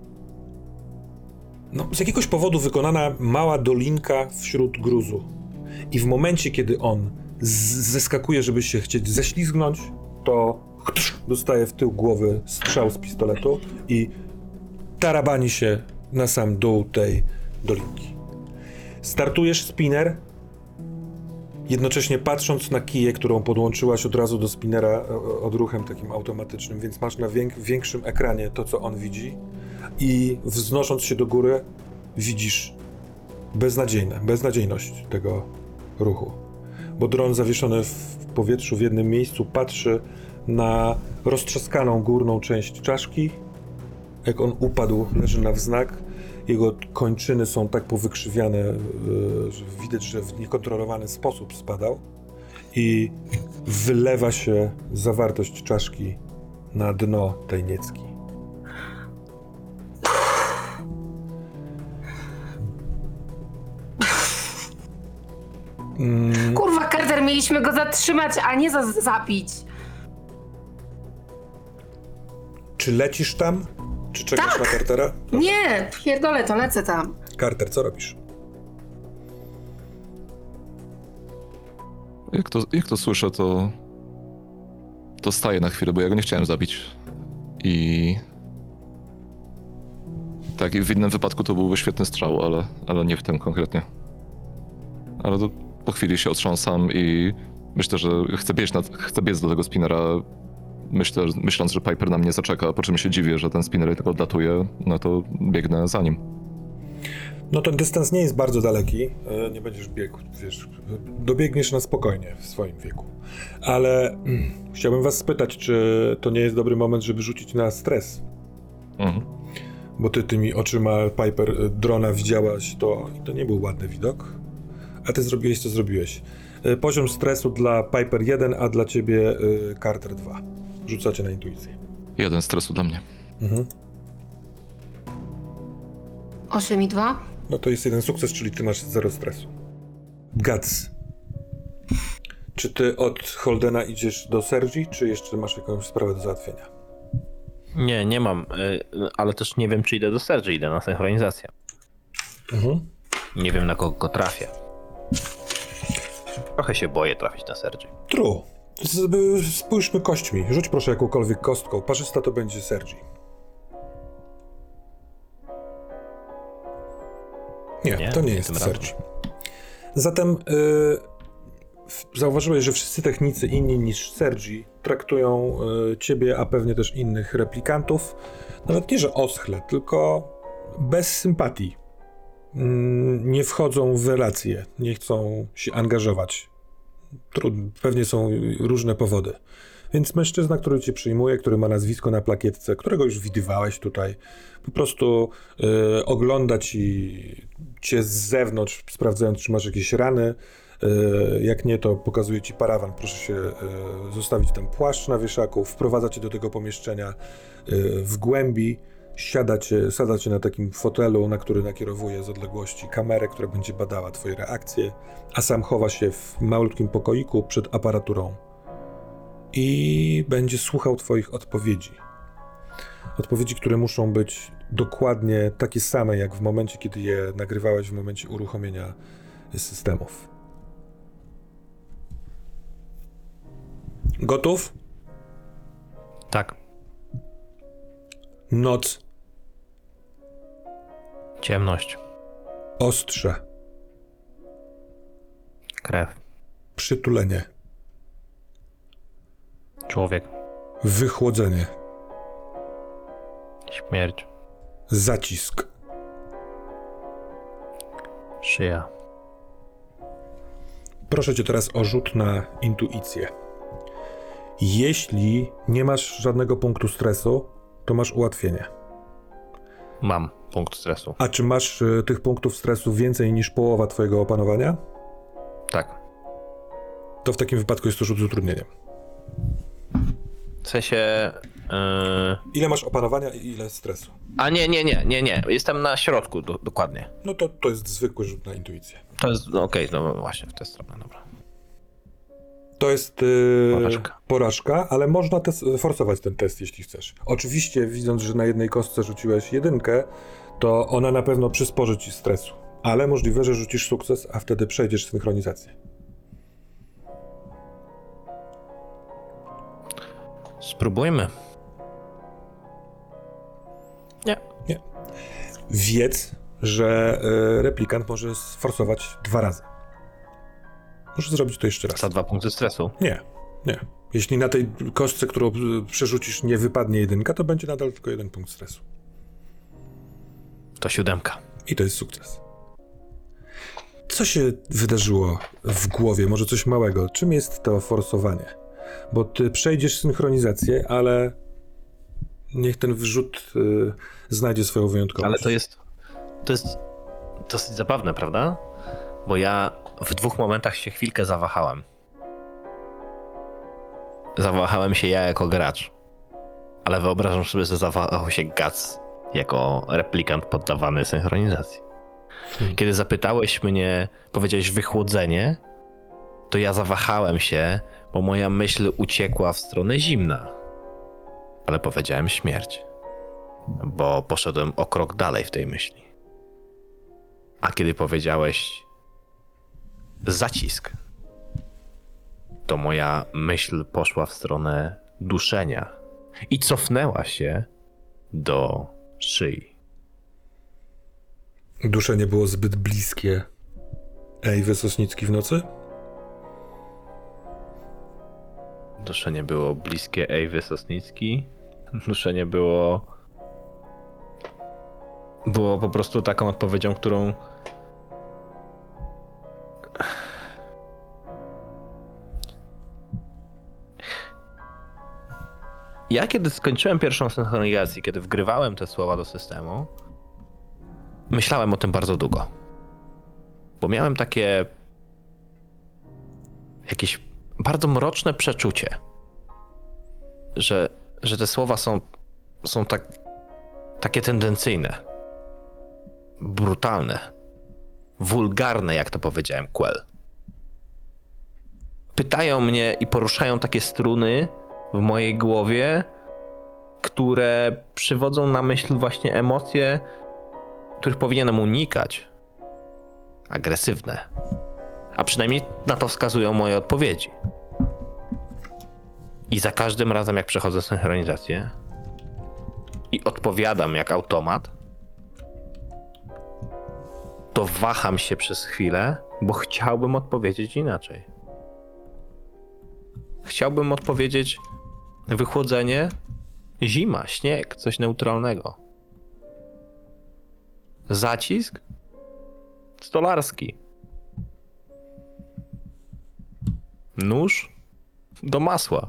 z jakiegoś powodu wykonana mała dolinka wśród gruzu. I w momencie, kiedy on zeskakuje, żeby się chcieć ześlizgnąć, to dostaje w tył głowy strzał z pistoletu i tarabani się na sam dół tej dolinki. Startujesz spinner, jednocześnie patrząc na kiję, którą podłączyłaś od razu do spinera odruchem takim automatycznym, więc masz na większym ekranie to, co on widzi i wznosząc się do góry widzisz beznadziejność tego ruchu. Bo dron zawieszony w powietrzu w jednym miejscu patrzy na roztrzaskaną górną część czaszki. Jak on upadł, leży na wznak. Jego kończyny są tak powykrzywiane, że widać, że w niekontrolowany sposób spadał. I wylewa się zawartość czaszki na dno tej niecki. Kurwa, Carter, mieliśmy go zatrzymać, a nie zabić. Czy lecisz tam? Czy czekasz na Cartera? Nie, pierdolę to, lecę tam. Carter, co robisz? Jak to słyszę, to staję na chwilę, bo ja go nie chciałem zabić. I tak, i w innym wypadku to byłby świetny strzał, ale nie w tym konkretnie. Ale to po chwili się otrząsam i myślę, że chcę biec do tego spinera, myśląc, że Piper na mnie zaczeka, po czym się dziwię, że ten spinner tylko odlatuje, no to biegnę za nim. No ten dystans nie jest bardzo daleki, nie będziesz biegł, wiesz, dobiegniesz na spokojnie w swoim wieku. Ale chciałbym was spytać, czy to nie jest dobry moment, żeby rzucić na stres? Mhm. Bo ty tymi oczyma Piper drona widziałaś, to nie był ładny widok, a ty zrobiłeś, co zrobiłeś. Poziom stresu dla Piper 1, a dla ciebie Carter 2. Rzucacie na intuicję. 1 stresu dla mnie. Mhm. 8 i 2? No to jest jeden sukces, czyli ty masz 0 stresu. Guts. Czy ty od Holdena idziesz do Sergi, czy jeszcze masz jakąś sprawę do załatwienia? Nie mam, ale też nie wiem, czy idę do Sergi, idę na synchronizację. Mhm. Nie wiem, na kogo trafię. Trochę się boję trafić na Sergi. True. Spójrzmy kośćmi. Rzuć proszę jakąkolwiek kostką. Parzysta to będzie Sergi. Nie, to nie jest tym razem. Sergi. Zatem zauważyłeś, że wszyscy technicy inni niż Sergi traktują ciebie, a pewnie też innych replikantów, nawet nie, że oschle, tylko bez sympatii. Nie wchodzą w relacje, nie chcą się angażować. Pewnie są różne powody. Więc mężczyzna, który cię przyjmuje, który ma nazwisko na plakietce, którego już widywałeś tutaj, po prostu ogląda cię z zewnątrz, sprawdzając, czy masz jakieś rany. Jak nie, to pokazuje ci parawan. Proszę się zostawić tam płaszcz na wieszaku, wprowadza cię do tego pomieszczenia w głębi, sadza cię na takim fotelu, na który nakierowuje z odległości kamerę, która będzie badała twoje reakcje, a sam chowa się w malutkim pokoiku przed aparaturą i będzie słuchał twoich odpowiedzi. Odpowiedzi, które muszą być dokładnie takie same, jak w momencie, kiedy je nagrywałeś, w momencie uruchomienia systemów. Gotów? Tak. Noc. Ciemność. Ostrze. Krew. Przytulenie. Człowiek. Wychłodzenie. Śmierć. Zacisk. Szyja. Proszę cię teraz o rzut na intuicję. Jeśli nie masz żadnego punktu stresu, to masz ułatwienie. Mam punkt stresu. A czy masz tych punktów stresu więcej niż połowa twojego opanowania? Tak. To w takim wypadku jest to rzut z utrudnieniem. W sensie... Ile masz opanowania i ile stresu? A nie. Jestem na środku dokładnie. No to jest zwykły rzut na intuicję. To jest, no okej, no właśnie w tę stronę, dobra. To jest porażka, ale można forsować ten test, jeśli chcesz. Oczywiście, widząc, że na jednej kostce rzuciłeś 1, to ona na pewno przysporzy ci stresu. Ale możliwe, że rzucisz sukces, a wtedy przejdziesz synchronizację. Spróbujmy. Nie. Wiedz, że replikant może sforsować 2 razy. Możesz zrobić to jeszcze raz. Za 2 punkty stresu. Nie. Jeśli na tej kostce, którą przerzucisz, nie wypadnie 1, to będzie nadal tylko 1 punkt stresu. To 7. I to jest sukces. Co się wydarzyło w głowie? Może coś małego? Czym jest to forsowanie? bo ty przejdziesz synchronizację, ale niech ten wrzut znajdzie swoją wyjątkowość. Ale to jest dosyć zabawne, prawda? Bo ja w 2 momentach się chwilkę zawahałem. Zawahałem się ja jako gracz. Ale wyobrażam sobie, że zawahał się Guts jako replikant poddawany synchronizacji. Kiedy zapytałeś mnie, powiedziałeś wychłodzenie, to ja zawahałem się, bo moja myśl uciekła w stronę zimna. Ale powiedziałem śmierć. Bo poszedłem o krok dalej w tej myśli. A kiedy powiedziałeś zacisk, to moja myśl poszła w stronę duszenia i cofnęła się do szyi. Duszenie było zbyt bliskie Ewy Sosnicki w nocy? Duszenie było bliskie Ewy Sosnicki. Duszenie było po prostu taką odpowiedzią, którą ja kiedy skończyłem pierwszą synchronizację, kiedy wgrywałem te słowa do systemu, myślałem o tym bardzo długo. Bo miałem takie jakieś bardzo mroczne przeczucie, że te słowa są takie tendencyjne, brutalne, wulgarne, jak to powiedziałem, Quell. Pytają mnie i poruszają takie struny w mojej głowie, które przywodzą na myśl właśnie emocje, których powinienem unikać. Agresywne. A przynajmniej na to wskazują moje odpowiedzi. I za każdym razem, jak przechodzę synchronizację i odpowiadam jak automat, to waham się przez chwilę, bo chciałbym odpowiedzieć inaczej. Chciałbym odpowiedzieć wychłodzenie, zima, śnieg, coś neutralnego. Zacisk, stolarski. Nóż do masła.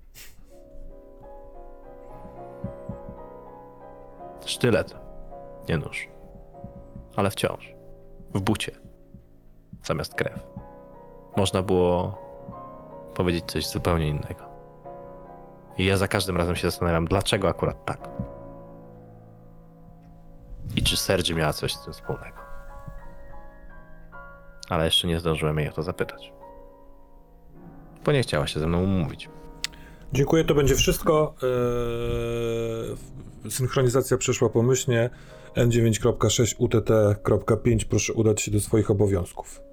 Sztylet, nie nóż, ale wciąż w bucie, zamiast krew. Można było powiedzieć coś zupełnie innego. I ja za każdym razem się zastanawiam, dlaczego akurat tak. I czy Sergi miała coś z tym wspólnego. Ale jeszcze nie zdążyłem jej o to zapytać. Bo nie chciała się ze mną umówić. Dziękuję, to będzie wszystko. Synchronizacja przeszła pomyślnie. N9.6 UTT.5. Proszę udać się do swoich obowiązków.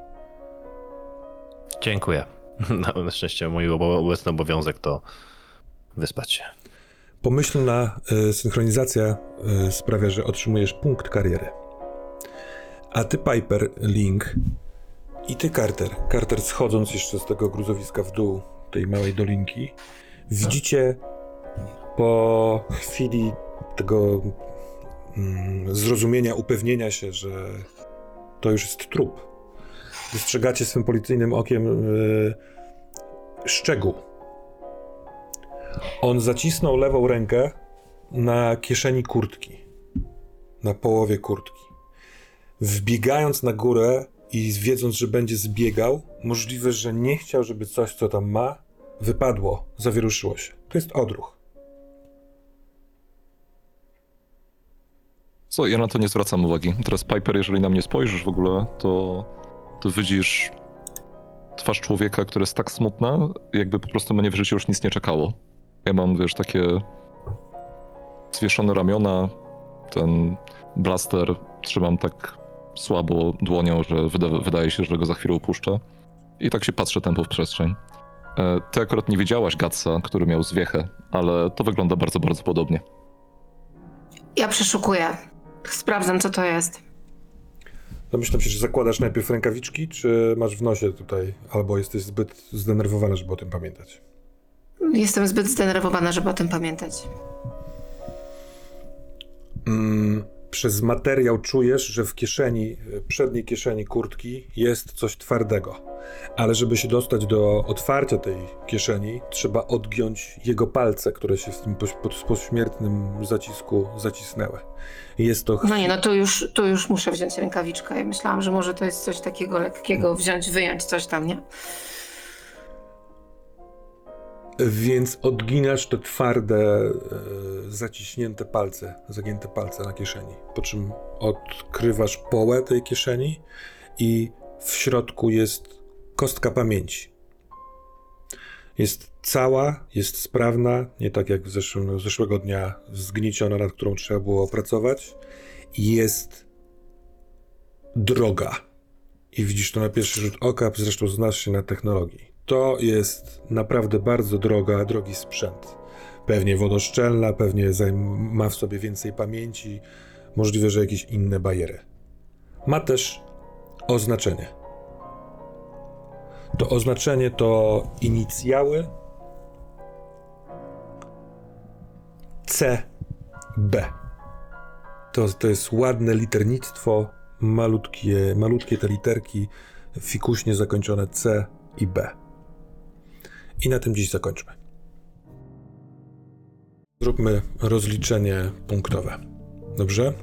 Dziękuję. Na szczęście mój obecny obowiązek to wyspać się. Pomyślna synchronizacja sprawia, że otrzymujesz punkt kariery. A ty, Piper, Link i ty, Carter, schodząc jeszcze z tego gruzowiska w dół tej małej dolinki, widzicie po chwili tego zrozumienia, upewnienia się, że to już jest trup. Dostrzegacie swym policyjnym okiem szczegół. On zacisnął lewą rękę na kieszeni kurtki. Na połowie kurtki. Wbiegając na górę i wiedząc, że będzie zbiegał, możliwe, że nie chciał, żeby coś, co tam ma, wypadło, zawieruszyło się. To jest odruch. Co, ja na to nie zwracam uwagi. Teraz Piper, jeżeli na mnie spojrzysz w ogóle, to widzisz twarz człowieka, która jest tak smutna, jakby po prostu mnie w życiu już nic nie czekało. Ja mam, wiesz, takie zwieszone ramiona, ten blaster trzymam tak słabo dłonią, że wydaje się, że go za chwilę upuszczę. I tak się patrzę tempo w przestrzeń. Ty akurat nie widziałaś Gatsa, który miał zwiechę, ale to wygląda bardzo, bardzo podobnie. Ja przeszukuję. Sprawdzam, co to jest. Domyślam się, że zakładasz najpierw rękawiczki, czy masz w nosie tutaj, albo jesteś zbyt zdenerwowana, żeby o tym pamiętać? Jestem zbyt zdenerwowana, żeby o tym pamiętać. przez materiał czujesz, że w kieszeni, przedniej kieszeni kurtki jest coś twardego. Ale żeby się dostać do otwarcia tej kieszeni, trzeba odgiąć jego palce, które się w tym pośmiertnym zacisku zacisnęły. Jest to... No nie, no tu już muszę wziąć rękawiczkę. Ja myślałam, że może to jest coś takiego lekkiego, wyjąć coś tam, nie? Więc odginasz te twarde, zaciśnięte palce, zagięte palce na kieszeni. Po czym odkrywasz połę tej kieszeni i w środku jest kostka pamięci. Jest cała, jest sprawna, nie tak jak zeszłego dnia zgnieciona, nad którą trzeba było opracować. Jest droga. I widzisz to na pierwszy rzut oka, zresztą znasz się na technologii. To jest naprawdę bardzo drogi sprzęt. Pewnie wodoszczelna, pewnie ma w sobie więcej pamięci, możliwe, że jakieś inne bariery. Ma też oznaczenie. To oznaczenie to inicjały CB. To jest ładne liternictwo, malutkie te literki, fikuśnie zakończone C i B. I na tym dziś zakończmy. Zróbmy rozliczenie punktowe. Dobrze?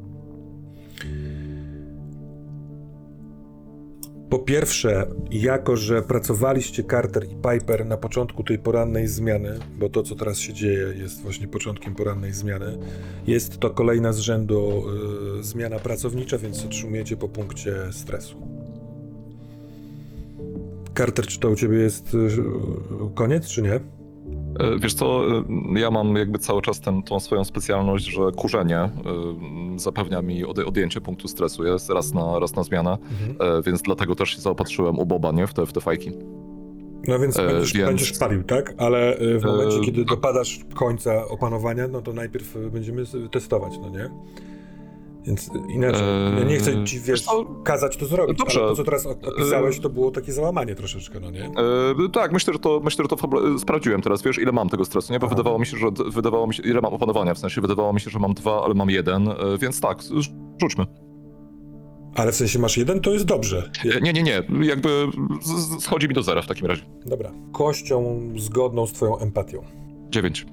Po pierwsze, jako że pracowaliście Carter i Piper na początku tej porannej zmiany, bo to, co teraz się dzieje, jest właśnie początkiem porannej zmiany, jest to kolejna z rzędu zmiana pracownicza, więc otrzymujecie po punkcie stresu. Carter, czy to u ciebie jest koniec, czy nie? Wiesz co, ja mam jakby cały czas tą swoją specjalność, że kurzenie zapewnia mi odjęcie punktu stresu, jest raz na zmianę, więc dlatego też się zaopatrzyłem u Boba, nie, w te fajki. No więc będziesz palił, tak? Ale w momencie, kiedy dopadasz końca opanowania, no to najpierw będziemy testować, no nie? Więc inaczej, ja nie chcę ci, kazać to zrobić, dobrze. Ale to, co teraz opisałeś, to było takie załamanie troszeczkę, no nie? Tak, myślę, że to sprawdziłem teraz, wiesz, ile mam tego stresu, nie? Bo wydawało mi się, ile mam opanowania, w sensie wydawało mi się, że mam 2, ale mam 1, więc tak, rzućmy. Ale w sensie masz 1, to jest dobrze. Nie, jakby schodzi mi do 0 w takim razie. Dobra. Kością zgodną z twoją empatią. 9.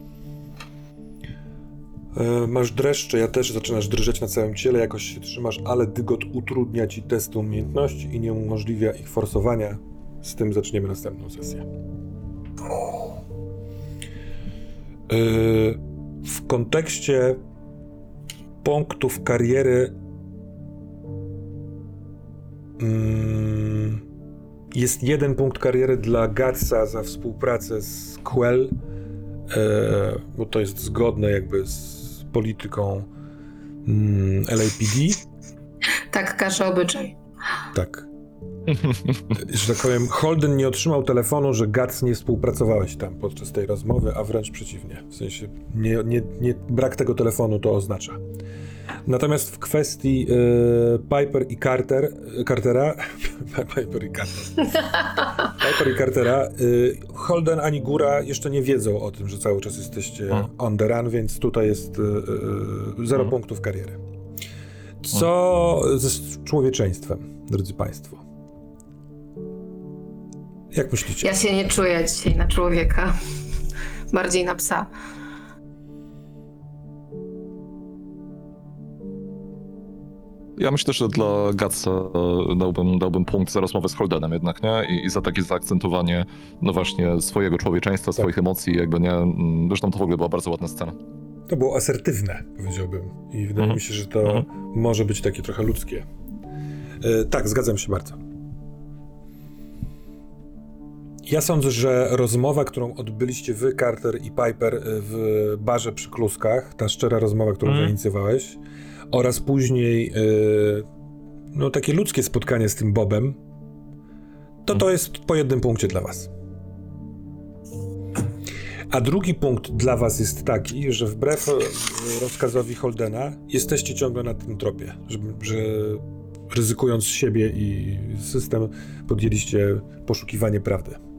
Masz dreszcze, ja też zaczynasz drżeć na całym ciele, jakoś się trzymasz, ale dygot utrudnia ci testy umiejętności i nie umożliwia ich forsowania. Z tym zaczniemy następną sesję. W kontekście punktów kariery jest 1 punkt kariery dla Gatsa za współpracę z Quell, bo to jest zgodne jakby z polityką LAPD. Tak każe obyczaj. Tak. Że tak powiem, Holden nie otrzymał telefonu, że Guts nie współpracowałeś tam podczas tej rozmowy, a wręcz przeciwnie. W sensie nie brak tego telefonu to oznacza. Natomiast w kwestii Piper i Cartera Holden ani Góra jeszcze nie wiedzą o tym, że cały czas jesteście on the run, więc tutaj jest 0 punktów kariery. Co ze człowieczeństwem, drodzy państwo? Jak myślicie? Ja się nie czuję dzisiaj na człowieka, bardziej na psa. Ja myślę, że dla Gatsa dałbym punkt za rozmowę z Holdenem jednak, nie? I za takie zaakcentowanie, no właśnie, swojego człowieczeństwa, swoich emocji, jakby nie... Zresztą to w ogóle była bardzo ładna scena. To było asertywne, powiedziałbym. I wydaje mi się, że to może być takie trochę ludzkie. Tak, zgadzam się bardzo. Ja sądzę, że rozmowa, którą odbyliście wy, Carter i Piper w barze przy Kluskach, ta szczera rozmowa, którą zainicjowałeś, oraz później no takie ludzkie spotkanie z tym Bobem, to jest po 1 punkcie dla was. A drugi punkt dla was jest taki, że wbrew rozkazowi Holdena jesteście ciągle na tym tropie, że ryzykując siebie i system podjęliście poszukiwanie prawdy.